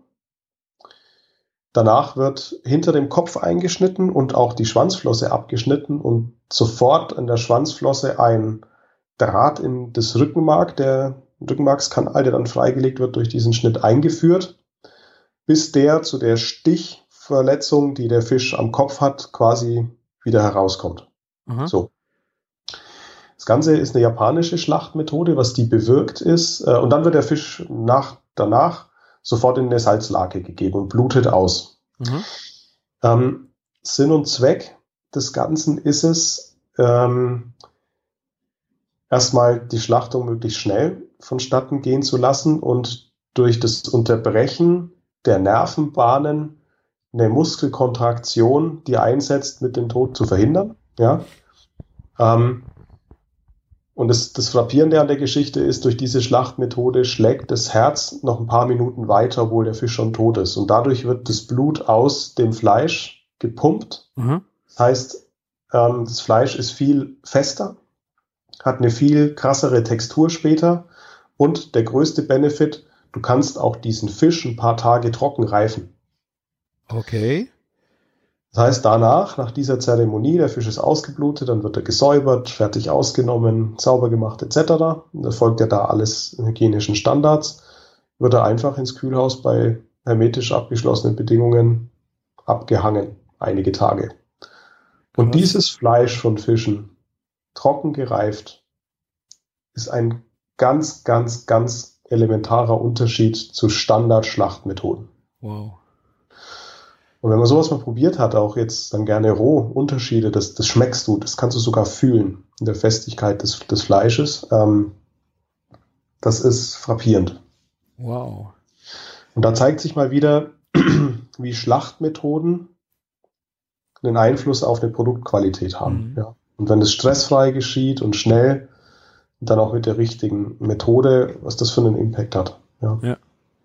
Danach wird hinter dem Kopf eingeschnitten und auch die Schwanzflosse abgeschnitten und sofort an der Schwanzflosse ein Draht in das Rückenmark, der Rückenmarkskanal, der dann freigelegt wird, durch diesen Schnitt eingeführt, bis der zu der Stichverletzung, die der Fisch am Kopf hat, quasi wieder herauskommt. Aha. So. Das Ganze ist eine japanische Schlachtmethode. Was die bewirkt ist, äh, und dann wird der Fisch nach, danach sofort in eine Salzlake gegeben und blutet aus. Aha. Ähm, Sinn und Zweck des Ganzen ist es, ähm, erstmal die Schlachtung möglichst schnell vonstatten gehen zu lassen und durch das Unterbrechen der Nervenbahnen eine Muskelkontraktion, die einsetzt, mit dem Tod zu verhindern. Ja. Ähm, Und das, das Frappierende an der Geschichte ist, durch diese Schlachtmethode schlägt das Herz noch ein paar Minuten weiter, obwohl der Fisch schon tot ist. Und dadurch wird das Blut aus dem Fleisch gepumpt. Aha. Das heißt, ähm, das Fleisch ist viel fester, hat eine viel krassere Textur später. Und der größte Benefit, du kannst auch diesen Fisch ein paar Tage trocken reifen. Okay. Das heißt, danach, nach dieser Zeremonie, der Fisch ist ausgeblutet, dann wird er gesäubert, fertig ausgenommen, sauber gemacht et cetera. Und erfolgt ja da alles hygienischen Standards, wird er einfach ins Kühlhaus bei hermetisch abgeschlossenen Bedingungen abgehangen, einige Tage. Und Krass. dieses Fleisch von Fischen, trocken gereift, ist ein ganz, ganz, ganz elementarer Unterschied zu Standard-Schlachtmethoden. Wow. Und wenn man sowas mal probiert hat, auch jetzt dann gerne roh, Unterschiede, das, das schmeckst du, das kannst du sogar fühlen in der Festigkeit des, des Fleisches. Ähm, das ist frappierend. Wow. Und da zeigt sich mal wieder, wie Schlachtmethoden einen Einfluss auf eine Produktqualität haben. Mhm. Ja. Und wenn es stressfrei geschieht und schnell, und dann auch mit der richtigen Methode, was das für einen Impact hat. Ja. Ja.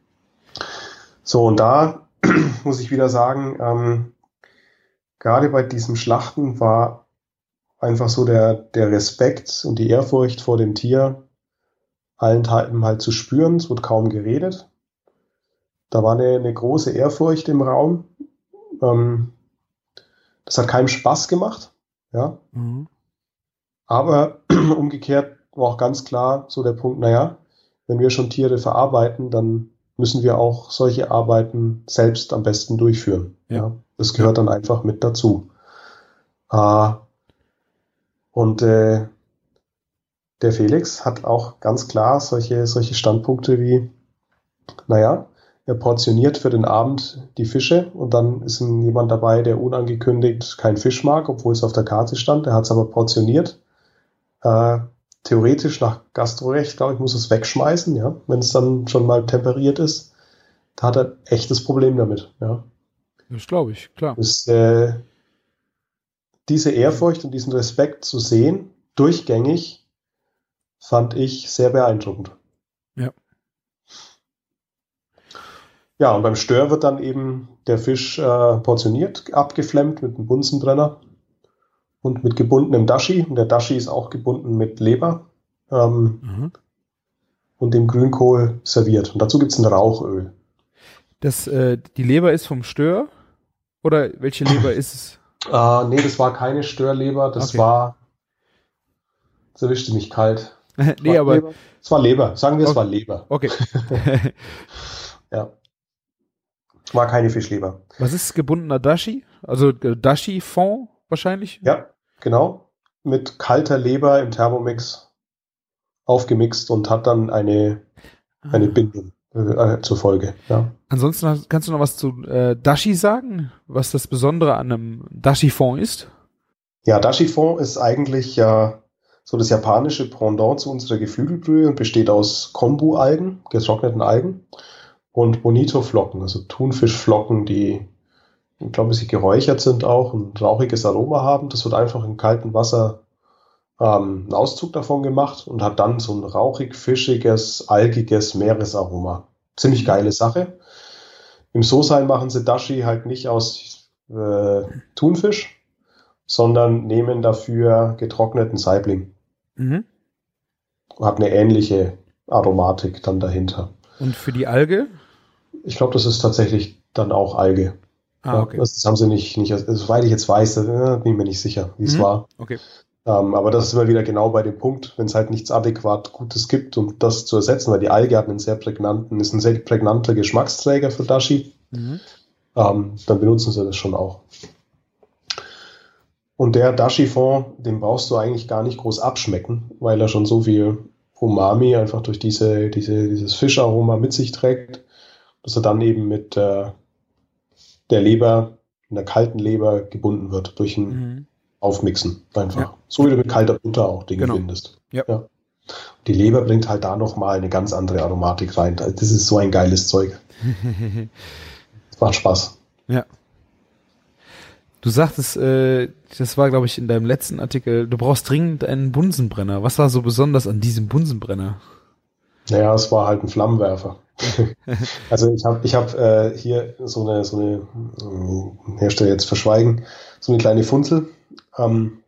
So, und da muss ich wieder sagen, ähm, gerade bei diesem Schlachten war einfach so der, der Respekt und die Ehrfurcht vor dem Tier allenthalben halt zu spüren. Es wurde kaum geredet. Da war eine, eine große Ehrfurcht im Raum. Ähm, das hat keinem Spaß gemacht. Ja. Mhm. Aber umgekehrt war auch ganz klar so der Punkt, naja, wenn wir schon Tiere verarbeiten, dann müssen wir auch solche Arbeiten selbst am besten durchführen. Ja. Ja, das gehört dann einfach mit dazu. Äh, und äh, der Felix hat auch ganz klar solche, solche Standpunkte wie, naja, er portioniert für den Abend die Fische und dann ist ein, jemand dabei, der unangekündigt keinen Fisch mag, obwohl es auf der Karte stand. Er hat es aber portioniert. Äh, theoretisch nach Gastrorecht, glaube ich, muss es wegschmeißen, ja, wenn es dann schon mal temperiert ist. Da hat er echtes Problem damit, ja. Das glaube ich, klar. Das, äh, diese Ehrfurcht und diesen Respekt zu sehen, durchgängig, fand ich sehr beeindruckend. Ja. Ja, und beim Stör wird dann eben der Fisch äh, portioniert, abgeflemmt mit einem Bunsenbrenner und mit gebundenem Dashi. Und der Dashi ist auch gebunden mit Leber ähm, Mhm. und dem Grünkohl serviert. Und dazu gibt es ein Rauchöl. Das, äh, die Leber ist vom Stör? Oder welche Leber ist es? Äh, nee, das war keine Störleber, das Okay. war, das erwischte mich kalt. nee, War aber, Leber? Es war Leber, sagen wir, es Okay. war Leber. okay. Ja. War keine Fischleber. Was ist gebundener Dashi? Also äh, Dashi-Fond wahrscheinlich? Ja, genau. Mit kalter Leber im Thermomix aufgemixt und hat dann eine, eine Ah. Bindung äh, zur Folge. Ja. Ansonsten hast, kannst du noch was zu äh, Dashi sagen? Was das Besondere an einem Dashi-Fond ist? Ja, Dashi-Fond ist eigentlich ja so das japanische Pendant zu unserer Geflügelbrühe und besteht aus Kombu-Algen, getrockneten Algen und Bonito-Flocken, also Thunfischflocken, die, ich glaube, sie geräuchert sind auch und ein rauchiges Aroma haben. Das wird einfach in kaltem Wasser ähm, einen Auszug davon gemacht und hat dann so ein rauchig-fischiges, algiges Meeresaroma. Ziemlich geile Sache. Im So-Sein machen sie Dashi halt nicht aus äh, Thunfisch, sondern nehmen dafür getrockneten Saibling. Mhm. Hat eine ähnliche Aromatik dann dahinter. Und für die Alge? Ich glaube, das ist tatsächlich dann auch Alge. Ah, Ja, okay. das, das haben sie nicht, nicht also, soweit ich jetzt weiß, da bin ich mir nicht sicher, wie es Mhm. war. Okay. Ähm, aber das ist immer wieder genau bei dem Punkt, wenn es halt nichts adäquat Gutes gibt, um das zu ersetzen, weil die Alge hat einen sehr prägnanten, ist ein sehr prägnanter Geschmacksträger für Dashi, Mhm. ähm, dann benutzen sie das schon auch. Und der Dashi-Fond, den brauchst du eigentlich gar nicht groß abschmecken, weil er schon so viel Umami einfach durch diese, diese, dieses Fischaroma mit sich trägt, dass er dann eben mit äh, der Leber, einer kalten Leber gebunden wird durch ein Mhm. Aufmixen einfach. Ja. So wie du mit kalter Butter auch Dinge Genau. findest. Ja. Ja. Die Leber bringt halt da nochmal eine ganz andere Aromatik rein. Das ist so ein geiles Zeug. Das macht Spaß. Ja. Du sagtest, äh, das war, glaube ich, in deinem letzten Artikel, du brauchst dringend einen Bunsenbrenner. Was war so besonders an diesem Bunsenbrenner? Naja, es war halt ein Flammenwerfer. Also ich habe ich hab, äh, hier so eine, so eine äh, Hersteller jetzt verschweigen, so eine kleine Funzel, ähm,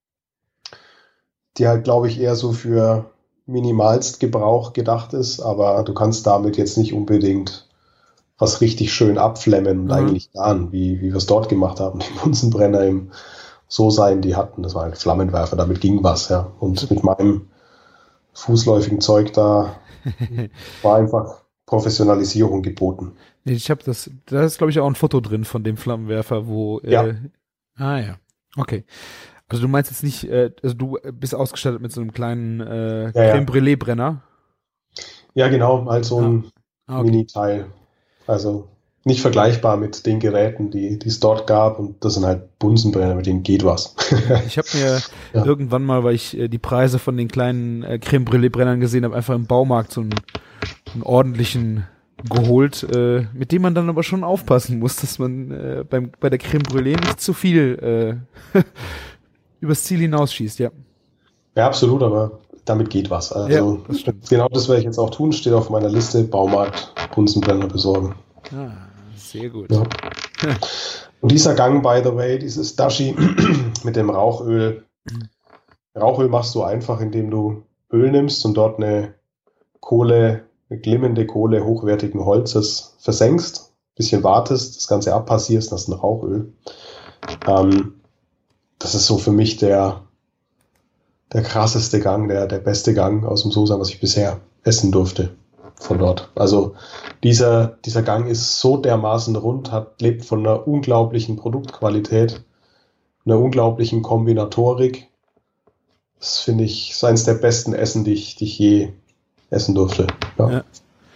die halt, glaube ich, eher so für Minimalstgebrauch gedacht ist, aber du kannst damit jetzt nicht unbedingt was richtig schön abflemmen und Mhm. eigentlich garen, wie, wie wir es dort gemacht haben. Die Bunsenbrenner im So-Sein, die hatten, das war ein Flammenwerfer, damit ging was, ja. Und mit meinem fußläufigen Zeug da war einfach Professionalisierung geboten. Nee, ich habe das, da ist, glaube ich, auch ein Foto drin von dem Flammenwerfer, wo, äh, Ja. ah ja, okay. Also du meinst jetzt nicht, äh, also du bist ausgestattet mit so einem kleinen äh, Ja, ja. Creme Brûlée Brenner. Ja, genau, halt so ein Ah, okay. Mini-Teil. Also nicht vergleichbar mit den Geräten, die die es dort gab. Und das sind halt Bunsenbrenner, mit denen geht was. Ich habe mir Ja. irgendwann mal, weil ich äh, die Preise von den kleinen äh, Creme Brûlée Brennern gesehen habe, einfach im Baumarkt so einen, einen ordentlichen geholt, äh, mit dem man dann aber schon aufpassen muss, dass man äh, beim bei der Creme Brûlée nicht zu viel äh, übers Ziel hinausschießt, ja. Ja, absolut, aber damit geht was. Also Ja, das stimmt. genau das werde ich jetzt auch tun. Steht auf meiner Liste, Baumarkt, Bunsenbrenner besorgen. Ah, sehr gut. Ja. Und dieser Gang, by the way, dieses Dashi mit dem Rauchöl. Rauchöl machst du einfach, indem du Öl nimmst und dort eine Kohle, eine glimmende Kohle hochwertigen Holzes versenkst, bisschen wartest, das Ganze abpassierst, das ist ein Rauchöl. Ähm, das ist so für mich der, der krasseste Gang, der, der beste Gang aus dem So-Sein, was ich bisher essen durfte von dort. Also dieser, dieser Gang ist so dermaßen rund, hat, lebt von einer unglaublichen Produktqualität, einer unglaublichen Kombinatorik. Das finde ich so eins der besten Essen, die ich, die ich je essen durfte. Ja. Ja.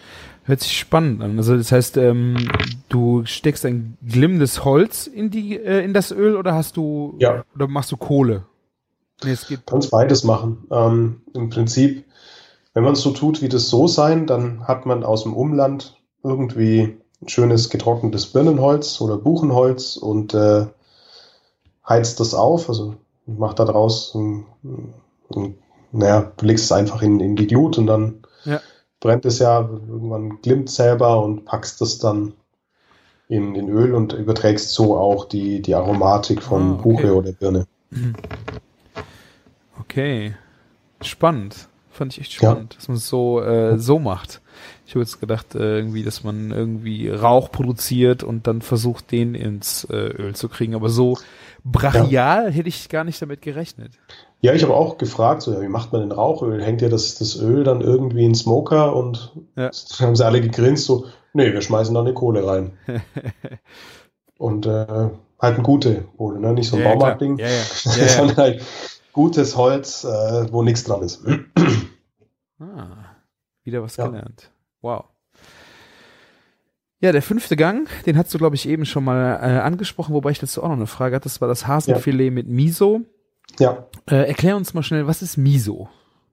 Hört sich spannend an. Also das heißt, ähm, du steckst ein glimmendes Holz in die äh, in das Öl oder hast du Ja. oder machst du Kohle? Nee, es geht. Du kannst beides machen. Ähm, im Prinzip, wenn man es so tut, wie das so sein, dann hat man aus dem Umland irgendwie ein schönes getrocknetes Birnenholz oder Buchenholz und äh, heizt das auf, also macht da draus, ein, ein, naja, du legst es einfach in, in die Glut und dann Ja. brennt es ja, irgendwann glimmt selber und packst es dann in, in Öl und überträgst so auch die, die Aromatik von Ah, okay. Buche oder Birne. Okay. Spannend. Fand ich echt spannend, dass man es so, äh, so macht. Ich habe jetzt gedacht, äh, irgendwie, dass man irgendwie Rauch produziert und dann versucht, den ins äh, Öl zu kriegen. Aber so brachial hätte ich gar nicht damit gerechnet. Ja, ich habe auch gefragt, so, ja, wie macht man denn Rauchöl? Hängt ja das, das Öl dann irgendwie in den Smoker? Und Ja. dann haben sie alle gegrinst, so, nee, wir schmeißen da eine Kohle rein. Und äh, halt eine gute Kohle, ne? Nicht so ein Ja, ja, Baumarktding, klar. Ja, ja. Ja, ja. sondern halt gutes Holz, äh, wo nichts dran ist. Ah, wieder was Ja. gelernt. Wow. Ja, der fünfte Gang, den hast du, glaube ich, eben schon mal äh, angesprochen, wobei ich dazu auch noch eine Frage hatte. Das war das Hasenfilet mit Miso. Ja, Äh, erklär uns mal schnell, was ist Miso?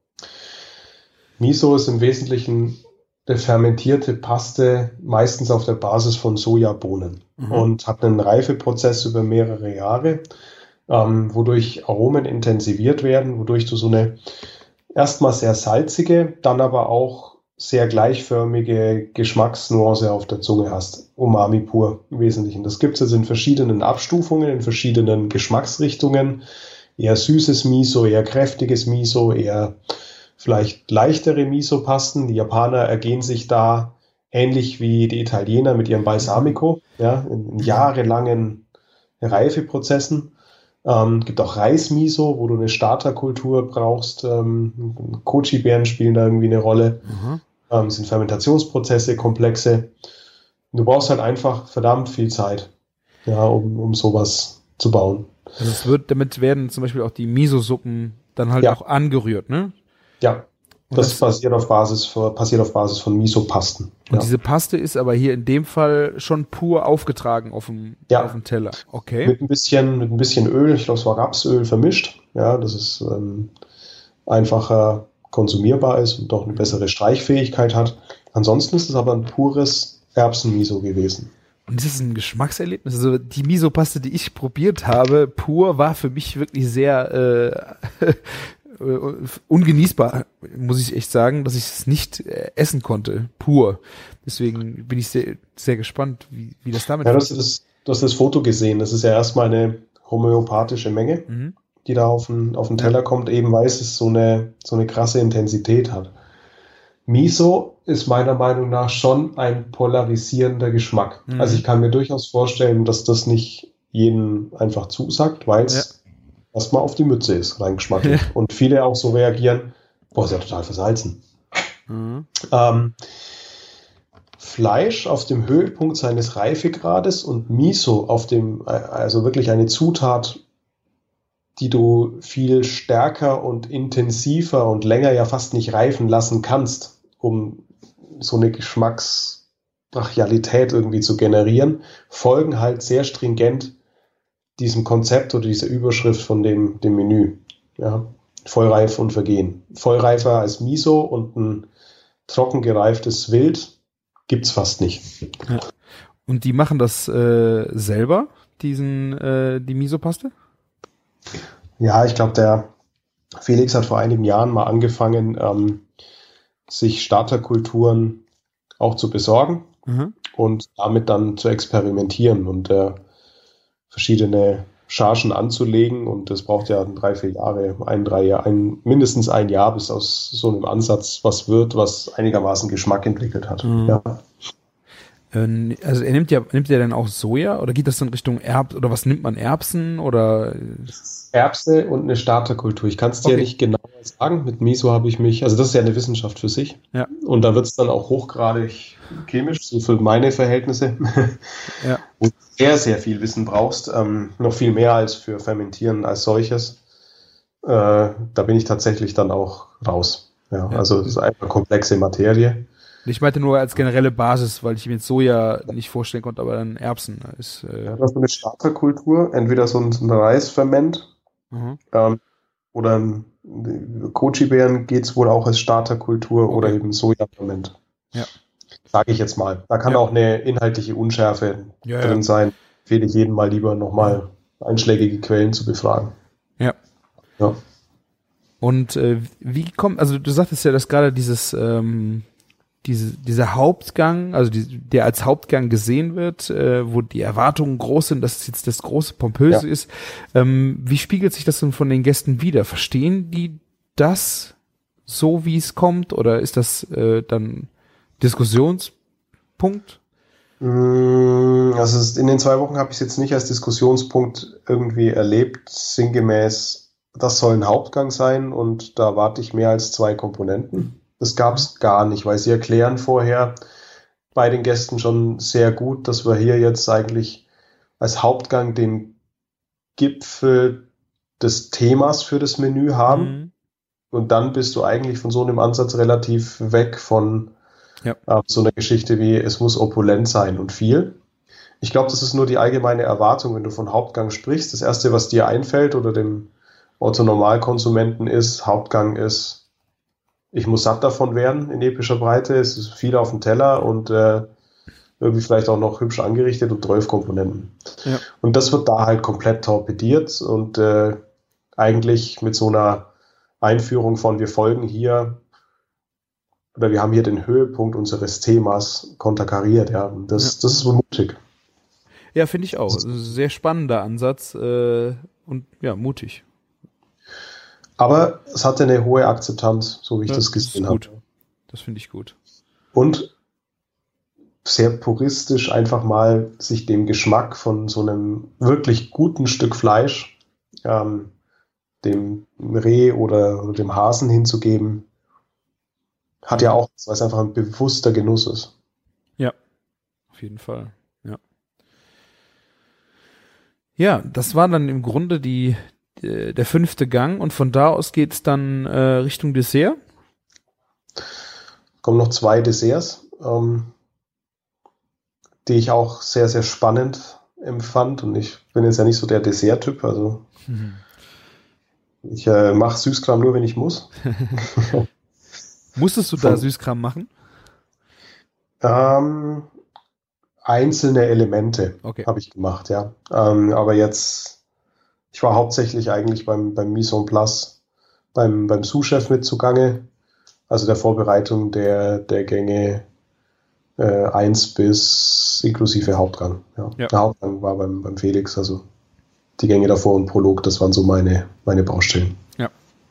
Miso ist im Wesentlichen eine fermentierte Paste, meistens auf der Basis von Sojabohnen Mhm. und hat einen Reifeprozess über mehrere Jahre, ähm, wodurch Aromen intensiviert werden, wodurch du so eine erstmal sehr salzige, dann aber auch sehr gleichförmige Geschmacksnuance auf der Zunge hast. Umami pur im Wesentlichen. Das gibt es jetzt in verschiedenen Abstufungen, in verschiedenen Geschmacksrichtungen. Eher süßes Miso, eher kräftiges Miso, eher vielleicht leichtere Miso-Pasten. Die Japaner ergehen sich da ähnlich wie die Italiener mit ihrem Balsamico, ja, in, in jahrelangen Reifeprozessen. Ähm, gibt auch Reis-Miso, wo du eine Starterkultur brauchst. Ähm, Kochi-Beeren spielen da irgendwie eine Rolle. Mhm. Ähm, sind Fermentationsprozesse, komplexe. Du brauchst halt einfach verdammt viel Zeit, ja, um, um sowas zu bauen. Also es wird, damit werden zum Beispiel auch die Miso-Suppen dann halt Ja. auch angerührt, ne? Ja, Und das, das- basiert auf Basis von, passiert auf Basis von Miso-Pasten. Und Ja. diese Paste ist aber hier in dem Fall schon pur aufgetragen auf dem, Ja. auf dem Teller. Okay. Mit ein bisschen, mit ein bisschen Öl, ich glaube, es war Rapsöl vermischt, ja, dass es ähm, einfacher konsumierbar ist und auch eine bessere Streichfähigkeit hat. Ansonsten ist es aber ein pures Erbsen-Miso gewesen. Und das ist ein Geschmackserlebnis. Also die Miso-Paste, die ich probiert habe, pur, war für mich wirklich sehr äh, ungenießbar, muss ich echt sagen, dass ich es nicht äh, essen konnte, pur. Deswegen bin ich sehr, sehr gespannt, wie, wie das damit Ja, du hast, das, du hast das Foto gesehen. Das ist ja erstmal eine homöopathische Menge, Mhm. die da auf den, auf den Teller kommt, eben weil es so eine, so eine krasse Intensität hat. Miso ist meiner Meinung nach schon ein polarisierender Geschmack. Mhm. Also ich kann mir durchaus vorstellen, dass das nicht jedem einfach zusagt, weil es erstmal auf die Mütze ist, rein geschmacklich. Ja. Und viele auch so reagieren, boah, ist ja total versalzen. Mhm. Ähm, Fleisch auf dem Höhepunkt seines Reifegrades und Miso auf dem, also wirklich eine Zutat, die du viel stärker und intensiver und länger ja fast nicht reifen lassen kannst, um so eine Geschmacksbrachialität irgendwie zu generieren, folgen halt sehr stringent diesem Konzept oder dieser Überschrift von dem, dem Menü. Ja, vollreif und vergehen. Vollreifer als Miso und ein trocken gereiftes Wild gibt's fast nicht. Und die machen das äh, selber, diesen äh, die Miso-Paste? Ja, ich glaube, der Felix hat vor einigen Jahren mal angefangen, ähm, sich Starterkulturen auch zu besorgen Mhm. und damit dann zu experimentieren und äh, verschiedene Chargen anzulegen. Und das braucht ja drei, vier Jahre, ein, drei Jahre, ein, mindestens ein Jahr, bis aus so einem Ansatz was wird, was einigermaßen Geschmack entwickelt hat. Mhm. Ja. Ähm, Also er nimmt ja, nimmt er dann auch Soja oder geht das in Richtung Erbsen oder was nimmt man, Erbsen oder? Erbse und eine Starterkultur. Ich kann es dir Okay. nicht genau sagen. Mit Miso habe ich mich, also das ist ja eine Wissenschaft für sich. Ja. Und da wird es dann auch hochgradig chemisch, so für meine Verhältnisse. Ja. Wo du sehr, sehr viel Wissen brauchst. Ähm, noch viel mehr als für Fermentieren als solches. Äh, da bin ich tatsächlich dann auch raus. Ja, Ja. Also es ist einfach komplexe Materie. Ich meinte nur als generelle Basis, weil ich mir jetzt Soja nicht vorstellen konnte, aber dann Erbsen ist. Äh ja, das ist eine Starterkultur, entweder so ein, so ein Reisferment mhm. ähm, oder ein Kochi-Beeren geht es wohl auch als Starterkultur okay. oder eben Sojaferment. Ja. Sage ich jetzt mal. Da kann ja. auch eine inhaltliche Unschärfe ja, drin ja. sein. Empfehle ich jedem mal lieber nochmal einschlägige Quellen zu befragen. Ja. Ja. Und äh, wie kommt, also du sagtest ja, dass gerade dieses ähm, diese, dieser Hauptgang, also die, der als Hauptgang gesehen wird, äh, wo die Erwartungen groß sind, dass es jetzt das große Pompöse ja. ist. Ähm, wie spiegelt sich das denn von den Gästen wider? Verstehen die das so, wie es kommt? Oder ist das äh, dann Diskussionspunkt? Also in den zwei Wochen habe ich es jetzt nicht als Diskussionspunkt irgendwie erlebt, sinngemäß, das soll ein Hauptgang sein und da erwarte ich mehr als zwei Komponenten. Das gab es gar nicht, weil sie erklären vorher bei den Gästen schon sehr gut, dass wir hier jetzt eigentlich als Hauptgang den Gipfel des Themas für das Menü haben. Mhm. Und dann bist du eigentlich von so einem Ansatz relativ weg von ja. äh, so einer Geschichte wie, es muss opulent sein und viel. Ich glaube, das ist nur die allgemeine Erwartung, wenn du von Hauptgang sprichst. Das Erste, was dir einfällt oder dem Otto-Normalkonsumenten ist, Hauptgang ist, ich muss satt davon werden in epischer Breite, es ist viel auf dem Teller und äh, irgendwie vielleicht auch noch hübsch angerichtet und zwölf Komponenten. Ja. Und das wird da halt komplett torpediert und äh, eigentlich mit so einer Einführung von wir folgen hier oder wir haben hier den Höhepunkt unseres Themas konterkariert. Ja. Das, ja. das ist mutig. Ja, finde ich auch. Sehr spannender Ansatz äh, und ja, mutig. Aber es hatte eine hohe Akzeptanz, so wie ich ja, das gesehen habe. Das finde ich gut. Und sehr puristisch einfach mal sich dem Geschmack von so einem wirklich guten Stück Fleisch, ähm, dem Reh oder, oder dem Hasen hinzugeben, hat ja auch, weil es einfach ein bewusster Genuss ist. Ja, auf jeden Fall. Ja, ja, das war dann im Grunde die der fünfte Gang und von da aus geht's dann äh, Richtung Dessert? Kommen noch zwei Desserts, ähm, die ich auch sehr, sehr spannend empfand und ich bin jetzt ja nicht so der Dessert-Typ, also mhm. ich äh, mache Süßkram nur, wenn ich muss. Musstest du da von, Süßkram machen? Ähm, einzelne Elemente okay. habe ich gemacht, ja. Ähm, aber jetzt Ich war hauptsächlich eigentlich beim, beim Mise en Place, beim, beim Sous-Chef mit zugange, also der Vorbereitung der, der Gänge äh, eins bis inklusive Hauptgang. Ja. Ja. Der Hauptgang war beim, beim Felix, also die Gänge davor und Prolog, das waren so meine, meine Baustellen. Ja.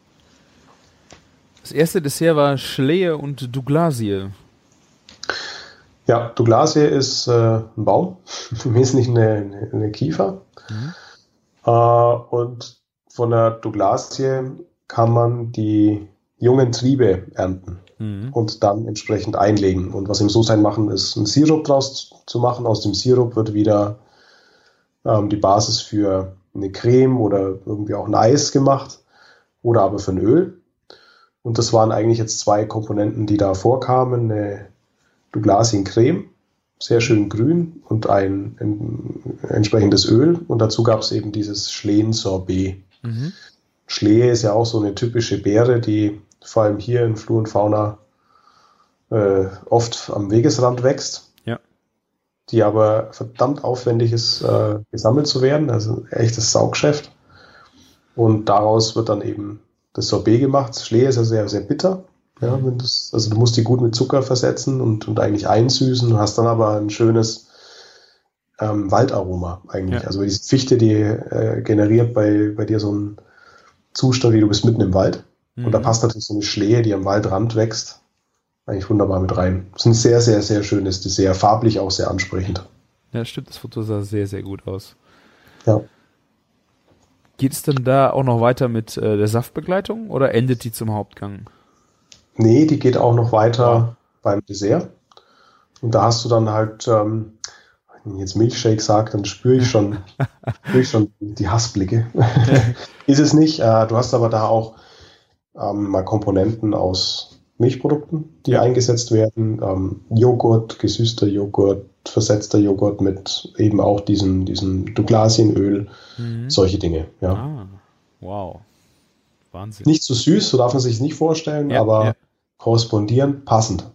Das erste Dessert war Schlehe und Douglasie. Ja, Douglasie ist äh, ein Baum, im Wesentlichen eine, eine, eine Kiefer. Mhm. Uh, und von der Douglasie kann man die jungen Triebe ernten mhm. und dann entsprechend einlegen. Und was im So-Sein machen, ist einen Sirup draus zu machen. Aus dem Sirup wird wieder ähm, die Basis für eine Creme oder irgendwie auch ein Eis gemacht oder aber für ein Öl. Und das waren eigentlich jetzt zwei Komponenten, die da vorkamen. Eine Douglasien-Creme, sehr schön grün und ein, ein entsprechendes Öl und dazu gab es eben dieses Schlehen-Sorbet. Mhm. Schlehe ist ja auch so eine typische Beere, die vor allem hier in Flur und Fauna äh, oft am Wegesrand wächst, ja. die aber verdammt aufwendig ist, äh, gesammelt zu werden, also ein echtes Sauggeschäft. Und daraus wird dann eben das Sorbet gemacht. Schlehe ist ja sehr, sehr bitter. Ja, wenn das, also du musst die gut mit Zucker versetzen und, und eigentlich einsüßen, du hast dann aber ein schönes ähm, Waldaroma eigentlich. Ja. Also diese Fichte, die äh, generiert bei, bei dir so einen Zustand, wie du bist mitten im Wald. Mhm. Und da passt natürlich so eine Schlehe, die am Waldrand wächst, eigentlich wunderbar mit rein. Das ist ein sehr, sehr, sehr schönes Dessert, farblich auch sehr ansprechend. Ja, stimmt, das Foto sah sehr, sehr gut aus. Ja. Geht es denn da auch noch weiter mit äh, der Saftbegleitung oder endet die zum Hauptgang? Nee, die geht auch noch weiter ja. beim Dessert. Und da hast du dann halt, ähm, wenn ich jetzt Milkshake sage, dann spüre ich schon, spüre ich schon die Hassblicke. Ist es nicht. Äh, du hast aber da auch ähm, mal Komponenten aus Milchprodukten, die Ja. eingesetzt werden. Ähm, Joghurt, gesüßter Joghurt, versetzter Joghurt mit eben auch diesem, diesem Douglasienöl, Mhm. solche Dinge. Ja. Ah, wow. Wahnsinn. Nicht zu süß, so darf man sich nicht vorstellen, Ja, aber ja. korrespondierend passend.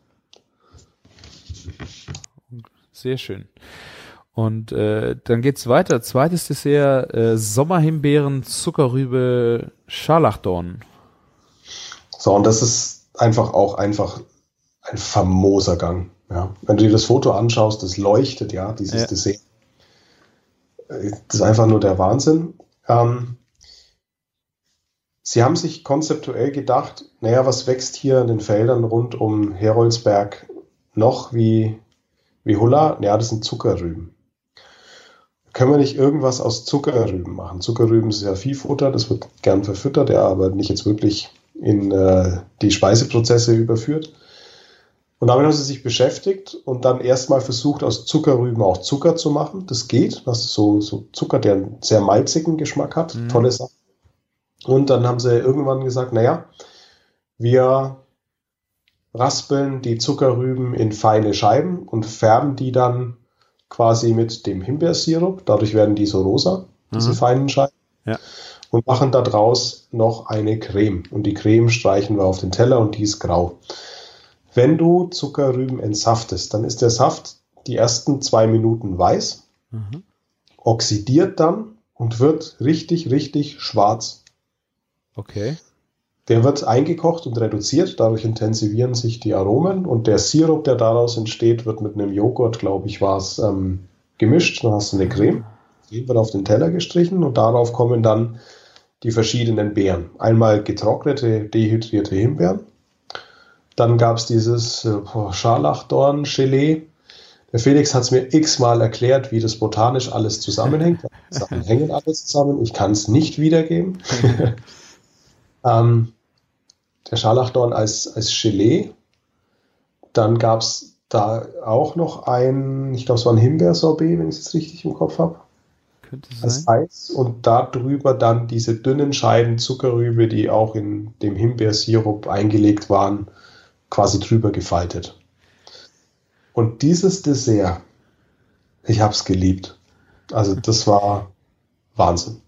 Sehr schön. Und äh, dann geht's weiter. Zweites Dessert, äh, Sommerhimbeeren, Zuckerrübe, Scharlachdorn. So, und das ist einfach auch einfach ein famoser Gang. Ja. Wenn du dir das Foto anschaust, das leuchtet, ja, dieses Ja. Dessert. Das ist einfach nur der Wahnsinn. Ähm, Sie haben sich konzeptuell gedacht, naja, was wächst hier in den Feldern rund um Heroldsberg noch wie, wie Hulla? Ja, das sind Zuckerrüben. Können wir nicht irgendwas aus Zuckerrüben machen? Zuckerrüben ist ja Viehfutter, das wird gern verfüttert, ja, aber nicht jetzt wirklich in äh, die Speiseprozesse überführt. Und damit haben sie sich beschäftigt und dann erstmal versucht, aus Zuckerrüben auch Zucker zu machen. Das geht, das ist so, so Zucker, der einen sehr malzigen Geschmack hat, Mhm. tolle Sache. Und dann haben sie irgendwann gesagt, naja, wir raspeln die Zuckerrüben in feine Scheiben und färben die dann quasi mit dem Himbeersirup. Dadurch werden die so rosa, diese Mhm. feinen Scheiben. Ja. Und machen daraus noch eine Creme. Und die Creme streichen wir auf den Teller und die ist grau. Wenn du Zuckerrüben entsaftest, dann ist der Saft die ersten zwei Minuten weiß, Mhm. oxidiert dann und wird richtig, richtig schwarz. Okay. Der wird eingekocht und reduziert, dadurch intensivieren sich die Aromen und der Sirup, der daraus entsteht, wird mit einem Joghurt, glaube ich, war es, ähm, gemischt. Dann hast du eine Creme, die wird auf den Teller gestrichen und darauf kommen dann die verschiedenen Beeren. Einmal getrocknete, dehydrierte Himbeeren. Dann gab es dieses äh, Scharlachdorn-Gelee. Der Felix hat es mir x-mal erklärt, wie das botanisch alles zusammenhängt. Die Sachen hängen alle zusammen. Ich kann es nicht wiedergeben. ähm, der Scharlachdorn als, als Gelee. Dann gab es da auch noch ein, ich glaube, es war ein Himbeersorbet, wenn ich es jetzt richtig im Kopf habe, Könnte als sein. Eis. Und darüber dann diese dünnen Scheiben Zuckerrübe, die auch in dem Himbeersirup eingelegt waren, quasi drüber gefaltet. Und dieses Dessert, ich habe es geliebt. Also das war Wahnsinn.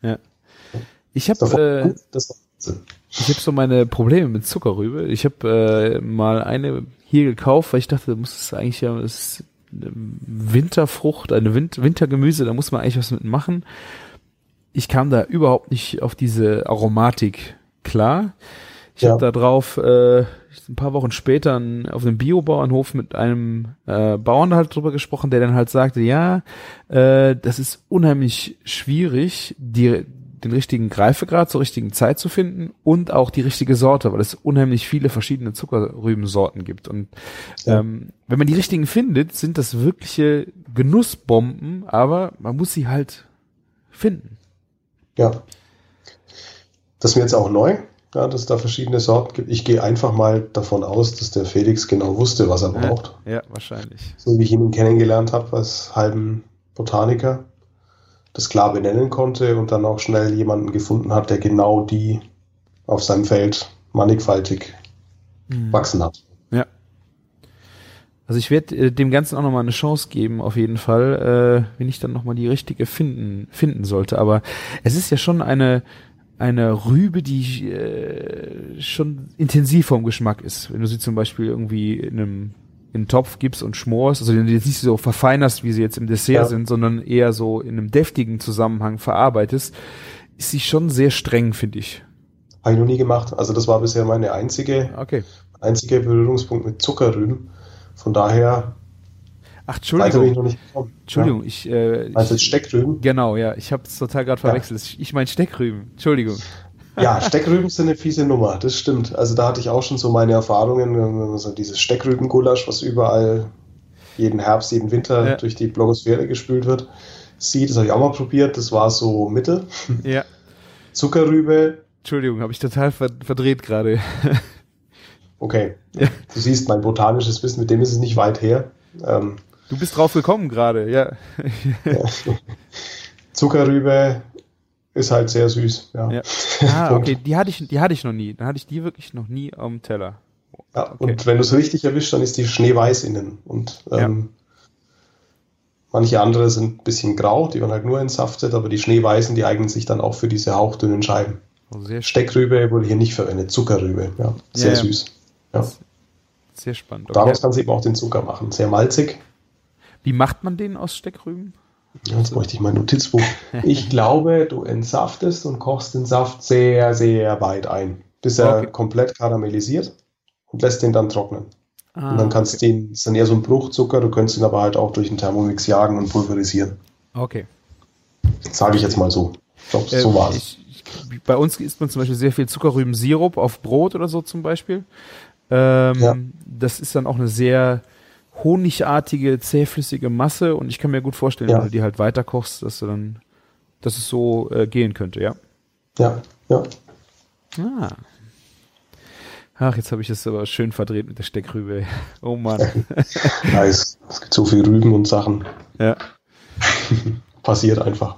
Ich habe Das war, äh, gut, das war Wahnsinn. ich habe so meine Probleme mit Zuckerrübe. Ich habe äh, mal eine hier gekauft, weil ich dachte, das muss eigentlich ja das ist eine Winterfrucht, eine Win- Wintergemüse, da muss man eigentlich was mit machen. Ich kam da überhaupt nicht auf diese Aromatik klar. Ich Ja. habe da drauf äh, ein paar Wochen später an, auf einem Biobauernhof mit einem äh, Bauern halt drüber gesprochen, der dann halt sagte, ja, äh, das ist unheimlich schwierig, die, den richtigen Greifegrad zur richtigen Zeit zu finden und auch die richtige Sorte, weil es unheimlich viele verschiedene Zuckerrübensorten gibt. Und Ja. ähm, wenn man die richtigen findet, sind das wirkliche Genussbomben, aber man muss sie halt finden. Ja. Das ist mir jetzt auch neu, ja, dass es da verschiedene Sorten gibt. Ich gehe einfach mal davon aus, dass der Felix genau wusste, was er braucht. Ja, wahrscheinlich. So wie ich ihn kennengelernt habe als halben Botaniker, das klar benennen konnte und dann auch schnell jemanden gefunden hat, der genau die auf seinem Feld mannigfaltig wachsen hat. Ja. Also ich werde äh, dem Ganzen auch nochmal eine Chance geben, auf jeden Fall, äh, wenn ich dann nochmal die richtige finden finden sollte. Aber es ist ja schon eine eine Rübe, die äh, schon intensiv vom Geschmack ist. Wenn du sie zum Beispiel irgendwie in einem in einen Topf gibst und schmorst, also die jetzt nicht so verfeinerst, wie sie jetzt im Dessert Ja. sind, sondern eher so in einem deftigen Zusammenhang verarbeitest, ist sie schon sehr streng, finde ich. Habe ich noch nie gemacht. Also das war bisher meine einzige, Okay. einzige Berührungspunkt mit Zuckerrüben. Von daher Ach, weiter bin ich Entschuldigung. noch nicht gekommen. Entschuldigung, ich, äh, Ja. Also ich Steckrüben? genau, ja, ich habe es total gerade Ja. verwechselt. Ich, ich meine Steckrüben. Entschuldigung. Ja, Steckrüben sind eine fiese Nummer, das stimmt. Also da hatte ich auch schon so meine Erfahrungen, also dieses Steckrübengulasch, was überall jeden Herbst, jeden Winter Ja. durch die Blogosphäre gespült wird, sieht, das habe ich auch mal probiert, das war so Mittel. Ja. Zuckerrübe, Entschuldigung, habe ich total ver verdreht gerade. okay. Ja. Du siehst, mein botanisches Wissen, mit dem ist es nicht weit her. Ähm, Du bist drauf gekommen gerade, ja. ja. Zuckerrübe ist halt sehr süß. Ja. Ja. Ah, Punkt. okay, die hatte ich, die hatte ich noch nie. Dann hatte ich die wirklich noch nie am Teller. Ja, Okay. und wenn du es richtig erwischst, dann ist die schneeweiß innen. Und ähm, manche andere sind ein bisschen grau, die werden halt nur entsaftet, aber die schneeweißen, die eignen sich dann auch für diese hauchdünnen Scheiben. Oh, sehr, Steckrübe wurde hier nicht verwendet, Zuckerrübe, ja, sehr Ja, ja. süß. Ja. sehr spannend. Okay. Daraus kannst du eben auch den Zucker machen, sehr malzig. Wie macht man den aus Steckrüben? Ja, jetzt bräuchte ich mein Notizbuch. Ich glaube, du entsaftest und kochst den Saft sehr, sehr weit ein, bis er Okay. komplett karamellisiert und lässt den dann trocknen. Ah, Und dann kannst du den, das ist dann eher so ein Bruchzucker, du könntest ihn aber halt auch durch einen Thermomix jagen und pulverisieren. Okay. Sage ich jetzt mal so. Ich glaube, Äh, so war es. ich, ich, bei uns isst man zum Beispiel sehr viel Zuckerrübensirup auf Brot oder so zum Beispiel. Ähm, Ja. Das ist dann auch eine sehr honigartige, zähflüssige Masse und ich kann mir gut vorstellen, Ja. wenn du die halt weiter kochst, dass du dann, dass es so äh, gehen könnte, ja. Ja, ja. Ah. Ach, jetzt habe ich es aber schön verdreht mit der Steckrübe. Oh Mann. Nice. Es gibt so viel Rüben und Sachen. Ja. Passiert einfach.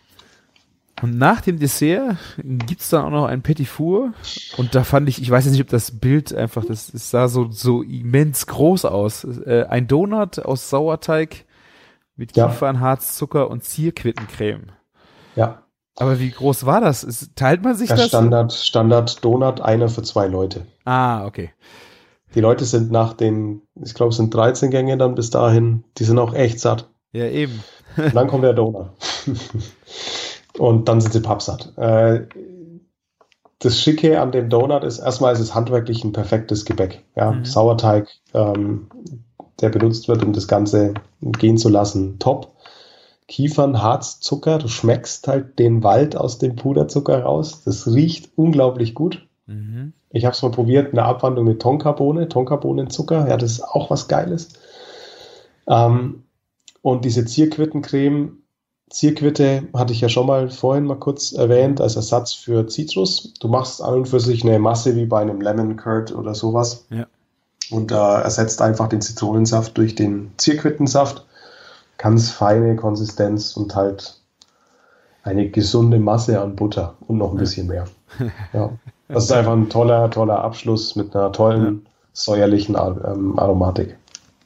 Und nach dem Dessert gibt's dann auch noch ein Petit Four. Und da fand ich, ich weiß jetzt nicht, ob das Bild einfach, das, das sah so, so immens groß aus. Äh, ein Donut aus Sauerteig mit Ja. Kiefernharz, Zucker und Zierquittencreme. Ja. Aber wie groß war das? Ist, teilt man sich Der das? Standard, Standard Donut, einer für zwei Leute. Ah, okay. Die Leute sind nach den, ich glaube, es sind dreizehn Gänge dann bis dahin, die sind auch echt satt. Ja, eben. Und dann kommt der Donut. Und dann sind sie pappsatt. Äh, das Schicke an dem Donut ist, erstmal ist es handwerklich ein perfektes Gebäck. Ja, Mhm. Sauerteig, ähm, der benutzt wird, um das Ganze gehen zu lassen, top. Kiefern, Harz, Zucker, du schmeckst halt den Wald aus dem Puderzucker raus. Das riecht unglaublich gut. Mhm. Ich habe es mal probiert, eine Abwandlung mit Tonkabohne, Tonkabohnenzucker, ja, das ist auch was Geiles. Ähm, und diese Zierquittencreme, Zierquitte hatte ich ja schon mal vorhin mal kurz erwähnt, als Ersatz für Zitrus. Du machst an und für sich eine Masse wie bei einem Lemon Curd oder sowas. Ja. Und äh, ersetzt einfach den Zitronensaft durch den Zierquittensaft. Ganz feine Konsistenz und halt eine gesunde Masse an Butter und noch ein bisschen mehr. Ja. Das ist einfach ein toller, toller Abschluss mit einer tollen, säuerlichen Ar- ähm, Aromatik.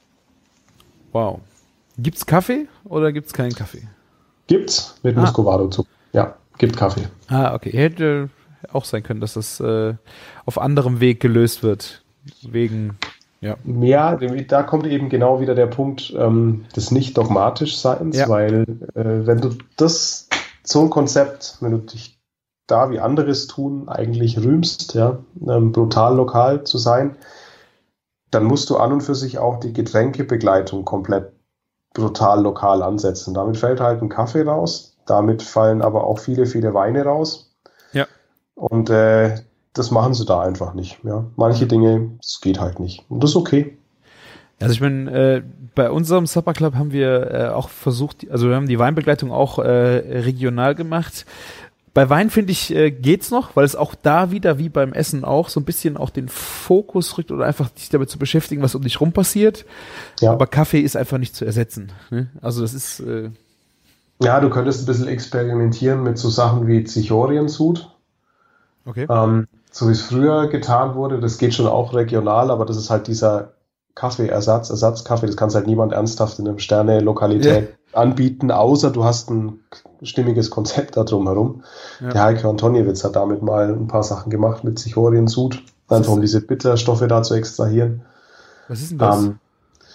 Wow. Gibt's Kaffee oder gibt's keinen Kaffee? Gibt's mit Ah. Muscovado-Zucker. Ja, gibt Kaffee. Ah, okay. Hätte auch sein können, dass das äh, auf anderem Weg gelöst wird. Wegen, ja. Ja, da kommt eben genau wieder der Punkt ähm, des Nicht-Dogmatisch-Seins, Ja. weil äh, wenn du das, so ein Konzept, wenn du dich da wie anderes tun, eigentlich rühmst, ja, ähm, brutal lokal zu sein, dann musst du an und für sich auch die Getränkebegleitung komplett brutal lokal ansetzen. Damit fällt halt ein Kaffee raus, damit fallen aber auch viele, viele Weine raus. Ja. Und äh, das machen sie da einfach nicht. Ja. Manche Dinge, das geht halt nicht. Und das ist okay. Also ich meine, äh, bei unserem Supper Club haben wir äh, auch versucht, also wir haben die Weinbegleitung auch äh, regional gemacht. Bei Wein, finde ich, äh, geht's noch, weil es auch da wieder, wie beim Essen auch, so ein bisschen auch den Fokus rückt oder einfach dich damit zu beschäftigen, was um dich rum passiert. Ja. Aber Kaffee ist einfach nicht zu ersetzen. Ne? Also das ist, äh, Ja, du könntest ein bisschen experimentieren mit so Sachen wie Zichoriensud. okay. Ähm, so wie es früher getan wurde, das geht schon auch regional, aber das ist halt dieser Kaffeeersatz, Ersatzkaffee, das kannst halt niemand ernsthaft in einer Sterne-Lokalität anbieten, außer du hast ein stimmiges Konzept da drumherum. Ja. Der Heiko Antoniewicz hat damit mal ein paar Sachen gemacht mit Zichoriensud, einfach um diese Bitterstoffe da zu extrahieren. Was ist denn das? Ähm,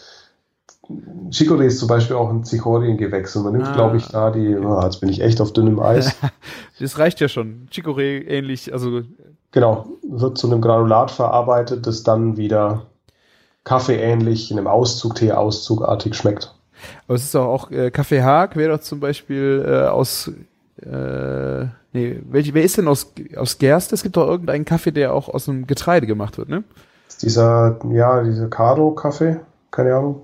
Chicorée ist zum Beispiel auch ein Zichoriengewächs und man nimmt, Ah, glaube ich, da die, oh, jetzt bin ich echt auf dünnem Eis. Das reicht ja schon. Chicorée ähnlich, also Genau, wird zu einem Granulat verarbeitet, das dann wieder kaffeeähnlich in einem Auszug, Tee-Auszugartig schmeckt. aber es ist auch, auch äh, Kaffee Haag wäre doch zum Beispiel äh, aus äh, nee, welch, wer ist denn aus, aus Gerste? Es gibt doch irgendeinen Kaffee, der auch aus einem Getreide gemacht wird, ne? Das ist dieser, ja, dieser Caro-Kaffee, keine Ahnung.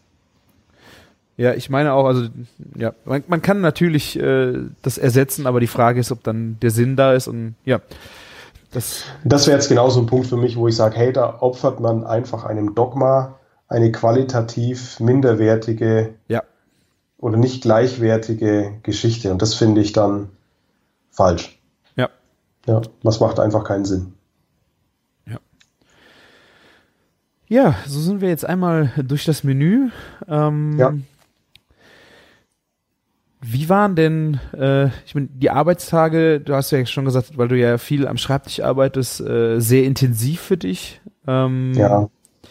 Ja, ich meine auch, also ja, man, man kann natürlich äh, das ersetzen, aber die Frage ist, ob dann der Sinn da ist und ja, das Das wäre jetzt genau so ein Punkt für mich, wo ich sage, hey, da opfert man einfach einem Dogma eine qualitativ minderwertige ja, oder nicht gleichwertige Geschichte. Und das finde ich dann falsch. ja. Ja, das macht einfach keinen Sinn. Ja, so sind wir jetzt einmal durch das Menü. Ähm, Ja. Wie waren denn, äh, ich meine, die Arbeitstage, du hast ja schon gesagt, weil du ja viel am Schreibtisch arbeitest, äh, sehr intensiv für dich. Ähm, Ja.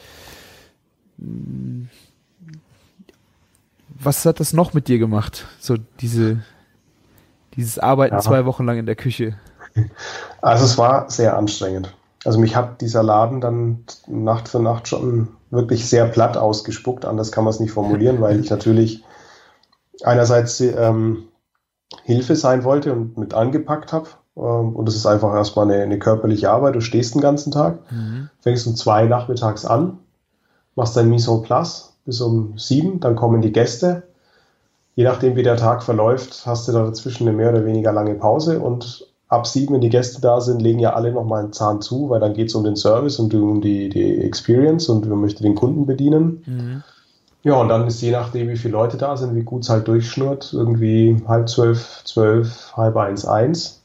Was hat das noch mit dir gemacht? So diese, dieses Arbeiten Ja. zwei Wochen lang in der Küche. Also es war sehr anstrengend. Also mich hat dieser Laden dann Nacht für Nacht schon wirklich sehr platt ausgespuckt. Anders kann man es nicht formulieren, weil ich natürlich einerseits ähm, Hilfe sein wollte und mit angepackt habe. Ähm, und es ist einfach erstmal eine, eine körperliche Arbeit. Du stehst den ganzen Tag, Mhm. fängst um zwei nachmittags an, machst dein Mise en place bis um sieben, dann kommen die Gäste. Je nachdem, wie der Tag verläuft, hast du da dazwischen eine mehr oder weniger lange Pause und ab sieben, wenn die Gäste da sind, legen ja alle nochmal einen Zahn zu, weil dann geht es um den Service und um die, die Experience und man möchte den Kunden bedienen. Mhm. Ja, und dann ist je nachdem, wie viele Leute da sind, wie gut es halt durchschnurrt, irgendwie halb zwölf, zwölf, halb eins, eins.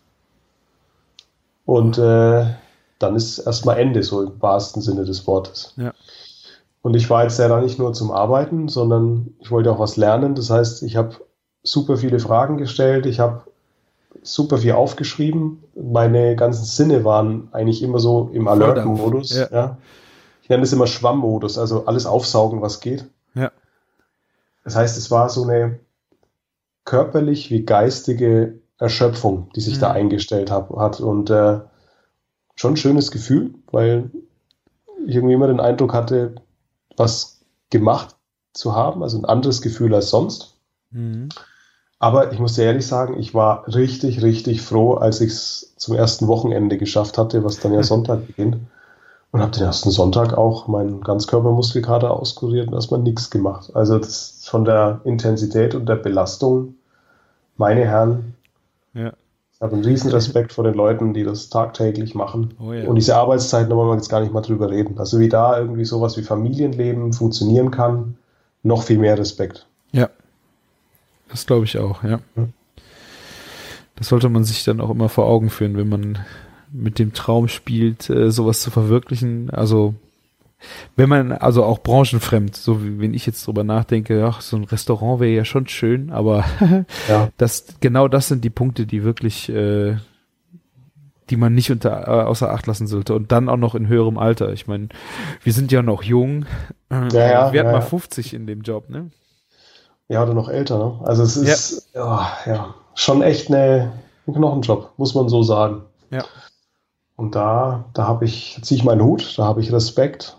Und äh, dann ist erstmal Ende, so im wahrsten Sinne des Wortes. Ja. Und ich war jetzt ja da nicht nur zum Arbeiten, sondern ich wollte auch was lernen. Das heißt, ich habe super viele Fragen gestellt, ich habe super viel aufgeschrieben. Meine ganzen Sinne waren eigentlich immer so im Alert-Modus. Ja. Ja. Ich nenne es immer Schwammmodus, also alles aufsaugen, was geht. Ja. Das heißt, es war so eine körperlich wie geistige Erschöpfung, die sich Mhm. da eingestellt hab, hat. Und äh, schon ein schönes Gefühl, weil ich irgendwie immer den Eindruck hatte, was gemacht zu haben, also ein anderes Gefühl als sonst. Mhm. Aber ich muss dir ehrlich sagen, ich war richtig, richtig froh, als ich es zum ersten Wochenende geschafft hatte, was dann ja Sonntag beginnt. Und habe den ersten Sonntag auch meinen Ganzkörpermuskelkater auskuriert und erstmal nichts gemacht. Also das von der Intensität und der Belastung, meine Herren, Ja. ich habe einen riesen Respekt vor den Leuten, die das tagtäglich machen. Oh ja. Und diese Arbeitszeiten, da wollen wir jetzt gar nicht mal drüber reden. Also wie da irgendwie sowas wie Familienleben funktionieren kann, noch viel mehr Respekt. Ja. Das glaube ich auch, ja. Hm. Das sollte man sich dann auch immer vor Augen führen, wenn man mit dem Traum spielt, äh, sowas zu verwirklichen. Also wenn man, also auch branchenfremd, so wie wenn ich jetzt drüber nachdenke, ach, so ein Restaurant wäre ja schon schön, aber Ja. das, genau das sind die Punkte, die wirklich, äh, die man nicht unter, äh, außer Acht lassen sollte. Und dann auch noch in höherem Alter. Ich meine, wir sind ja noch jung. Äh, Ja, ja, wir hatten ja, mal ja. fünfzig in dem Job, ne? Ja, oder noch älter, ne? Also es ist ja. Ja, schon echt eine, ein Knochenjob, muss man so sagen. Ja. Und da, da habe ich, ziehe ich meinen Hut, da habe ich Respekt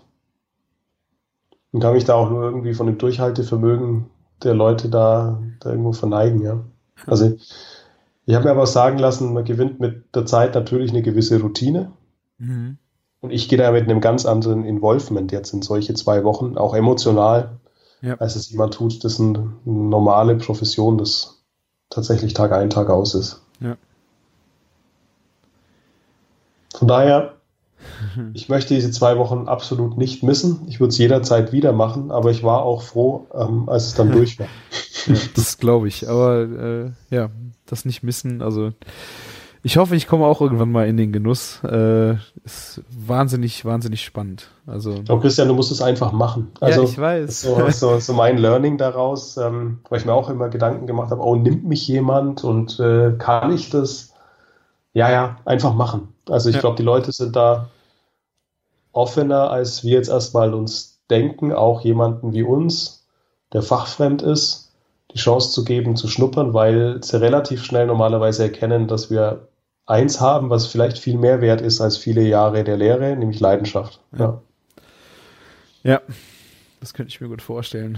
und kann mich da auch nur irgendwie von dem Durchhaltevermögen der Leute da, da irgendwo verneigen, ja. Also ich habe mir aber sagen lassen, man gewinnt mit der Zeit natürlich eine gewisse Routine. Mhm. Und ich gehe da mit einem ganz anderen Involvement jetzt in solche zwei Wochen, auch emotional, Ja. als es jemand tut, das eine normale Profession, das tatsächlich Tag ein, Tag aus ist. Ja. Von daher, ich möchte diese zwei Wochen absolut nicht missen. Ich würde es jederzeit wieder machen, aber ich war auch froh, ähm, als es dann durch war. Ja, das glaube ich. Aber äh, ja, das nicht missen. Also ich hoffe, ich komme auch irgendwann mal in den Genuss. Äh, ist wahnsinnig, wahnsinnig spannend. Also Ich glaube, Christian, du musst es einfach machen. Also, ja, ich weiß. So, so, so mein Learning daraus, ähm, weil ich mir auch immer Gedanken gemacht habe, oh, nimmt mich jemand und äh, kann ich das? Ja, ja, einfach machen. Also ich Ja. glaube, die Leute sind da offener, als wir jetzt erstmal uns denken, auch jemanden wie uns, der fachfremd ist, die Chance zu geben, zu schnuppern, weil sie relativ schnell normalerweise erkennen, dass wir eins haben, was vielleicht viel mehr wert ist als viele Jahre der Lehre, nämlich Leidenschaft. Ja. Ja, das könnte ich mir gut vorstellen.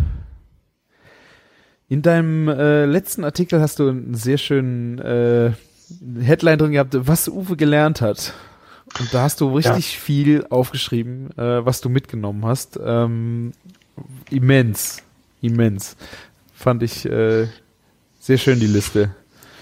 In deinem äh, letzten Artikel hast du einen sehr schönen äh, Headline drin gehabt, was Uwe gelernt hat. Und da hast du richtig ja. viel aufgeschrieben, äh, was du mitgenommen hast. Ähm, immens, immens. Fand ich äh, sehr schön, die Liste.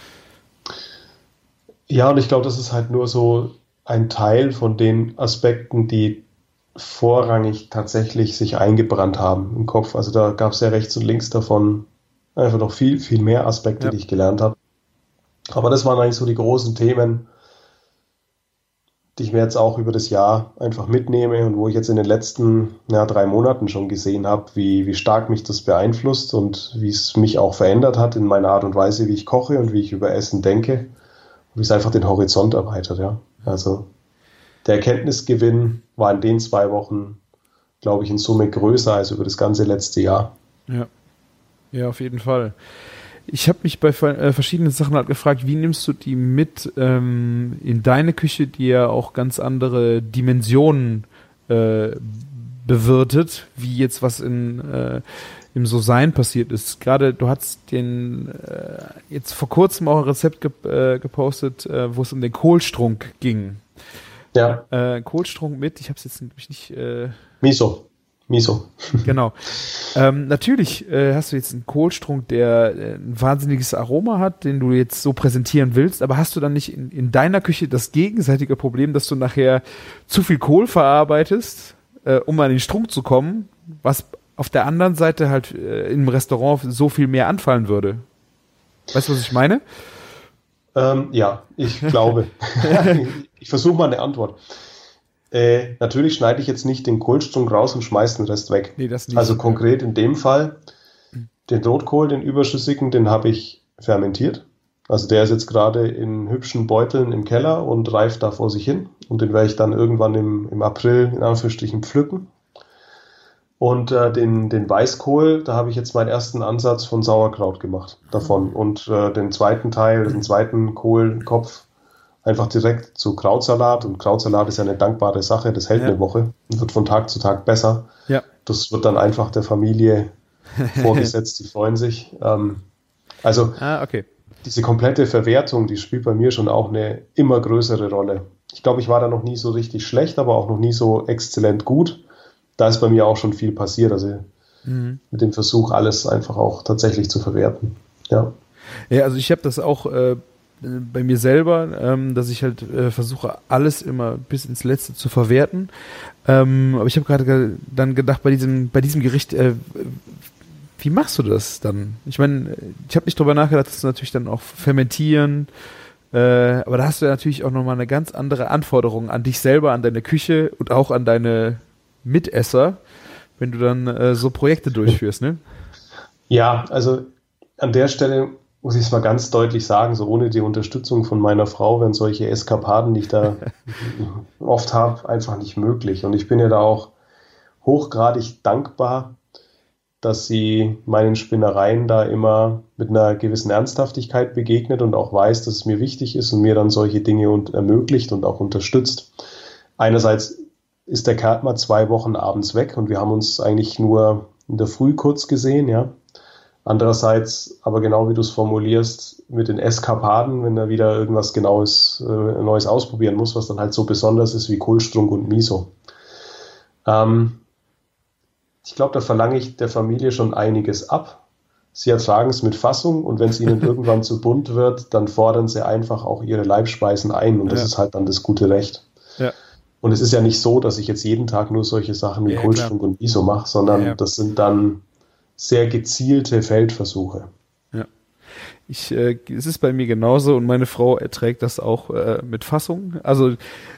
Ja, und ich glaube, das ist halt nur so ein Teil von den Aspekten, die vorrangig tatsächlich sich eingebrannt haben im Kopf. Also da gab es ja rechts und links davon einfach noch viel, viel mehr Aspekte, ja. die ich gelernt habe. Aber das waren eigentlich so die großen Themen, die ich mir jetzt auch über das Jahr einfach mitnehme und wo ich jetzt in den letzten ja, drei Monaten schon gesehen habe, wie, wie stark mich das beeinflusst und wie es mich auch verändert hat in meiner Art und Weise, wie ich koche und wie ich über Essen denke und wie es einfach den Horizont erweitert. Ja. Also der Erkenntnisgewinn war in den zwei Wochen, glaube ich, in Summe größer als über das ganze letzte Jahr. Ja, ja, auf jeden Fall. Ich habe mich bei äh, verschiedenen Sachen halt gefragt, wie nimmst du die mit ähm, in deine Küche, die ja auch ganz andere Dimensionen äh, bewirtet, wie jetzt was in äh, im So-Sein passiert ist. Gerade du hast den äh, jetzt vor kurzem auch ein Rezept ge äh, gepostet, äh, wo es um den Kohlstrunk ging. Ja. Äh, Kohlstrunk mit, ich habe es jetzt nämlich nicht... Äh, Miso. Miso. Genau. Ähm, natürlich äh, hast du jetzt einen Kohlstrunk, der äh, ein wahnsinniges Aroma hat, den du jetzt so präsentieren willst, aber hast du dann nicht in, in deiner Küche das gegenseitige Problem, dass du nachher zu viel Kohl verarbeitest, äh, um an den Strunk zu kommen, was auf der anderen Seite halt äh, im Restaurant so viel mehr anfallen würde? Weißt du, was ich meine? Ähm, ja, ich glaube. Ich versuche mal eine Antwort. Äh, natürlich schneide ich jetzt nicht den Kohlstrunk raus und schmeiße den Rest weg. Nee, das nicht. Also konkret in dem Fall, den Rotkohl, den überschüssigen, den habe ich fermentiert. Also der ist jetzt gerade in hübschen Beuteln im Keller und reift da vor sich hin. Und den werde ich dann irgendwann im, im April in Anführungsstrichen pflücken. Und äh, den, den Weißkohl, da habe ich jetzt meinen ersten Ansatz von Sauerkraut gemacht davon. Und äh, den zweiten Teil, den zweiten Kohlkopf, einfach direkt zu Krautsalat. Und Krautsalat ist ja eine dankbare Sache, das hält ja eine Woche und wird von Tag zu Tag besser. Ja. Das wird dann einfach der Familie vorgesetzt, die freuen sich. Ähm, also ah, okay. Diese komplette Verwertung, die spielt bei mir schon auch eine immer größere Rolle. Ich glaube, ich war da noch nie so richtig schlecht, aber auch noch nie so exzellent gut. Da ist bei mir auch schon viel passiert, also mhm. mit dem Versuch, alles einfach auch tatsächlich zu verwerten. Ja, ja, also ich habe das auch äh, bei mir selber, ähm, dass ich halt äh, versuche, alles immer bis ins Letzte zu verwerten. Ähm, aber ich habe gerade ge- dann gedacht, bei diesem, bei diesem Gericht, äh, wie machst du das dann? Ich meine, ich habe nicht drüber nachgedacht, dass du natürlich dann auch fermentieren, äh, aber da hast du ja natürlich auch nochmal eine ganz andere Anforderung an dich selber, an deine Küche und auch an deine Mitesser, wenn du dann äh, so Projekte durchführst, ne? Ja, also an der Stelle muss ich es mal ganz deutlich sagen, so ohne die Unterstützung von meiner Frau wären solche Eskapaden, die ich da oft habe, einfach nicht möglich. Und ich bin ja da auch hochgradig dankbar, dass sie meinen Spinnereien da immer mit einer gewissen Ernsthaftigkeit begegnet und auch weiß, dass es mir wichtig ist und mir dann solche Dinge und ermöglicht und auch unterstützt. Einerseits ist der Kerl mal zwei Wochen abends weg und wir haben uns eigentlich nur in der Früh kurz gesehen, ja. Andererseits, aber genau wie du es formulierst, mit den Eskapaden, wenn er wieder irgendwas Genaues, äh, Neues ausprobieren muss, was dann halt so besonders ist wie Kohlstrunk und Miso. Ähm, ich glaube, da verlange ich der Familie schon einiges ab. Sie ertragen es mit Fassung und wenn es ihnen irgendwann zu bunt wird, dann fordern sie einfach auch ihre Leibspeisen ein und das ja. ist halt dann das gute Recht. Ja. Und es ist ja nicht so, dass ich jetzt jeden Tag nur solche Sachen wie ja, Kohlstrunk und Miso mache, sondern ja, ja. das sind dann sehr gezielte Feldversuche. Ja, ich, äh, es ist bei mir genauso und meine Frau erträgt das auch äh, mit Fassung. Also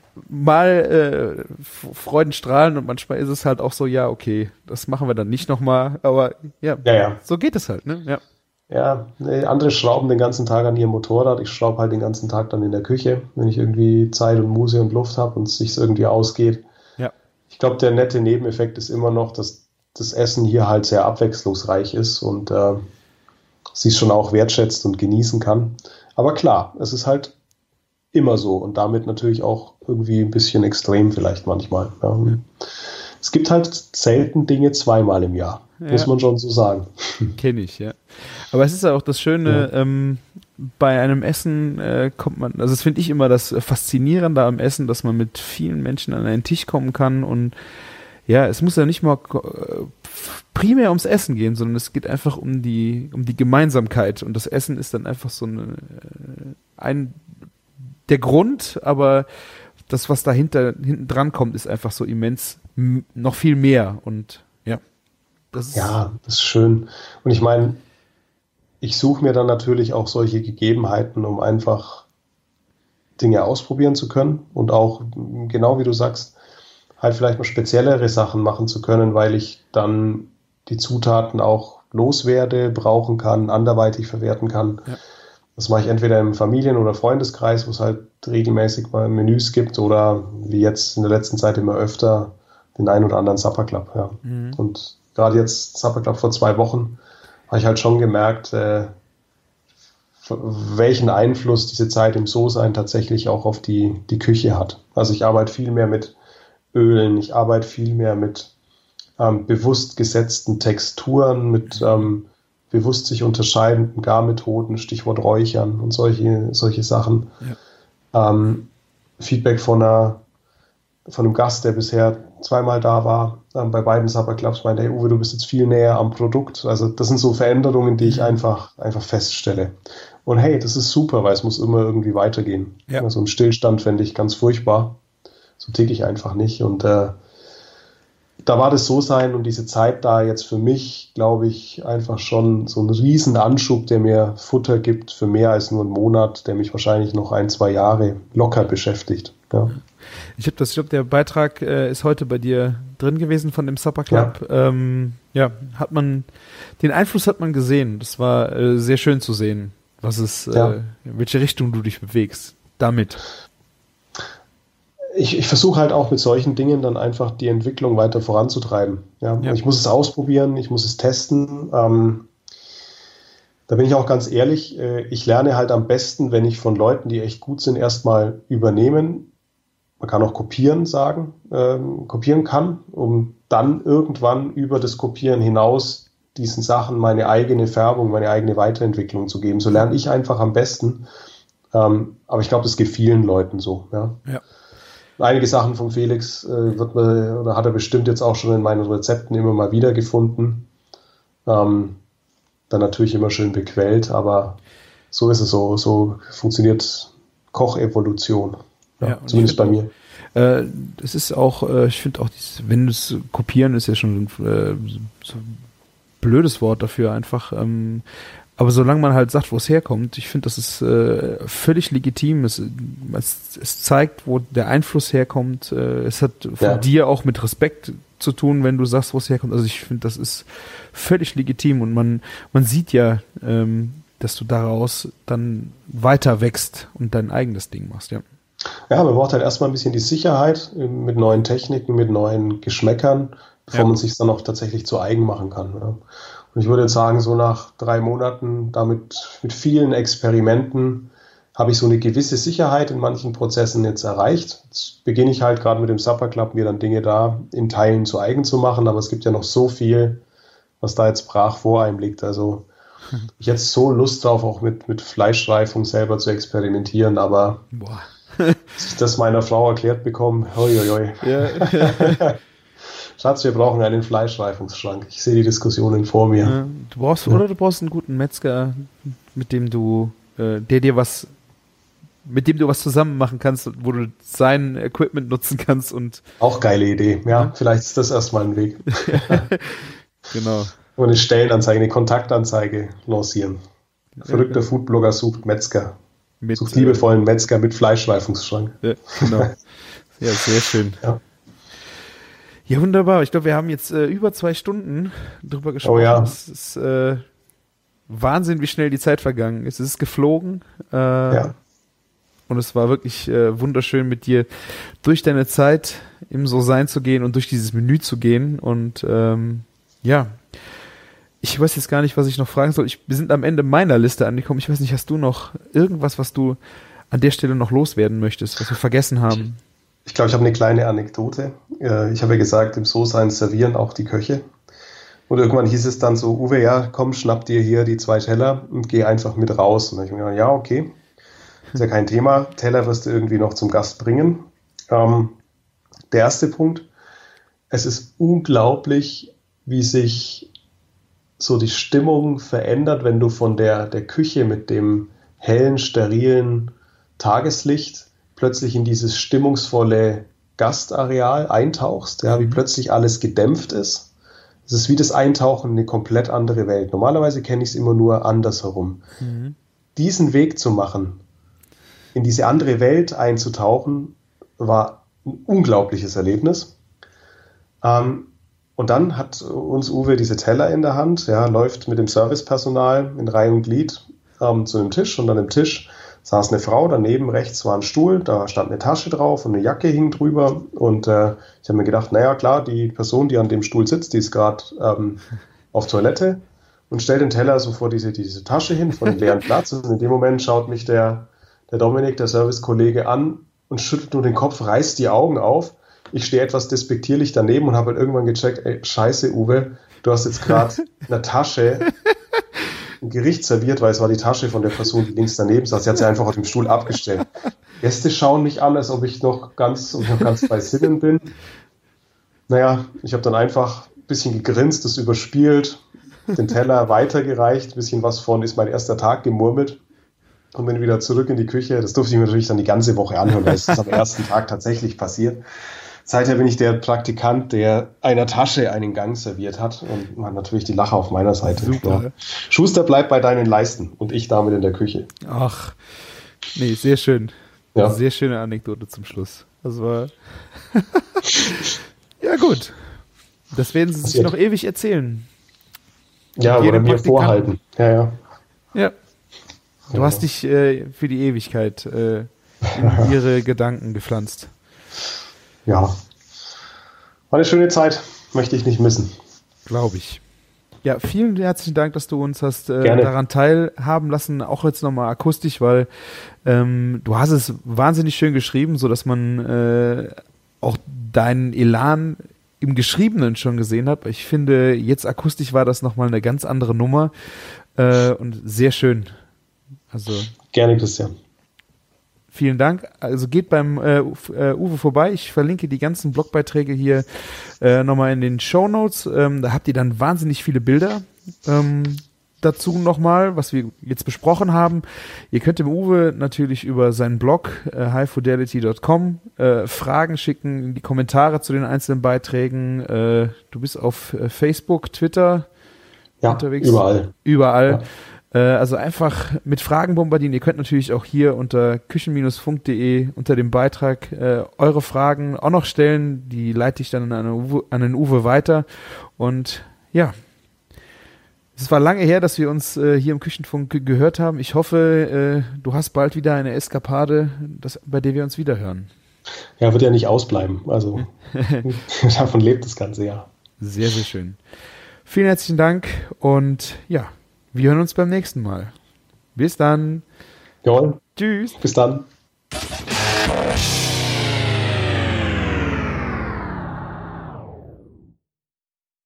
mal äh, Freudenstrahlen und manchmal ist es halt auch so, ja, okay, das machen wir dann nicht nochmal, aber ja, ja, ja, so geht es halt, ne? Ja. Ja, nee, andere schrauben den ganzen Tag an ihrem Motorrad, ich schraube halt den ganzen Tag dann in der Küche, wenn ich irgendwie Zeit und Muße und Luft habe und es sich irgendwie ausgeht. Ja. Ich glaube, der nette Nebeneffekt ist immer noch, dass das Essen hier halt sehr abwechslungsreich ist und äh, sie es schon auch wertschätzt und genießen kann. Aber klar, es ist halt immer so und damit natürlich auch irgendwie ein bisschen extrem vielleicht manchmal. Ja. Es gibt halt selten Dinge zweimal im Jahr, ja. muss man schon so sagen. Kenne ich, ja. Aber es ist ja auch das Schöne, ja. ähm, bei einem Essen äh, kommt man, also das finde ich immer das Faszinierende am Essen, dass man mit vielen Menschen an einen Tisch kommen kann und ja, es muss ja nicht mal primär ums Essen gehen, sondern es geht einfach um die, um die Gemeinsamkeit und das Essen ist dann einfach so eine, ein, der Grund, aber das, was dahinter, hinten dran kommt, ist einfach so immens m- noch viel mehr und ja. Das ist ja, das ist schön. Und ich meine, ich suche mir dann natürlich auch solche Gegebenheiten, um einfach Dinge ausprobieren zu können und auch, genau wie du sagst, halt vielleicht mal speziellere Sachen machen zu können, weil ich dann die Zutaten auch loswerde, brauchen kann, anderweitig verwerten kann. Ja. Das mache ich entweder im Familien- oder Freundeskreis, wo es halt regelmäßig mal Menüs gibt oder wie jetzt in der letzten Zeit immer öfter den einen oder anderen Supper Club. Ja. Mhm. Und gerade jetzt Supper Club vor zwei Wochen habe ich halt schon gemerkt, äh, welchen Einfluss diese Zeit im So-Sein tatsächlich auch auf die, die Küche hat. Also ich arbeite viel mehr mit Ölen, ich arbeite viel mehr mit ähm, bewusst gesetzten Texturen, mit ähm, bewusst sich unterscheidenden Garmethoden, Stichwort Räuchern und solche, solche Sachen. Ja. Ähm, Feedback von, einer, von einem Gast, der bisher zweimal da war, ähm, bei beiden Supper Clubs, meinte, hey Uwe, du bist jetzt viel näher am Produkt. Also das sind so Veränderungen, die ich einfach, einfach feststelle. Und hey, das ist super, weil es muss immer irgendwie weitergehen. Ja. Also ein Stillstand fände ich ganz furchtbar. So ticke ich einfach nicht. Und äh, da war das So-Sein und diese Zeit da jetzt für mich, glaube ich, einfach schon so ein riesen Anschub, der mir Futter gibt für mehr als nur einen Monat, der mich wahrscheinlich noch ein, zwei Jahre locker beschäftigt. Ja. Ich habe das, ich glaube, der Beitrag äh, ist heute bei dir drin gewesen von dem Supper Club. Ja, ähm, ja hat man, den Einfluss hat man gesehen. Das war äh, sehr schön zu sehen, was es, ja. äh, in welche Richtung du dich bewegst damit. Ich, ich versuche halt auch mit solchen Dingen dann einfach die Entwicklung weiter voranzutreiben. Ja? Ja. Ich muss es ausprobieren, ich muss es testen. Ähm, da bin ich auch ganz ehrlich, äh, ich lerne halt am besten, wenn ich von Leuten, die echt gut sind, erstmal übernehmen. Man kann auch kopieren sagen, ähm, kopieren kann, um dann irgendwann über das Kopieren hinaus diesen Sachen meine eigene Färbung, meine eigene Weiterentwicklung zu geben. So lerne ich einfach am besten. Ähm, aber ich glaube, das geht vielen Leuten so. Ja. Ja. Einige Sachen von Felix äh, wird man, oder hat er bestimmt jetzt auch schon in meinen Rezepten immer mal wieder gefunden. Ähm, dann natürlich immer schön bequält, aber so ist es so. So funktioniert Kochevolution. Ja, ja, zumindest bei mir. Äh, es ist auch, äh, ich finde auch, dieses, wenn es kopieren ist ja schon äh, so ein blödes Wort dafür einfach. Ähm, aber solange man halt sagt, wo es herkommt, ich finde, das ist äh, völlig legitim. Es, es, es zeigt, wo der Einfluss herkommt. Äh, es hat von ja. dir auch mit Respekt zu tun, wenn du sagst, wo es herkommt. Also ich finde, das ist völlig legitim und man man sieht ja, ähm, dass du daraus dann weiter wächst und dein eigenes Ding machst, ja. Ja, man braucht halt erstmal ein bisschen die Sicherheit mit neuen Techniken, mit neuen Geschmäckern, bevor ja. man sich dann auch tatsächlich zu eigen machen kann. Ja. Und ich würde jetzt sagen, so nach drei Monaten, damit mit vielen Experimenten, habe ich so eine gewisse Sicherheit in manchen Prozessen jetzt erreicht. Jetzt beginne ich halt gerade mit dem Supper Club, mir dann Dinge da in Teilen zu eigen zu machen, aber es gibt ja noch so viel, was da jetzt brach vor einem liegt. Also ich hätte so Lust drauf, auch mit, mit Fleischreifung selber zu experimentieren, aber Boah. Als ich das meiner Frau erklärt bekomme, hoi, hoi, hoi. Ja. Schatz, wir brauchen einen Fleischreifungsschrank. Ich sehe die Diskussionen vor mir. Ja, du brauchst, ja. Oder du brauchst einen guten Metzger, mit dem du, äh, der dir was, mit dem du was zusammen machen kannst, wo du sein Equipment nutzen kannst und. Auch geile Idee, ja. ja. Vielleicht ist das erstmal ein Weg. Genau. Und eine Stellenanzeige, eine Kontaktanzeige lancieren. Verrückter ja, Foodblogger sucht Metzger. Mit, sucht liebevollen Metzger mit Fleischreifungsschrank. Ja, genau. Ja, sehr schön. Ja. Ja, wunderbar. Ich glaube, wir haben jetzt äh, über zwei Stunden drüber gesprochen. Oh ja. Es ist äh, Wahnsinn, wie schnell die Zeit vergangen ist. Es ist geflogen. Äh, ja. Und es war wirklich äh, wunderschön, mit dir durch deine Zeit im So-Sein zu gehen und durch dieses Menü zu gehen. Und ähm, ja, ich weiß jetzt gar nicht, was ich noch fragen soll. Ich, wir sind am Ende meiner Liste angekommen. Ich weiß nicht, hast du noch irgendwas, was du an der Stelle noch loswerden möchtest, was wir vergessen haben? Ich glaube, ich habe eine kleine Anekdote. Ich habe ja gesagt, im So-Sein servieren auch die Köche. Und irgendwann hieß es dann so, Uwe, ja, komm, schnapp dir hier die zwei Teller und geh einfach mit raus. Und dann habe ich mir gedacht, ja, okay, ist ja kein Thema. Teller wirst du irgendwie noch zum Gast bringen. Ähm, der erste Punkt, es ist unglaublich, wie sich so die Stimmung verändert, wenn du von der, der Küche mit dem hellen, sterilen Tageslicht plötzlich in dieses stimmungsvolle Gastareal eintauchst, ja, wie plötzlich alles gedämpft ist. Es ist wie das Eintauchen in eine komplett andere Welt. Normalerweise kenne ich es immer nur andersherum. Mhm. Diesen Weg zu machen, in diese andere Welt einzutauchen, war ein unglaubliches Erlebnis. Ähm, und dann hat uns Uwe diese Teller in der Hand, ja, läuft mit dem Servicepersonal in Reihe und Glied ähm, zu einem Tisch, und an dem Tisch saß eine Frau, daneben rechts war ein Stuhl, da stand eine Tasche drauf und eine Jacke hing drüber, und äh, ich habe mir gedacht, naja klar, die Person, die an dem Stuhl sitzt, die ist gerade ähm, auf Toilette, und stellt den Teller so vor diese, diese Tasche hin, vor den leeren Platz, und in dem Moment schaut mich der, der Dominik, der Servicekollege, an und schüttelt nur den Kopf, reißt die Augen auf. Ich stehe etwas despektierlich daneben und habe halt irgendwann gecheckt, ey, scheiße Uwe, du hast jetzt gerade eine Tasche ein Gericht serviert, weil es war die Tasche von der Person, die links daneben saß. Sie hat sie einfach auf dem Stuhl abgestellt. Gäste schauen mich an, als ob ich noch ganz, ob ich noch ganz bei Sinnen bin. Naja, ich habe dann einfach ein bisschen gegrinst, das überspielt, den Teller weitergereicht, ein bisschen was von ist mein erster Tag gemurmelt und bin wieder zurück in die Küche. Das durfte ich mir natürlich dann die ganze Woche anhören, weil es ist am ersten Tag tatsächlich passiert. Seither bin ich der Praktikant, der einer Tasche einen Gang serviert hat, und man hat natürlich die Lacher auf meiner Seite. Super. Ja. Schuster, bleib bei deinen Leisten, und ich damit in der Küche. Ach, nee, sehr schön. Ja. Sehr schöne Anekdote zum Schluss. Das war ja gut. Das werden Sie sich Passiert. noch ewig erzählen. Ja, Jede oder mir Praktikant- vorhalten. Ja, ja. Ja. Du Ja. hast dich äh, für die Ewigkeit äh, in ihre Gedanken gepflanzt. Ja. War eine schöne Zeit, möchte ich nicht missen. Glaube ich. Ja, vielen herzlichen Dank, dass du uns hast äh, Gerne. daran teilhaben lassen, auch jetzt nochmal akustisch, weil ähm, du hast es wahnsinnig schön geschrieben, so dass man äh, auch deinen Elan im Geschriebenen schon gesehen hat. Ich finde, jetzt akustisch war das nochmal eine ganz andere Nummer äh, und sehr schön. Also Gerne, Christian. vielen Dank. Also geht beim äh, Uwe vorbei. Ich verlinke die ganzen Blogbeiträge hier äh, nochmal in den Shownotes. Ähm, da habt ihr dann wahnsinnig viele Bilder ähm, dazu nochmal, was wir jetzt besprochen haben. Ihr könnt dem Uwe natürlich über seinen Blog äh, high fidelity dot com äh, Fragen schicken, in die Kommentare zu den einzelnen Beiträgen. Äh, du bist auf äh, Facebook, Twitter Ja, unterwegs. überall. Überall. Ja. Also einfach mit Fragen bombardieren. Ihr könnt natürlich auch hier unter küchen Bindestrich funk punkt de unter dem Beitrag äh, eure Fragen auch noch stellen. Die leite ich dann an den, Uwe, an den Uwe weiter. Und ja, es war lange her, dass wir uns äh, hier im Küchenfunk ge- gehört haben. Ich hoffe, äh, du hast bald wieder eine Eskapade, das, bei der wir uns wiederhören. Ja, wird ja nicht ausbleiben. Also davon lebt das ganze Jahr. Sehr, sehr schön. Vielen herzlichen Dank und ja, wir hören uns beim nächsten Mal. Bis dann. Jawohl. Tschüss. Bis dann.